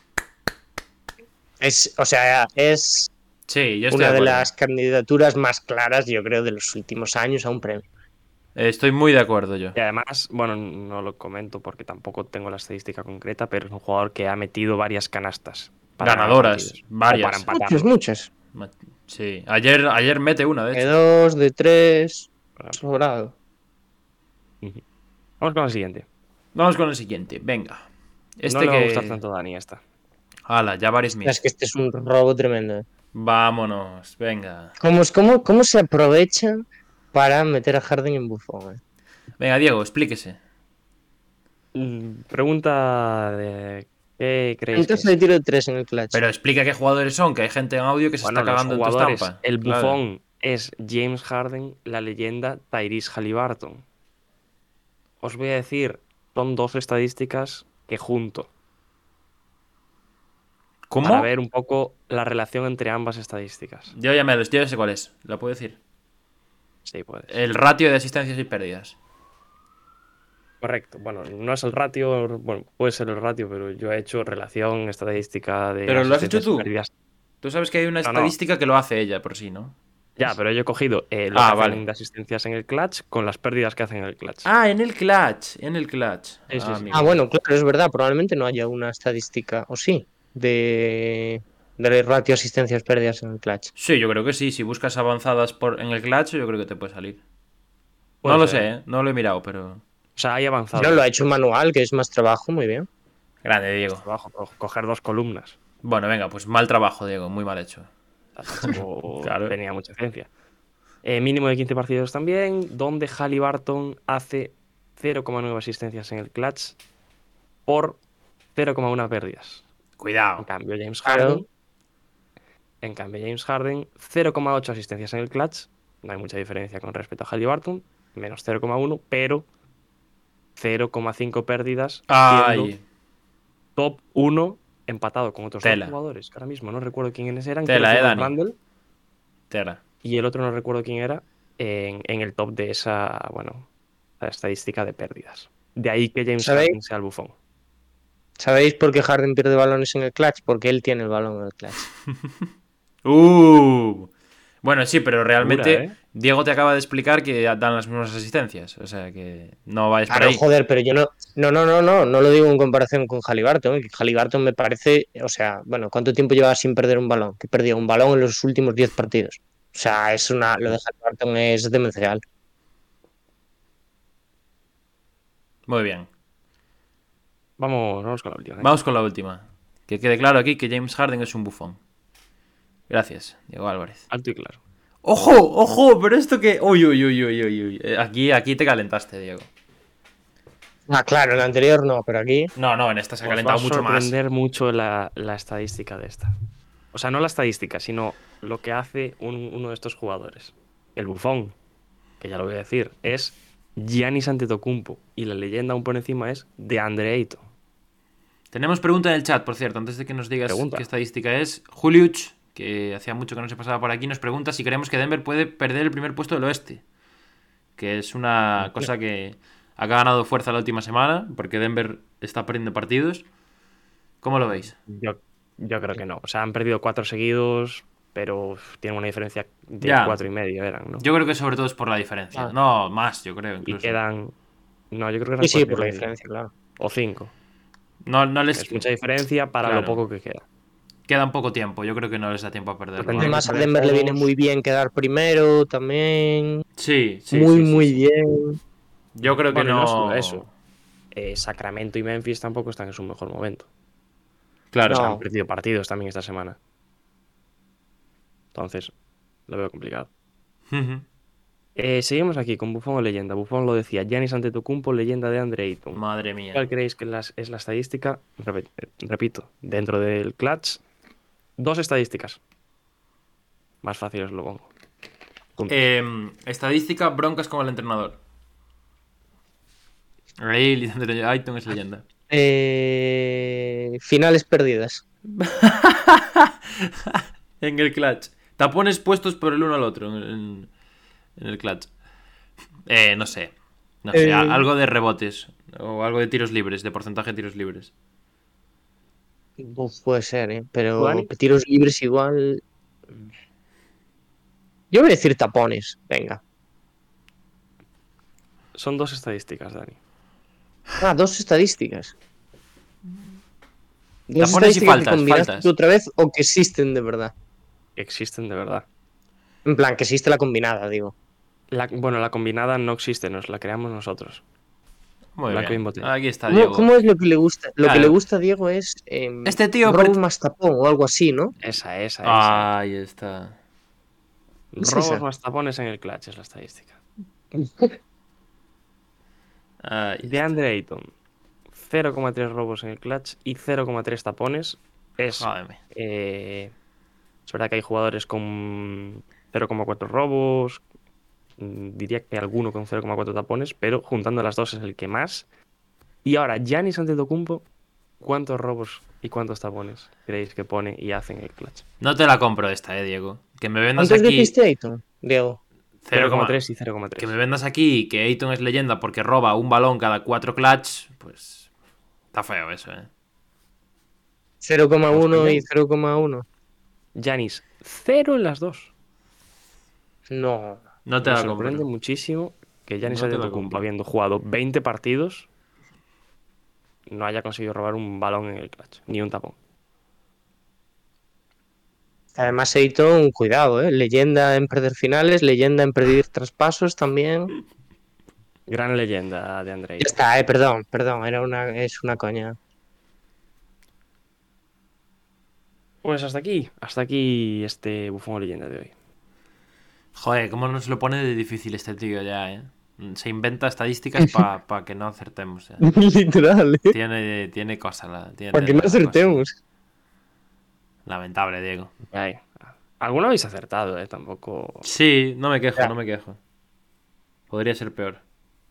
Es, o sea, es Sí, yo estoy una de de acuerdo. las candidaturas más claras, yo creo, de los últimos años a un premio. Eh, Estoy muy de acuerdo yo. Y además, bueno, no lo comento porque tampoco tengo la estadística concreta, pero es un jugador que ha metido varias canastas. para ganar Ganadoras, partidos. O varias. para empatar. Muchas, muchas. Ma- Sí, ayer, ayer mete una, de De hecho. dos, de tres, sobrado. Ujú. Vamos con la siguiente. Vamos con el siguiente, venga. Este no le va a que... gustar tanto a Dani esta. Hala, ya varios mil. Es que este es un robo tremendo. ¿eh? Vámonos, venga. ¿Cómo, es- cómo, cómo se aprovechan para meter a Harden en Buffon? ¿eh? Venga, Diego, explíquese. Mm, Pregunta de ¿qué creéis? que Entonces es? le tiro de tres en el clutch. Pero explica qué jugadores son, que hay gente en audio que se Bueno, está los cagando en tu jugadores, estampa. el Claro. bufón es James Harden, la leyenda Tyrese Halliburton. Os voy a decir, son dos estadísticas que junto ¿Cómo? para ver un poco la relación entre ambas estadísticas. Yo ya me lo yo ya sé cuál es. ¿Lo puedo decir? Sí, puedes. El ratio de asistencias y pérdidas. Correcto. Bueno, no es el ratio, bueno, puede ser el ratio, pero yo he hecho relación estadística de. Pero lo has hecho asistencias y tú. pérdidas. Tú sabes que hay una No, no. estadística que lo hace ella por sí, ¿no? Ya, pero yo he cogido eh, lo Ah, que hacen vale. de asistencias en el clutch con las pérdidas que hacen en el clutch. Ah, en el clutch. En el clutch. Sí, sí, sí. amigo. Ah, bueno, claro, es verdad. Probablemente no haya una estadística, o sí, de, de ratio asistencias pérdidas en el clutch. Sí, yo creo que sí. Si buscas avanzadas por en el clutch, yo creo que te puede salir. Puede no lo ser. sé, ¿eh? No lo he mirado, pero... O sea, hay avanzado. No, lo ha hecho un manual, que es más trabajo, muy bien. Grande, Diego. Trabajo, co- coger dos columnas. Bueno, venga, pues mal trabajo, Diego. Muy mal hecho. Tampoco Claro. tenía mucha ciencia. Eh, mínimo de quince partidos también, donde Halliburton hace cero coma nueve asistencias en el clutch por cero coma uno pérdidas. En Cuidado. cambio, James Claro. Harden. En cambio, James Harden, cero coma ocho asistencias en el clutch. No hay mucha diferencia con respecto a Halliburton, menos cero coma uno, pero cero coma cinco pérdidas. siendo Ay. top uno empatado con otros Tela. dos jugadores, que ahora mismo no recuerdo quiénes eran. Tela, creo que eh, uno Dani. Randle, Tela. y el otro no recuerdo quién era en, en el top de esa, bueno, la estadística de pérdidas. De ahí que James ¿Sabéis? Harden sea el bufón. ¿Sabéis por qué Harden pierde balones en el clutch? Porque él tiene el balón en el clutch. Uh. Bueno, sí, pero realmente Dura, ¿eh? Diego te acaba de explicar que dan las mismas asistencias. O sea que no vayas por Claro, ahí. joder, pero yo no, no, no, no, no, no lo digo en comparación con Halliburton. ¿eh? Que Halliburton me parece, o sea, bueno, ¿cuánto tiempo lleva sin perder un balón? Que perdió un balón en los últimos diez partidos. O sea, es una, lo de Halliburton es demencial. Muy bien. Vamos, vamos con la última. ¿eh? Vamos con la última. Que quede claro aquí que James Harden es un bufón. Gracias, Diego Álvarez. Alto y claro. ¡Ojo! ¡Ojo! Pero esto que... Uy, uy, uy, uy, uy, uy. Eh, Aquí, aquí te calentaste, Diego. Ah, claro, en la anterior no, pero aquí. No, no, en esta se ha Os va a calentado mucho más. sorprender mucho la, la estadística de esta. O sea, no la estadística, sino lo que hace un- uno de estos jugadores. El bufón, que ya lo voy a decir, es Giannis Antetokounmpo. Y la leyenda aún por encima es DeAndre Ayton. Tenemos pregunta en el chat, por cierto, antes de que nos digas Pregunta. qué estadística es. Juliuch, que hacía mucho que no se pasaba por aquí, nos pregunta si creemos que Denver puede perder el primer puesto del oeste. Que es una cosa que ha ganado fuerza la última semana, porque Denver está perdiendo partidos. ¿Cómo lo veis? Yo, yo creo que no. O sea, han perdido cuatro seguidos, pero uf, tienen una diferencia de Ya. cuatro y medio, eran, ¿no? Yo creo que sobre todo es por la diferencia. Ah. No, más, yo creo, Y incluso. quedan. No, yo creo que eran Sí, sí, cuatro y por la medio. diferencia, claro. O cinco. No, no les Es mucha diferencia para Claro. lo poco que queda. queda un poco tiempo. Yo creo que no les da tiempo a perderlo. Depende ¿no? Además, a perder Denver le viene juegos. muy bien quedar primero también. Sí, sí. muy, sí, sí, muy sí. bien. Yo creo que Bueno, y no. no solo eso. Eh, Sacramento y Memphis tampoco están en su mejor momento. Claro. O sea, No. han perdido partidos también esta semana. Entonces, lo veo complicado. Ujú. Eh, seguimos aquí con Buffon o leyenda. Buffon lo decía, Giannis Antetokounmpo, leyenda de Andre Ayton. Madre mía. ¿Cuál creéis que las- es la estadística? Repe- eh, Repito, dentro del clutch, dos estadísticas. Más fácil os lo pongo. Punto. Eh, estadística, Broncas como el entrenador. Ahí, Lisandro Ayton es leyenda. Eh, finales perdidas. En el clutch. Tapones puestos por el uno al otro en, en- en el clutch. Eh, no sé. No sé, Eh. a- algo de rebotes. O algo de tiros libres, de porcentaje de tiros libres. Uf, puede ser, ¿eh? Pero Dani? tiros libres igual. Yo voy a decir tapones. Venga. Son dos estadísticas, Dani. Ah, dos estadísticas. Dos Tapones y estadísticas faltas, que combinaste faltas. tú otra vez o que existen de verdad. Existen de verdad. En plan, que existe la combinada, digo. La- bueno, la combinada no existe, nos la creamos nosotros. Muy Blanco y en bien. botella. Aquí está ¿Cómo, Diego. cómo es lo que le gusta? Lo Claro. que le gusta a Diego es. em, Este tío robo pre- más tapón o algo así, ¿no? Esa, esa, esa. Ahí está. es Robos esa? más tapones en el clutch es la estadística. Ahí De Andre Ayton, cero coma tres robos en el clutch y cero coma tres tapones. Es, Jódeme. eh, es verdad que hay jugadores con cero coma cuatro robos, mm, diría que alguno con cero coma cuatro tapones, pero juntando las dos es el que más. Y ahora, Giannis Antetokounmpo, ¿cuántos robos y cuántos tapones creéis que pone y hace en el clutch? No te la compro esta, eh, Diego. Que me vendas ¿Cuántos aquí dijiste, Ayton, Diego? cero coma cero coma tres y cero coma tres. Que me vendas aquí que Ayton es leyenda porque roba un balón cada cuatro clutch, pues está feo eso, eh. cero coma uno Pues y cero coma uno. Giannis, cero en las dos. No. No te Me la sorprende compro. muchísimo que Giannis No te la Antetokounmpo, compro. habiendo jugado veinte partidos, no haya conseguido robar un balón en el clutch, ni un tapón. Además, Ayton, cuidado, ¿eh? Leyenda en perder finales, leyenda en perder traspasos también. Gran leyenda de Andre Ya Ayton. está, eh, perdón, perdón, era una, es una coña. Pues hasta aquí, hasta aquí este bufón o leyenda de hoy. Joder, cómo nos lo pone de difícil este tío ya, eh. Se inventa estadísticas para que no acertemos. eh. Literal, ¿eh? Tiene, tiene cosa. La, tiene Para que no la cosa. acertemos. Lamentable, Diego. Ay, alguno habéis acertado, eh, tampoco. Sí, no me quejo, Ya. no me quejo. Podría ser peor.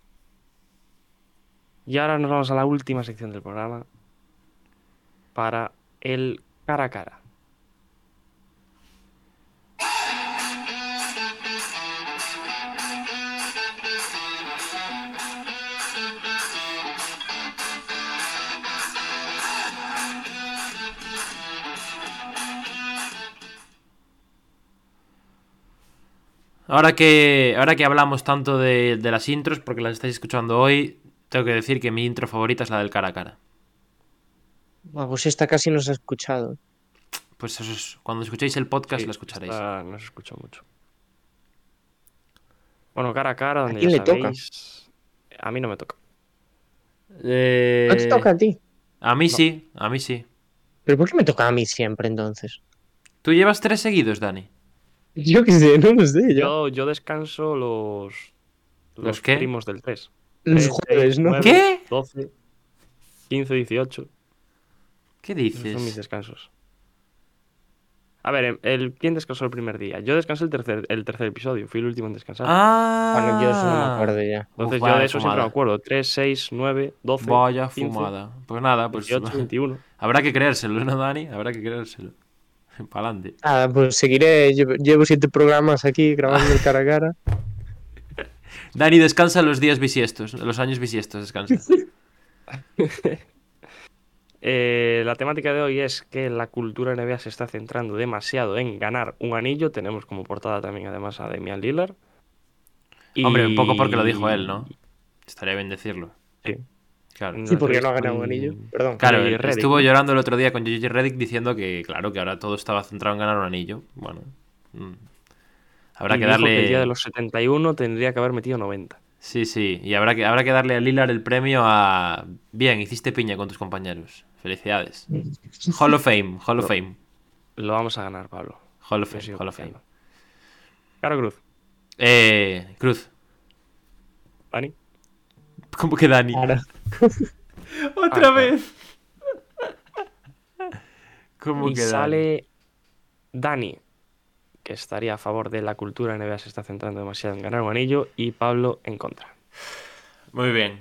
Y ahora nos vamos a la última sección del programa para el cara a cara. Ahora que, ahora que hablamos tanto de, de las intros, porque las estáis escuchando hoy, tengo que decir que mi intro favorita es la del cara a cara. Buah, pues esta casi no se ha escuchado. Pues eso es, cuando escuchéis el podcast Sí, la escucharéis. esta no se escucha mucho. Bueno, cara a cara, donde quién ya le toca? sabéis. A mí no me toca. Eh, ¿No te toca a ti? A mí sí, a mí sí. ¿Pero por qué me toca a mí siempre entonces? ¿Tú llevas tres seguidos, Dani? Yo qué sé, no lo sé. Yo. Yo, yo descanso los, los, ¿Los qué? primos del tres. Los jueves, ¿no? ¿Qué? doce, quince, dieciocho. ¿Qué Esos son mis dices? descansos. A ver, el, ¿quién descansó el primer día? Yo descansé el tercer, el tercer episodio, fui el último en descansar. Ah, Bueno, yo eso no me acuerdo ya. Entonces Uf, yo de vaya eso siempre me fumada. acuerdo. tres, seis, nueve, doce, Vaya quince, fumada. Pues nada, pues dieciocho, veintiuno. habrá que creérselo, ¿no, Dani? Habrá que creérselo. Para adelante. Ah, pues seguiré. Llevo, llevo siete programas aquí grabando el cara a cara. Dani descansa los días bisiestos, los años bisiestos descansa. Eh, la temática de hoy es que la cultura N B A se está centrando demasiado en ganar un anillo. Tenemos como portada también además a Damian Lillard. Y... Hombre, un poco porque lo dijo él, ¿no? Estaría bien decirlo. Sí. Claro. Sí, porque no ha Entonces, ganado un mm, anillo. Perdón. Claro, J J él Redick, estuvo ¿no? llorando el otro día con J J Redick diciendo que, claro, que ahora todo estaba centrado en ganar un anillo. Bueno, mm. habrá Y que dijo darle. que el día de los setenta y uno tendría que haber metido noventa. Sí, sí, y habrá que, habrá que darle a Lillard el premio a. Bien, hiciste piña con tus compañeros. Felicidades. Hall of Fame, Hall of No. Fame. Lo vamos a ganar, Pablo. Hall of Yo Fame, sigo Hall of Fame. confiando. Caro Cruz. Eh, Cruz. Dani. ¿Cómo que Dani? Ahora. Otra Ah, vez. ¿Cómo Y que Dani? sale Dani, que estaría a favor de la cultura N B A se está centrando demasiado en ganar un anillo, y Pablo en contra. Muy bien.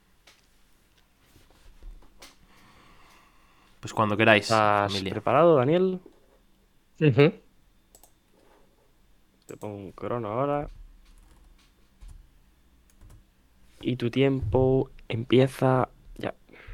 Pues cuando queráis, ¿Estás familia. preparado, Daniel? Ujú. Te pongo un crono ahora. Y tu tiempo empieza ya.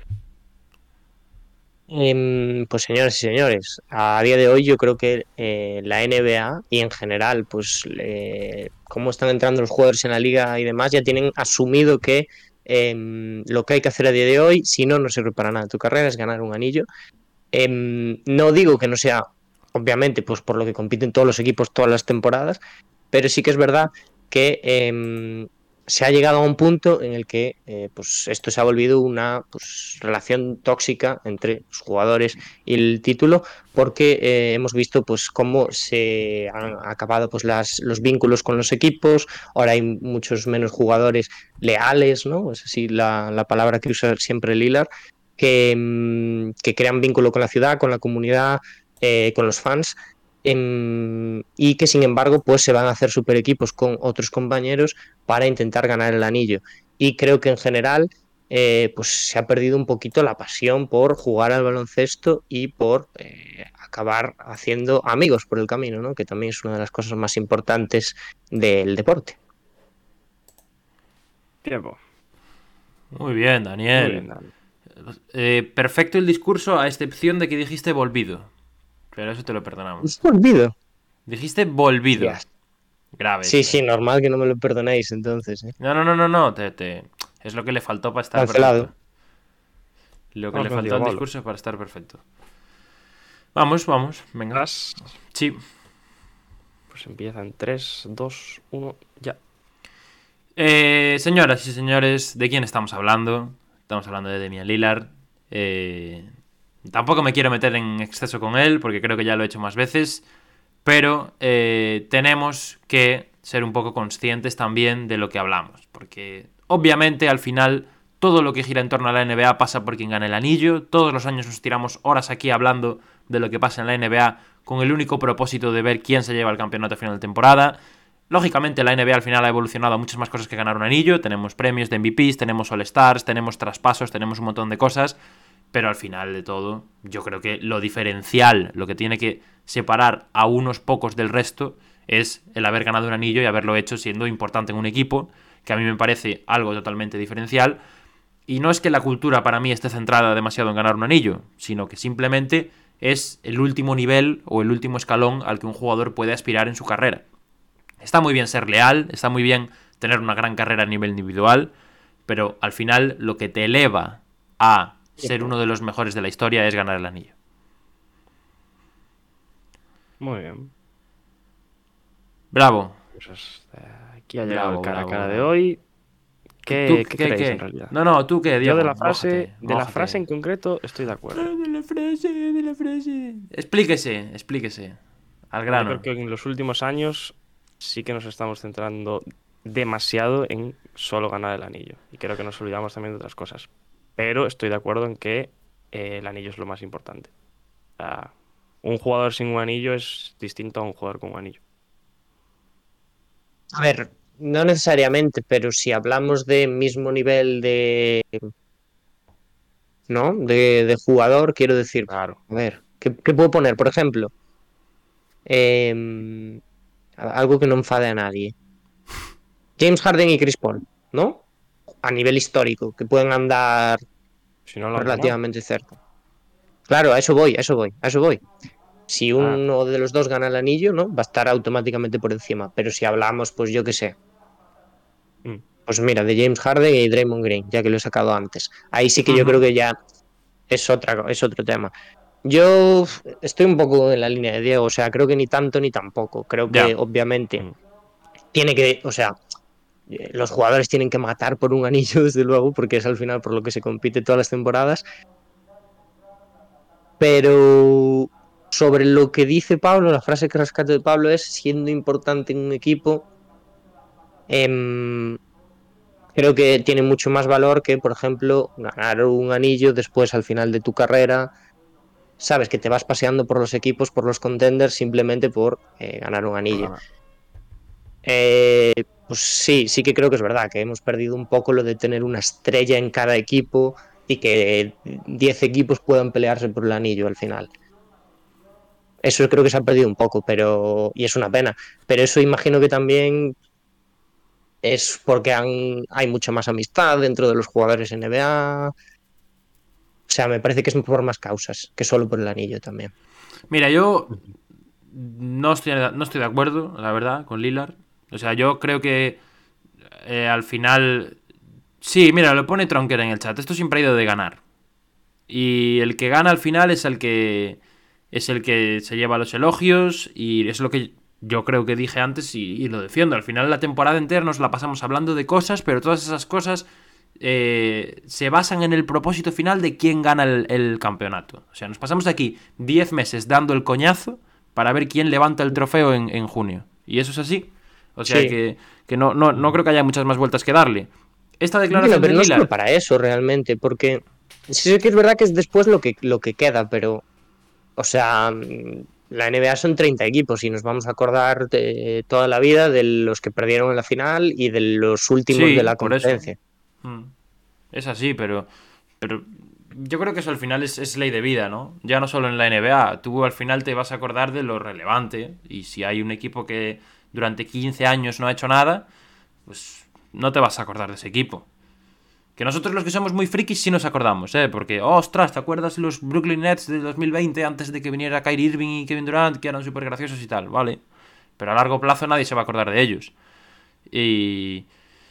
Em, pues señores y señores, a día de hoy yo creo que eh, la N B A y en general, pues eh, cómo están entrando los jugadores en la liga y demás, ya tienen asumido que em, lo que hay que hacer a día de hoy, si no, no sirve para nada. Tu carrera es ganar un anillo. Em, no digo que no sea, obviamente, pues por lo que compiten todos los equipos todas las temporadas, pero sí que es verdad que em, se ha llegado a un punto en el que eh, pues esto se ha volvido una pues, relación tóxica entre los jugadores y el título, porque eh, hemos visto pues cómo se han acabado pues las, los vínculos con los equipos. Ahora hay muchos menos jugadores leales, ¿no? Es así la, la palabra que usa siempre Lillard, que, mm, que crean vínculo con la ciudad, con la comunidad, eh, con los fans. Em, y que sin embargo pues se van a hacer super equipos con otros compañeros para intentar ganar el anillo, y creo que en general eh, pues se ha perdido un poquito la pasión por jugar al baloncesto y por eh, acabar haciendo amigos por el camino, ¿no? Que también es una de las cosas más importantes del deporte. Tiempo. Muy bien, Daniel. Muy bien, Dani. Eh, perfecto el discurso, a excepción de que dijiste volvido. Pero eso te lo perdonamos. Me olvido. Dijiste volvido. Yes. Grave. Sí, eso. sí, normal que no me lo perdonéis entonces, ¿eh? No, no, no, no, no. Te, te... Es lo que le faltó para estar Cancelado. perfecto. Lo que Vamos le contigo, faltó al Pablo. discurso para estar perfecto. Vamos, vamos. Venga. ¿Estás? Sí. Pues empieza en tres, dos, uno, ya. Eh, señoras y señores, ¿de quién estamos hablando? Estamos hablando de Damian Lillard. Eh, tampoco me quiero meter en exceso con él, porque creo que ya lo he hecho más veces. Pero eh, tenemos que ser un poco conscientes también de lo que hablamos. Porque obviamente al final todo lo que gira en torno a la N B A pasa por quien gana el anillo. Todos los años nos tiramos horas aquí hablando de lo que pasa en la N B A con el único propósito de ver quién se lleva el campeonato a final de temporada. Lógicamente la N B A al final ha evolucionado a muchas más cosas que ganar un anillo. Tenemos premios de M V Ps, tenemos All-Stars, tenemos traspasos, tenemos un montón de cosas. Pero al final de todo, yo creo que lo diferencial, lo que tiene que separar a unos pocos del resto, es el haber ganado un anillo y haberlo hecho siendo importante en un equipo, que a mí me parece algo totalmente diferencial. Y no es que la cultura para mí esté centrada demasiado en ganar un anillo, sino que simplemente es el último nivel o el último escalón al que un jugador puede aspirar en su carrera. Está muy bien ser leal, está muy bien tener una gran carrera a nivel individual, pero al final lo que te eleva a ser uno de los mejores de la historia es ganar el anillo. Muy bien. Bravo. Pues hasta aquí ha llegado Bravo, el cara bravo, a cara de bravo. hoy. ¿Qué, ¿Tú qué qué, creéis qué? en realidad? No, no, tú qué, Yo Diego. de la frase, mójate, de la mójate. frase en concreto estoy de acuerdo. De la frase, de la frase. Explíquese, explíquese. al grano. Yo creo que en los últimos años sí que nos estamos centrando demasiado en solo ganar el anillo. Y creo que nos olvidamos también de otras cosas. Pero estoy de acuerdo en que eh, el anillo es lo más importante. O sea, un jugador sin un anillo es distinto a un jugador con un anillo. A ver, no necesariamente, pero si hablamos de mismo nivel de, ¿no? De, de jugador, quiero decir, Claro. a ver, ¿qué, qué puedo poner? Por ejemplo, em, algo que no enfade a nadie. James Harden y Chris Paul, ¿no? A nivel histórico, que pueden andar Si no lo han ganado. relativamente cerca. Claro, a eso voy, a eso voy, a eso voy. Si Ah. uno de los dos gana el anillo, ¿no? Va a estar automáticamente por encima. Pero si hablamos, pues yo qué sé. Mm. Pues mira, de James Harden y Draymond Green, ya que lo he sacado antes. Ahí sí que yo Ujú. creo que ya es otra, es otro tema. Yo estoy un poco en la línea de Diego, o sea, creo que ni tanto ni tampoco. Creo que Ya. obviamente Mm. tiene que, o sea, eh, los jugadores tienen que matar por un anillo, desde luego, porque es al final por lo que se compite todas las temporadas. Pero sobre lo que dice Pablo, la frase que rescato de Pablo es: siendo importante en un equipo, em, creo que tiene mucho más valor que, por ejemplo, ganar un anillo después al final de tu carrera. Sabes que te vas paseando por los equipos, por los contenders, simplemente por eh, ganar un anillo. Nada. Eh, pues sí, sí que creo que es verdad, que hemos perdido un poco lo de tener una estrella en cada equipo y que diez equipos puedan pelearse por el anillo al final. Eso creo que se ha perdido un poco, pero y es una pena. Pero eso imagino que también es porque han, hay mucha más amistad dentro de los jugadores N B A. O sea, me parece que es por más causas que solo por el anillo también. Mira, yo no estoy, no estoy de acuerdo, la verdad, con Lillard. O sea, yo creo que eh, al final... Sí, mira, lo pone Tronker en el chat. Esto siempre ha ido de ganar. Y el que gana al final es el que es el que se lleva los elogios. Y es lo que yo creo que dije antes y, y lo defiendo. Al final la temporada entera nos la pasamos hablando de cosas, pero todas esas cosas eh, se basan en el propósito final de quién gana el, el campeonato. O sea, nos pasamos aquí diez meses dando el coñazo para ver quién levanta el trofeo en, en junio. Y eso es así. O sea Sí. que, que no, no, no creo que haya muchas más vueltas que darle. Esta declaración Bueno, pero de no Lillard... solo para eso realmente, porque sí que es verdad que es después lo que, lo que queda, pero, o sea, la N B A son treinta equipos y nos vamos a acordar de toda la vida de los que perdieron en la final y de los últimos Sí, de la por eso. conferencia. Mm. Es así, pero, pero yo creo que eso al final es, es ley de vida, ¿no? Ya no solo en la N B A. Tú al final te vas a acordar de lo relevante. Y si hay un equipo que durante quince años no ha hecho nada, pues no te vas a acordar de ese equipo. Que nosotros los que somos muy frikis sí nos acordamos, ¿eh? Porque, oh, ostras, ¿te acuerdas los Brooklyn Nets del dos mil veinte antes de que viniera Kyrie Irving y Kevin Durant, que eran súper graciosos y tal? Vale. Pero a largo plazo nadie se va a acordar de ellos. Y...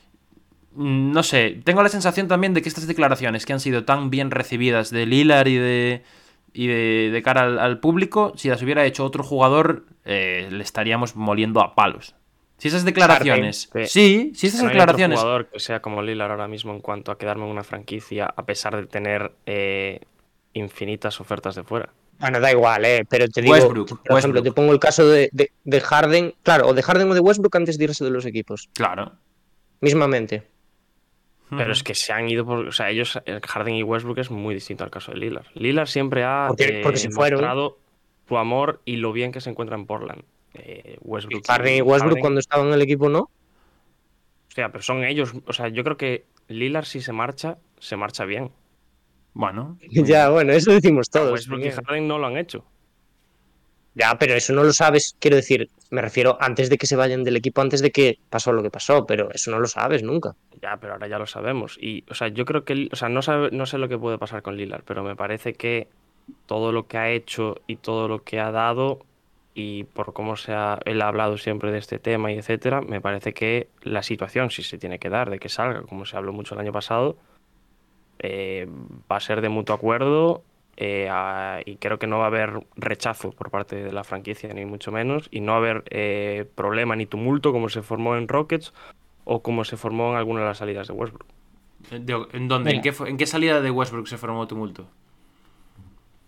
no sé, tengo la sensación también de que estas declaraciones que han sido tan bien recibidas de Lillard y de, y de, de cara al, al público, si las hubiera hecho otro jugador, eh, le estaríamos moliendo a palos. Si esas declaraciones... Harden, sí, si esas No hay declaraciones... otro jugador que sea como Lillard ahora mismo en cuanto a quedarme en una franquicia a pesar de tener eh, infinitas ofertas de fuera. Bueno, da igual, ¿eh? Pero te digo, Westbrook, por ejemplo, Westbrook. te pongo el caso de, de, de Harden, claro, o de Harden o de Westbrook antes de irse de los equipos, Claro. mismamente. Pero Ujú. es que se han ido por... O sea, ellos, el Harden y Westbrook es muy distinto al caso de Lillard. Lillard siempre ha Porque- porque eh, se fueron. mostrado su amor y lo bien que se encuentra en Portland. Eh, Westbrook Harden y Westbrook Harden- cuando estaban en el equipo, ¿no? O sea, pero son ellos... O sea, yo creo que Lillard si se marcha, se marcha bien. Bueno. Ya, bueno, eso decimos todos. Westbrook y también. Harden no lo han hecho. Ya, pero eso no lo sabes, quiero decir, me refiero antes de que se vayan del equipo, antes de que pasó lo que pasó, pero eso no lo sabes nunca. Ya, pero ahora ya lo sabemos. Y, o sea, yo creo que... O sea, no, sabe, no sé lo que puede pasar con Lillard, pero me parece que todo lo que ha hecho y todo lo que ha dado, y por cómo se ha, él ha hablado siempre de este tema y etcétera, me parece que la situación, si se tiene que dar, de que salga, como se habló mucho el año pasado, eh, va a ser de mutuo acuerdo. Eh, a, y creo que no va a haber rechazo por parte de la franquicia, ni mucho menos, y no va a haber eh, problema ni tumulto como se formó en Rockets o como se formó en alguna de las salidas de Westbrook. ¿En dónde? ¿En qué, fue- ¿En qué salida de Westbrook se formó tumulto?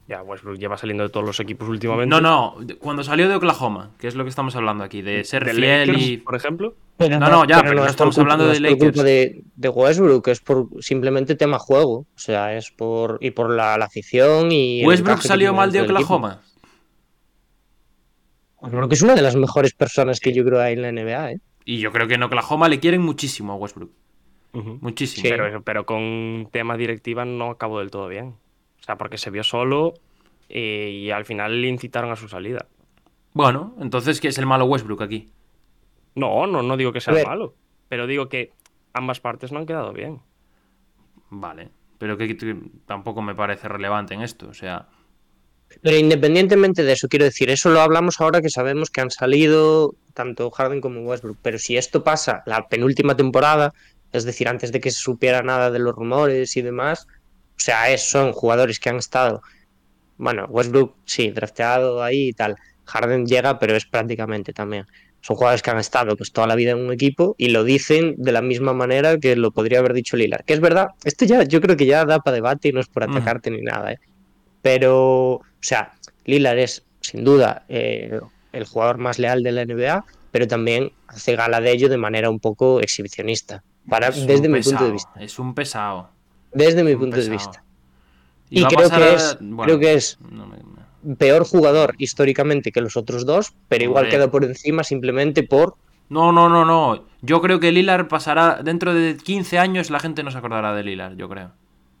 Ya, Westbrook lleva saliendo de todos los equipos últimamente. No, no, cuando salió de Oklahoma, que es lo que estamos hablando aquí, de ser ¿De fiel Lakers, y... por ejemplo? Pero No, no, ya, pero no es por estamos culpa- hablando no de es por Lakers. culpa de, de Westbrook, es por simplemente tema juego. O sea, es por. Y por la, la afición y. el Westbrook encaje que salió tiene mal de dentro del equipo. Oklahoma. Westbrook es una de las mejores personas que yo creo hay en la N B A, ¿eh? Y yo creo que en Oklahoma le quieren muchísimo a Westbrook. Ujú. Muchísimo. Sí. Pero, pero con tema directiva no acabó del todo bien. O sea, porque se vio solo eh, y al final le incitaron a su salida. Bueno, entonces, ¿qué es el malo Westbrook aquí? No, no, no digo que sea A ver. malo. Pero digo que ambas partes no han quedado bien. Vale, pero que, que tampoco me parece relevante en esto, o sea... Pero independientemente de eso, quiero decir, eso lo hablamos ahora que sabemos que han salido tanto Harden como Westbrook. Pero si esto pasa la penúltima temporada, es decir, antes de que se supiera nada de los rumores y demás, o sea, es, son jugadores que han estado. Bueno, Westbrook sí, drafteado ahí y tal. Harden llega, pero es prácticamente también. Son jugadores que han estado pues toda la vida en un equipo y lo dicen de la misma manera que lo podría haber dicho Lillard. Que es verdad, esto ya yo creo que ya da para debate y no es por atacarte ni nada, ¿eh? Pero, o sea, Lillard es sin duda eh, el jugador más leal de la N B A, pero también hace gala de ello de manera un poco exhibicionista, para, Es un desde mi pesado, punto de vista. Es un pesado. Desde mi un punto de pesado. vista. Y, Y va a creo pasar que a- es- bueno, creo que es- no me- me- Peor jugador históricamente que los otros dos, pero igual Hombre. queda por encima simplemente por. No, no, no, no. Yo creo que Lillard pasará... Dentro de quince años la gente no se acordará de Lillard, yo creo.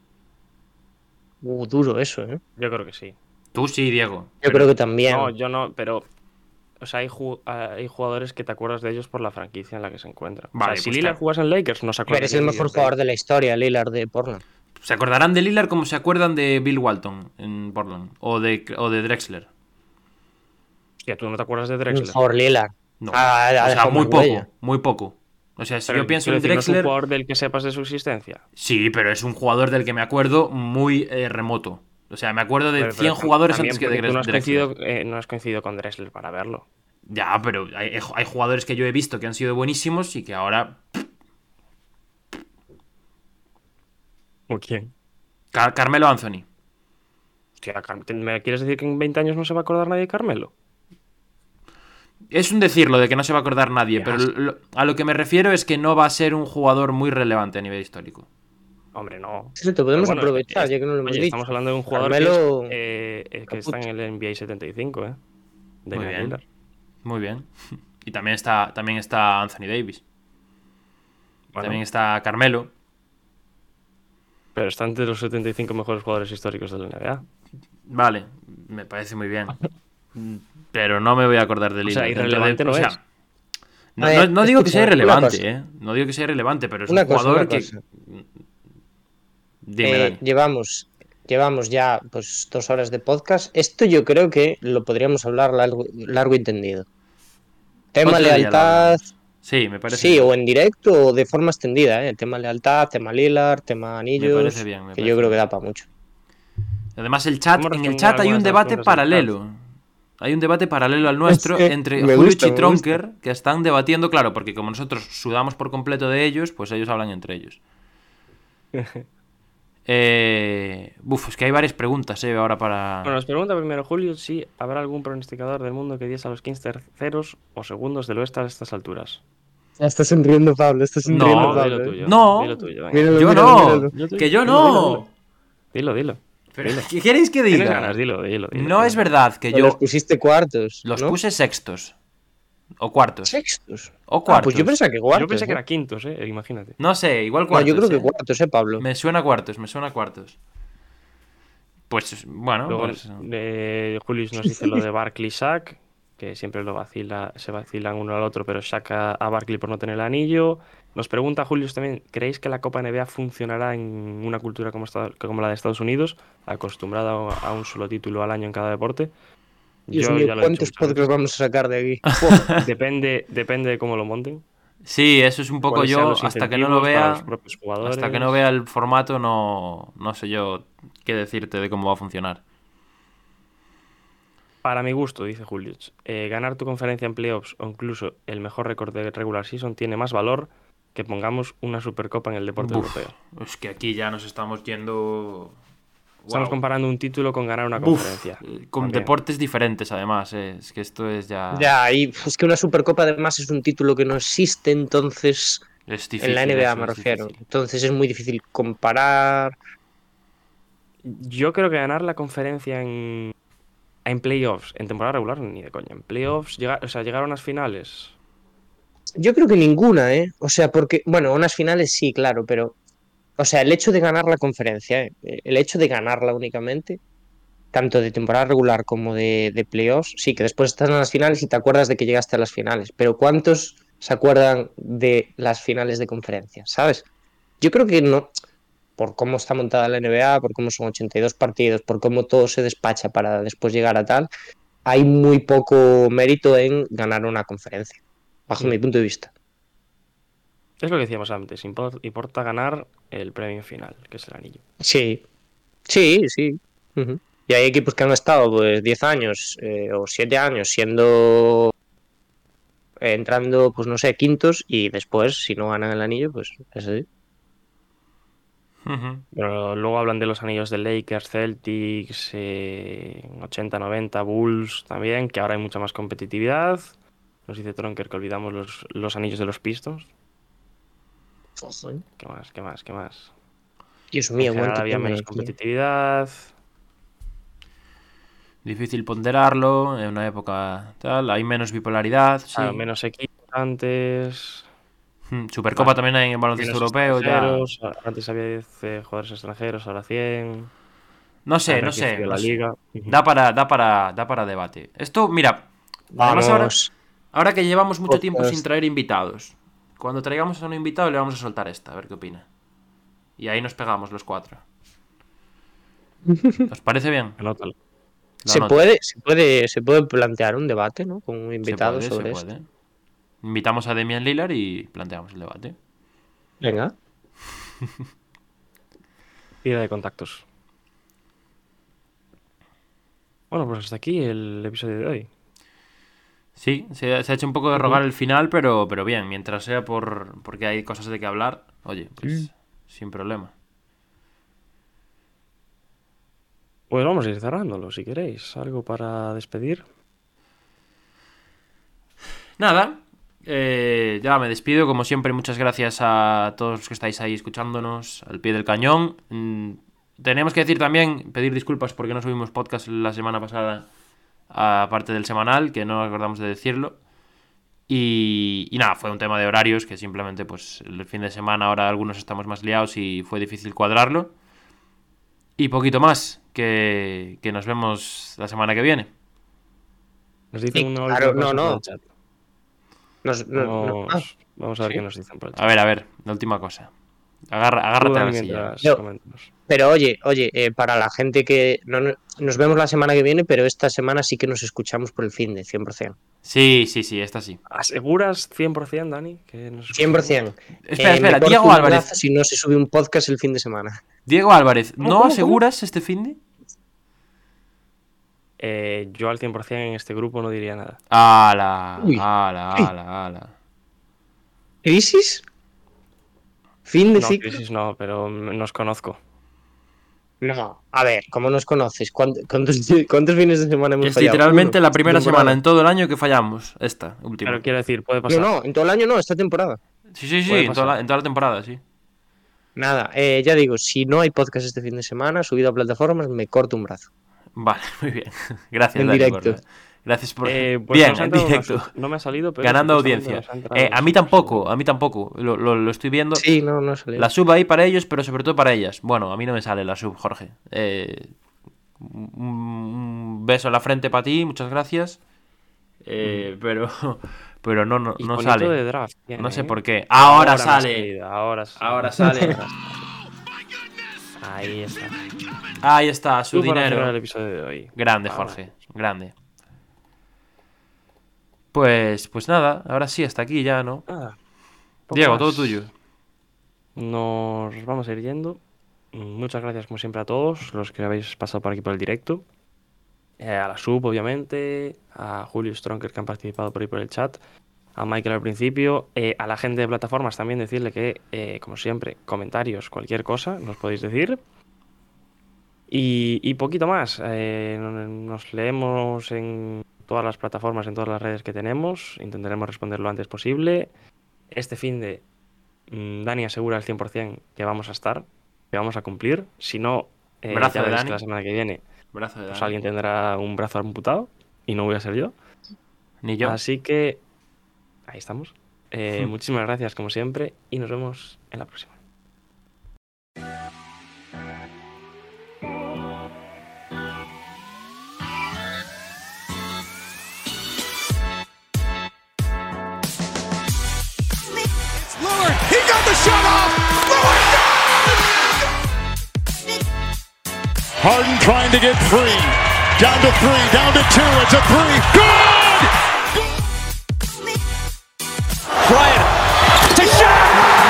Uh, duro eso, ¿eh? Yo creo que sí. Tú sí, Diego. Yo pero- creo que también. No, yo no, pero. O sea, hay, ju- hay jugadores que te acuerdas de ellos por la franquicia en la que se encuentran. Vale, o sea, si pues Lillard claro. jugase en Lakers, no se Pero acuerda. es el mejor jugador de la historia, Lillard de Portland. Se acordarán de Lillard como se acuerdan de Bill Walton en Portland. O de, o de Drexler. Hostia, tú no te acuerdas de El Drexler. mejor Lillard. No. Ah, ha o sea, dejado muy más poco. huella. Muy poco. O sea, si Pero yo pienso quiero en decir, ¿no es un Drexler... jugador del que sepas de su existencia? Sí, pero es un jugador del que me acuerdo muy eh, remoto. O sea, me acuerdo de Pero- cien pero jugadores también antes que de porque tú no has, Drexler. coincidido, eh, no has coincidido con Drexler para verlo. Ya, pero hay, hay jugadores que yo he visto que han sido buenísimos y que ahora... ¿O quién? Car- Carmelo Anthony. Hostia, Car- ¿me quieres decir que en veinte años no se va a acordar nadie de Carmelo? Es un decirlo de que no se va a acordar nadie, Ya, pero sí. lo- a lo que me refiero es que no va a ser un jugador muy relevante a nivel histórico. Hombre, no. Eso te podemos Pero bueno, aprovechar, es- ya que no lo hemos Oye, dicho. estamos hablando de un jugador Carmelo- que, es, eh, eh, que está en el N B A setenta y cinco, ¿eh? De Muy bien. Lillard. Muy bien. Y también está, también está Anthony Davis. Bueno, También está Carmelo. pero está entre los setenta y cinco mejores jugadores históricos de la N B A. Vale, me parece muy bien. Pero no me voy a acordar de O Lillard. sea, Dentro irrelevante de- no o sea, es. No, A ver, no- no digo que sea escucha, una irrelevante, cosa. ¿eh? No digo que sea irrelevante, pero es Una un cosa, jugador una que... cosa. Dime, Eh, Dani. llevamos, llevamos ya pues dos horas de podcast. Esto yo creo que lo podríamos hablar largo, largo y tendido. Tema Otro día lo lealtad, hablamos. Sí, me parece sí, bien. o en directo o de forma extendida, ¿eh? Tema lealtad, tema Lillard, tema anillos, parece bien, me que parece yo creo que bien. da para mucho. Además, el chat, ¿Cómo en el responder chat hay un algunas de las debate preguntas del paralelo. Hay un debate paralelo al nuestro Sí, entre me Julius gusta, y me Tronker, que están debatiendo, claro, porque como nosotros sudamos por completo de ellos, pues ellos hablan entre ellos. eh, Buf, es que hay varias preguntas, eh, ahora para... Bueno, nos pregunta primero Julio si habrá algún pronosticador del mundo que diese a los Kings terceros o segundos del oeste a estas alturas. Ya está sonriendo Pablo, está sonriendo, No, dilo tuyo. No. Dilo tuyo, venga. Míralo, Yo míralo, no, míralo. Dilo que yo tuyo, no. Dilo, dilo. Pero, dilo. ¿qué queréis que Tienes diga? ganas, dilo, dilo, dilo, No dilo. es verdad que Pero los yo pusiste cuartos, los ¿no? puse sextos o cuartos Sextos. o Ah, cuartos. pues yo pensaba que cuartos. Yo pensé que ¿eh? era quintos, eh, imagínate. No sé, igual No, cuartos. yo creo que eh. cuartos, eh, Pablo. Me suena cuartos, me suena cuartos. Pues bueno, Luego pues, eh, Julius nos dice lo de Barkley y Shaq, que siempre lo vacila, se vacilan uno al otro, pero Shaq a, a Barkley por no tener el anillo. Nos pregunta Julius también, ¿creéis que la Copa N B A funcionará en una cultura como, esta- como la de Estados Unidos, acostumbrada a un solo título al año en cada deporte? Dios Yo mío, ya lo he ¿cuántos dicho muchas podcasts vamos a sacar de aquí? veces. Depende, depende de cómo lo monten. sí, eso es un poco cuáles sean yo, los hasta que no lo incentivos para vea, los propios jugadores. hasta que no vea el formato, no, no sé yo qué decirte de cómo va a funcionar. Para mi gusto, dice Julius, eh, ganar tu conferencia en playoffs o incluso el mejor récord de regular season tiene más valor que pongamos una supercopa en el deporte Uf, europeo. es que aquí ya nos estamos yendo Estamos Wow. comparando un título con ganar una Uf, conferencia. con También. deportes diferentes, además. eh. Es que esto es ya. Ya, y es que una Supercopa además es un título que no existe, entonces Es en la difícil N B A eso, me es refiero. difícil. Entonces es muy difícil comparar. Yo creo que ganar la conferencia en, en playoffs, en temporada regular, ni de coña. En playoffs, llega, o sea, llegar a unas finales. Yo creo que ninguna, ¿eh? O sea, porque, bueno, unas finales sí, claro, pero, o sea, el hecho de ganar la conferencia, ¿eh? El hecho de ganarla únicamente, tanto de temporada regular como de, de playoffs, sí, que después estás en las finales y te acuerdas de que llegaste a las finales, pero ¿cuántos se acuerdan de las finales de conferencia? ¿Sabes? Yo creo que no, por cómo está montada la N B A, por cómo son ochenta y dos partidos, por cómo todo se despacha para después llegar a tal, hay muy poco mérito en ganar una conferencia, bajo Mm. mi punto de vista. Es lo que decíamos antes, impor- importa ganar el premio final, que es el anillo. Sí, sí, sí. Ujú. Y hay equipos que han estado pues diez años eh, o siete años siendo eh, entrando, pues no sé, quintos y después, si no ganan el anillo, pues es así. Ujú. Pero luego hablan de los anillos de Lakers, Celtics, eh, ochenta noventa, Bulls también, que ahora hay mucha más competitividad. Nos dice Tronker que olvidamos los, los anillos de los Pistons. ¿Qué más? ¿Qué más? ¿Qué más? Dios En mío, general cuánto había pone, menos tío. competitividad. Difícil ponderarlo. En una época tal. Hay menos bipolaridad. Sí. Claro, menos equipos antes. Mm, Supercopa Vale. también hay en el baloncesto Menos europeo. Ya. extranjeros. Antes había diez eh, jugadores extranjeros, ahora cien. No Ha sé, no sé. enriquecido No la sé. liga. Da para, da para, da para debate. Esto, mira. Además, ahora, Vamos. ahora que llevamos mucho tiempo Podcast. sin traer invitados. Cuando traigamos a un invitado le vamos a soltar esta, a ver qué opina. Y ahí nos pegamos los cuatro. ¿Os parece bien? Anótalo. Lo Se anoto. puede, se puede, se puede plantear un debate, ¿no? Con un Se invitado puede, sobre se esto. puede. Invitamos a Damian Lillard y planteamos el debate. Venga. Tira de contactos. Bueno, pues hasta aquí el episodio de hoy. Sí, se, se ha hecho un poco de rogar el final, pero, pero bien, mientras sea por porque hay cosas de que hablar, oye, pues sin problema. Pues vamos a ir cerrándolo, si queréis. ¿Algo para despedir? Nada, eh, ya me despido. Como siempre, muchas gracias a todos los que estáis ahí escuchándonos al pie del cañón. Mm, tenemos que decir también, pedir disculpas porque no subimos podcast la semana pasada, aparte del semanal, que no nos acordamos de decirlo. Y, y nada, fue un tema de horarios que simplemente pues el fin de semana ahora algunos estamos más liados y fue difícil cuadrarlo. Y poquito más, que, que nos vemos la semana que viene. Nos dicen Sí, una claro, última cosa no, por no. el chat. Nos- no- no- Vamos, ah, vamos a ver ¿sí? qué nos dicen por el chat. A ver, a ver, la última cosa. Agarra, Tú, agárrate a Dani, la silla. mientras Yo- comentamos. Pero oye, oye, eh, para la gente que no, no- nos vemos la semana que viene, pero esta semana sí que nos escuchamos por el fin de cien por ciento. Sí, sí, sí, esta sí. ¿Aseguras cien por ciento, Dani? Que nos cien por ciento. Espera, Eh, espera, me corto Diego un Álvarez. brazo si no se sube un podcast el fin de semana. Diego Álvarez, ¿Cómo, ¿no cómo, cómo? aseguras este finde? Eh, yo al cien por ciento en este grupo no diría nada. Ala, Uy. ala, Uy. ala, ala. ¿Crisis? ¿Fin de No, ciclo? crisis no, pero nos conozco. No, a ver, ¿cómo nos conoces? ¿Cuántos, cuántos, cuántos fines de semana hemos Es fallado? literalmente Uno, la primera esta temporada. semana en todo el año que fallamos. Esta, última. Pero quiero decir, puede No, pasar. no, en todo el año no, esta temporada. Sí, sí, sí, puede en toda, pasar. la, en toda la temporada, sí. Nada, eh, ya digo, si no hay podcast este fin de semana, subido a plataformas, me corto un brazo. Vale, muy bien. Gracias, En Dani, directo. por- Gracias por... Eh, pues bien, nos ha en entrado una directo. sub. No me ha salido, pero Ganando supuestamente audiencia. nos ha entrado Eh, a una mí sub, tampoco, sí. a mí tampoco. Lo, lo- lo estoy viendo. Sí, no, no salió. La sub ahí para ellos, pero sobre todo para ellas. Bueno, a mí no me sale la sub, Jorge. Eh, un, un beso en la frente para ti, muchas gracias. Eh, pero pero no, no, no Iconito sale. de draft tiene, No sé ¿eh? por qué. Ahora, me ha sale. salido, ahora sale. Ahora sale. Ahí está. Ahí está, su Tú para cerrar el dinero. episodio de hoy. Grande, Ahora. Jorge. Grande. Pues, pues nada, ahora sí, hasta aquí ya, ¿no? Nada, poco Diego, más. todo tuyo. Nos vamos a ir yendo. Muchas gracias, como siempre, a todos los que habéis pasado por aquí por el directo. Eh, a la sub, obviamente. A Julio Stronker, que han participado por ahí por el chat. A Michael al principio. Eh, a la gente de plataformas también decirle que, eh, como siempre, comentarios, cualquier cosa, nos podéis decir. Y, y poquito más. Eh, nos leemos en todas las plataformas, en todas las redes que tenemos. Intentaremos responder lo antes posible. Este fin de mmm, Dani asegura al cien por ciento que vamos a estar, que vamos a cumplir. Si no, eh, Brazo ya de veréis Dani. que la semana que viene Brazo de pues Dani. alguien tendrá un brazo amputado y no voy a ser yo. Ni yo. Así que ahí estamos. Eh, muchísimas gracias como siempre y nos vemos en la próxima. Lillard, he got the shot off. Lillard does! Harden trying to get free. Down to three, down to two. It's a three. Good! Bryant to shot!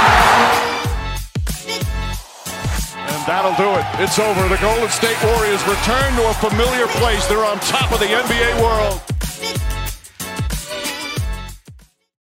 And that'll do it. It's over. The Golden State Warriors return to a familiar place. They're on top of the N B A world.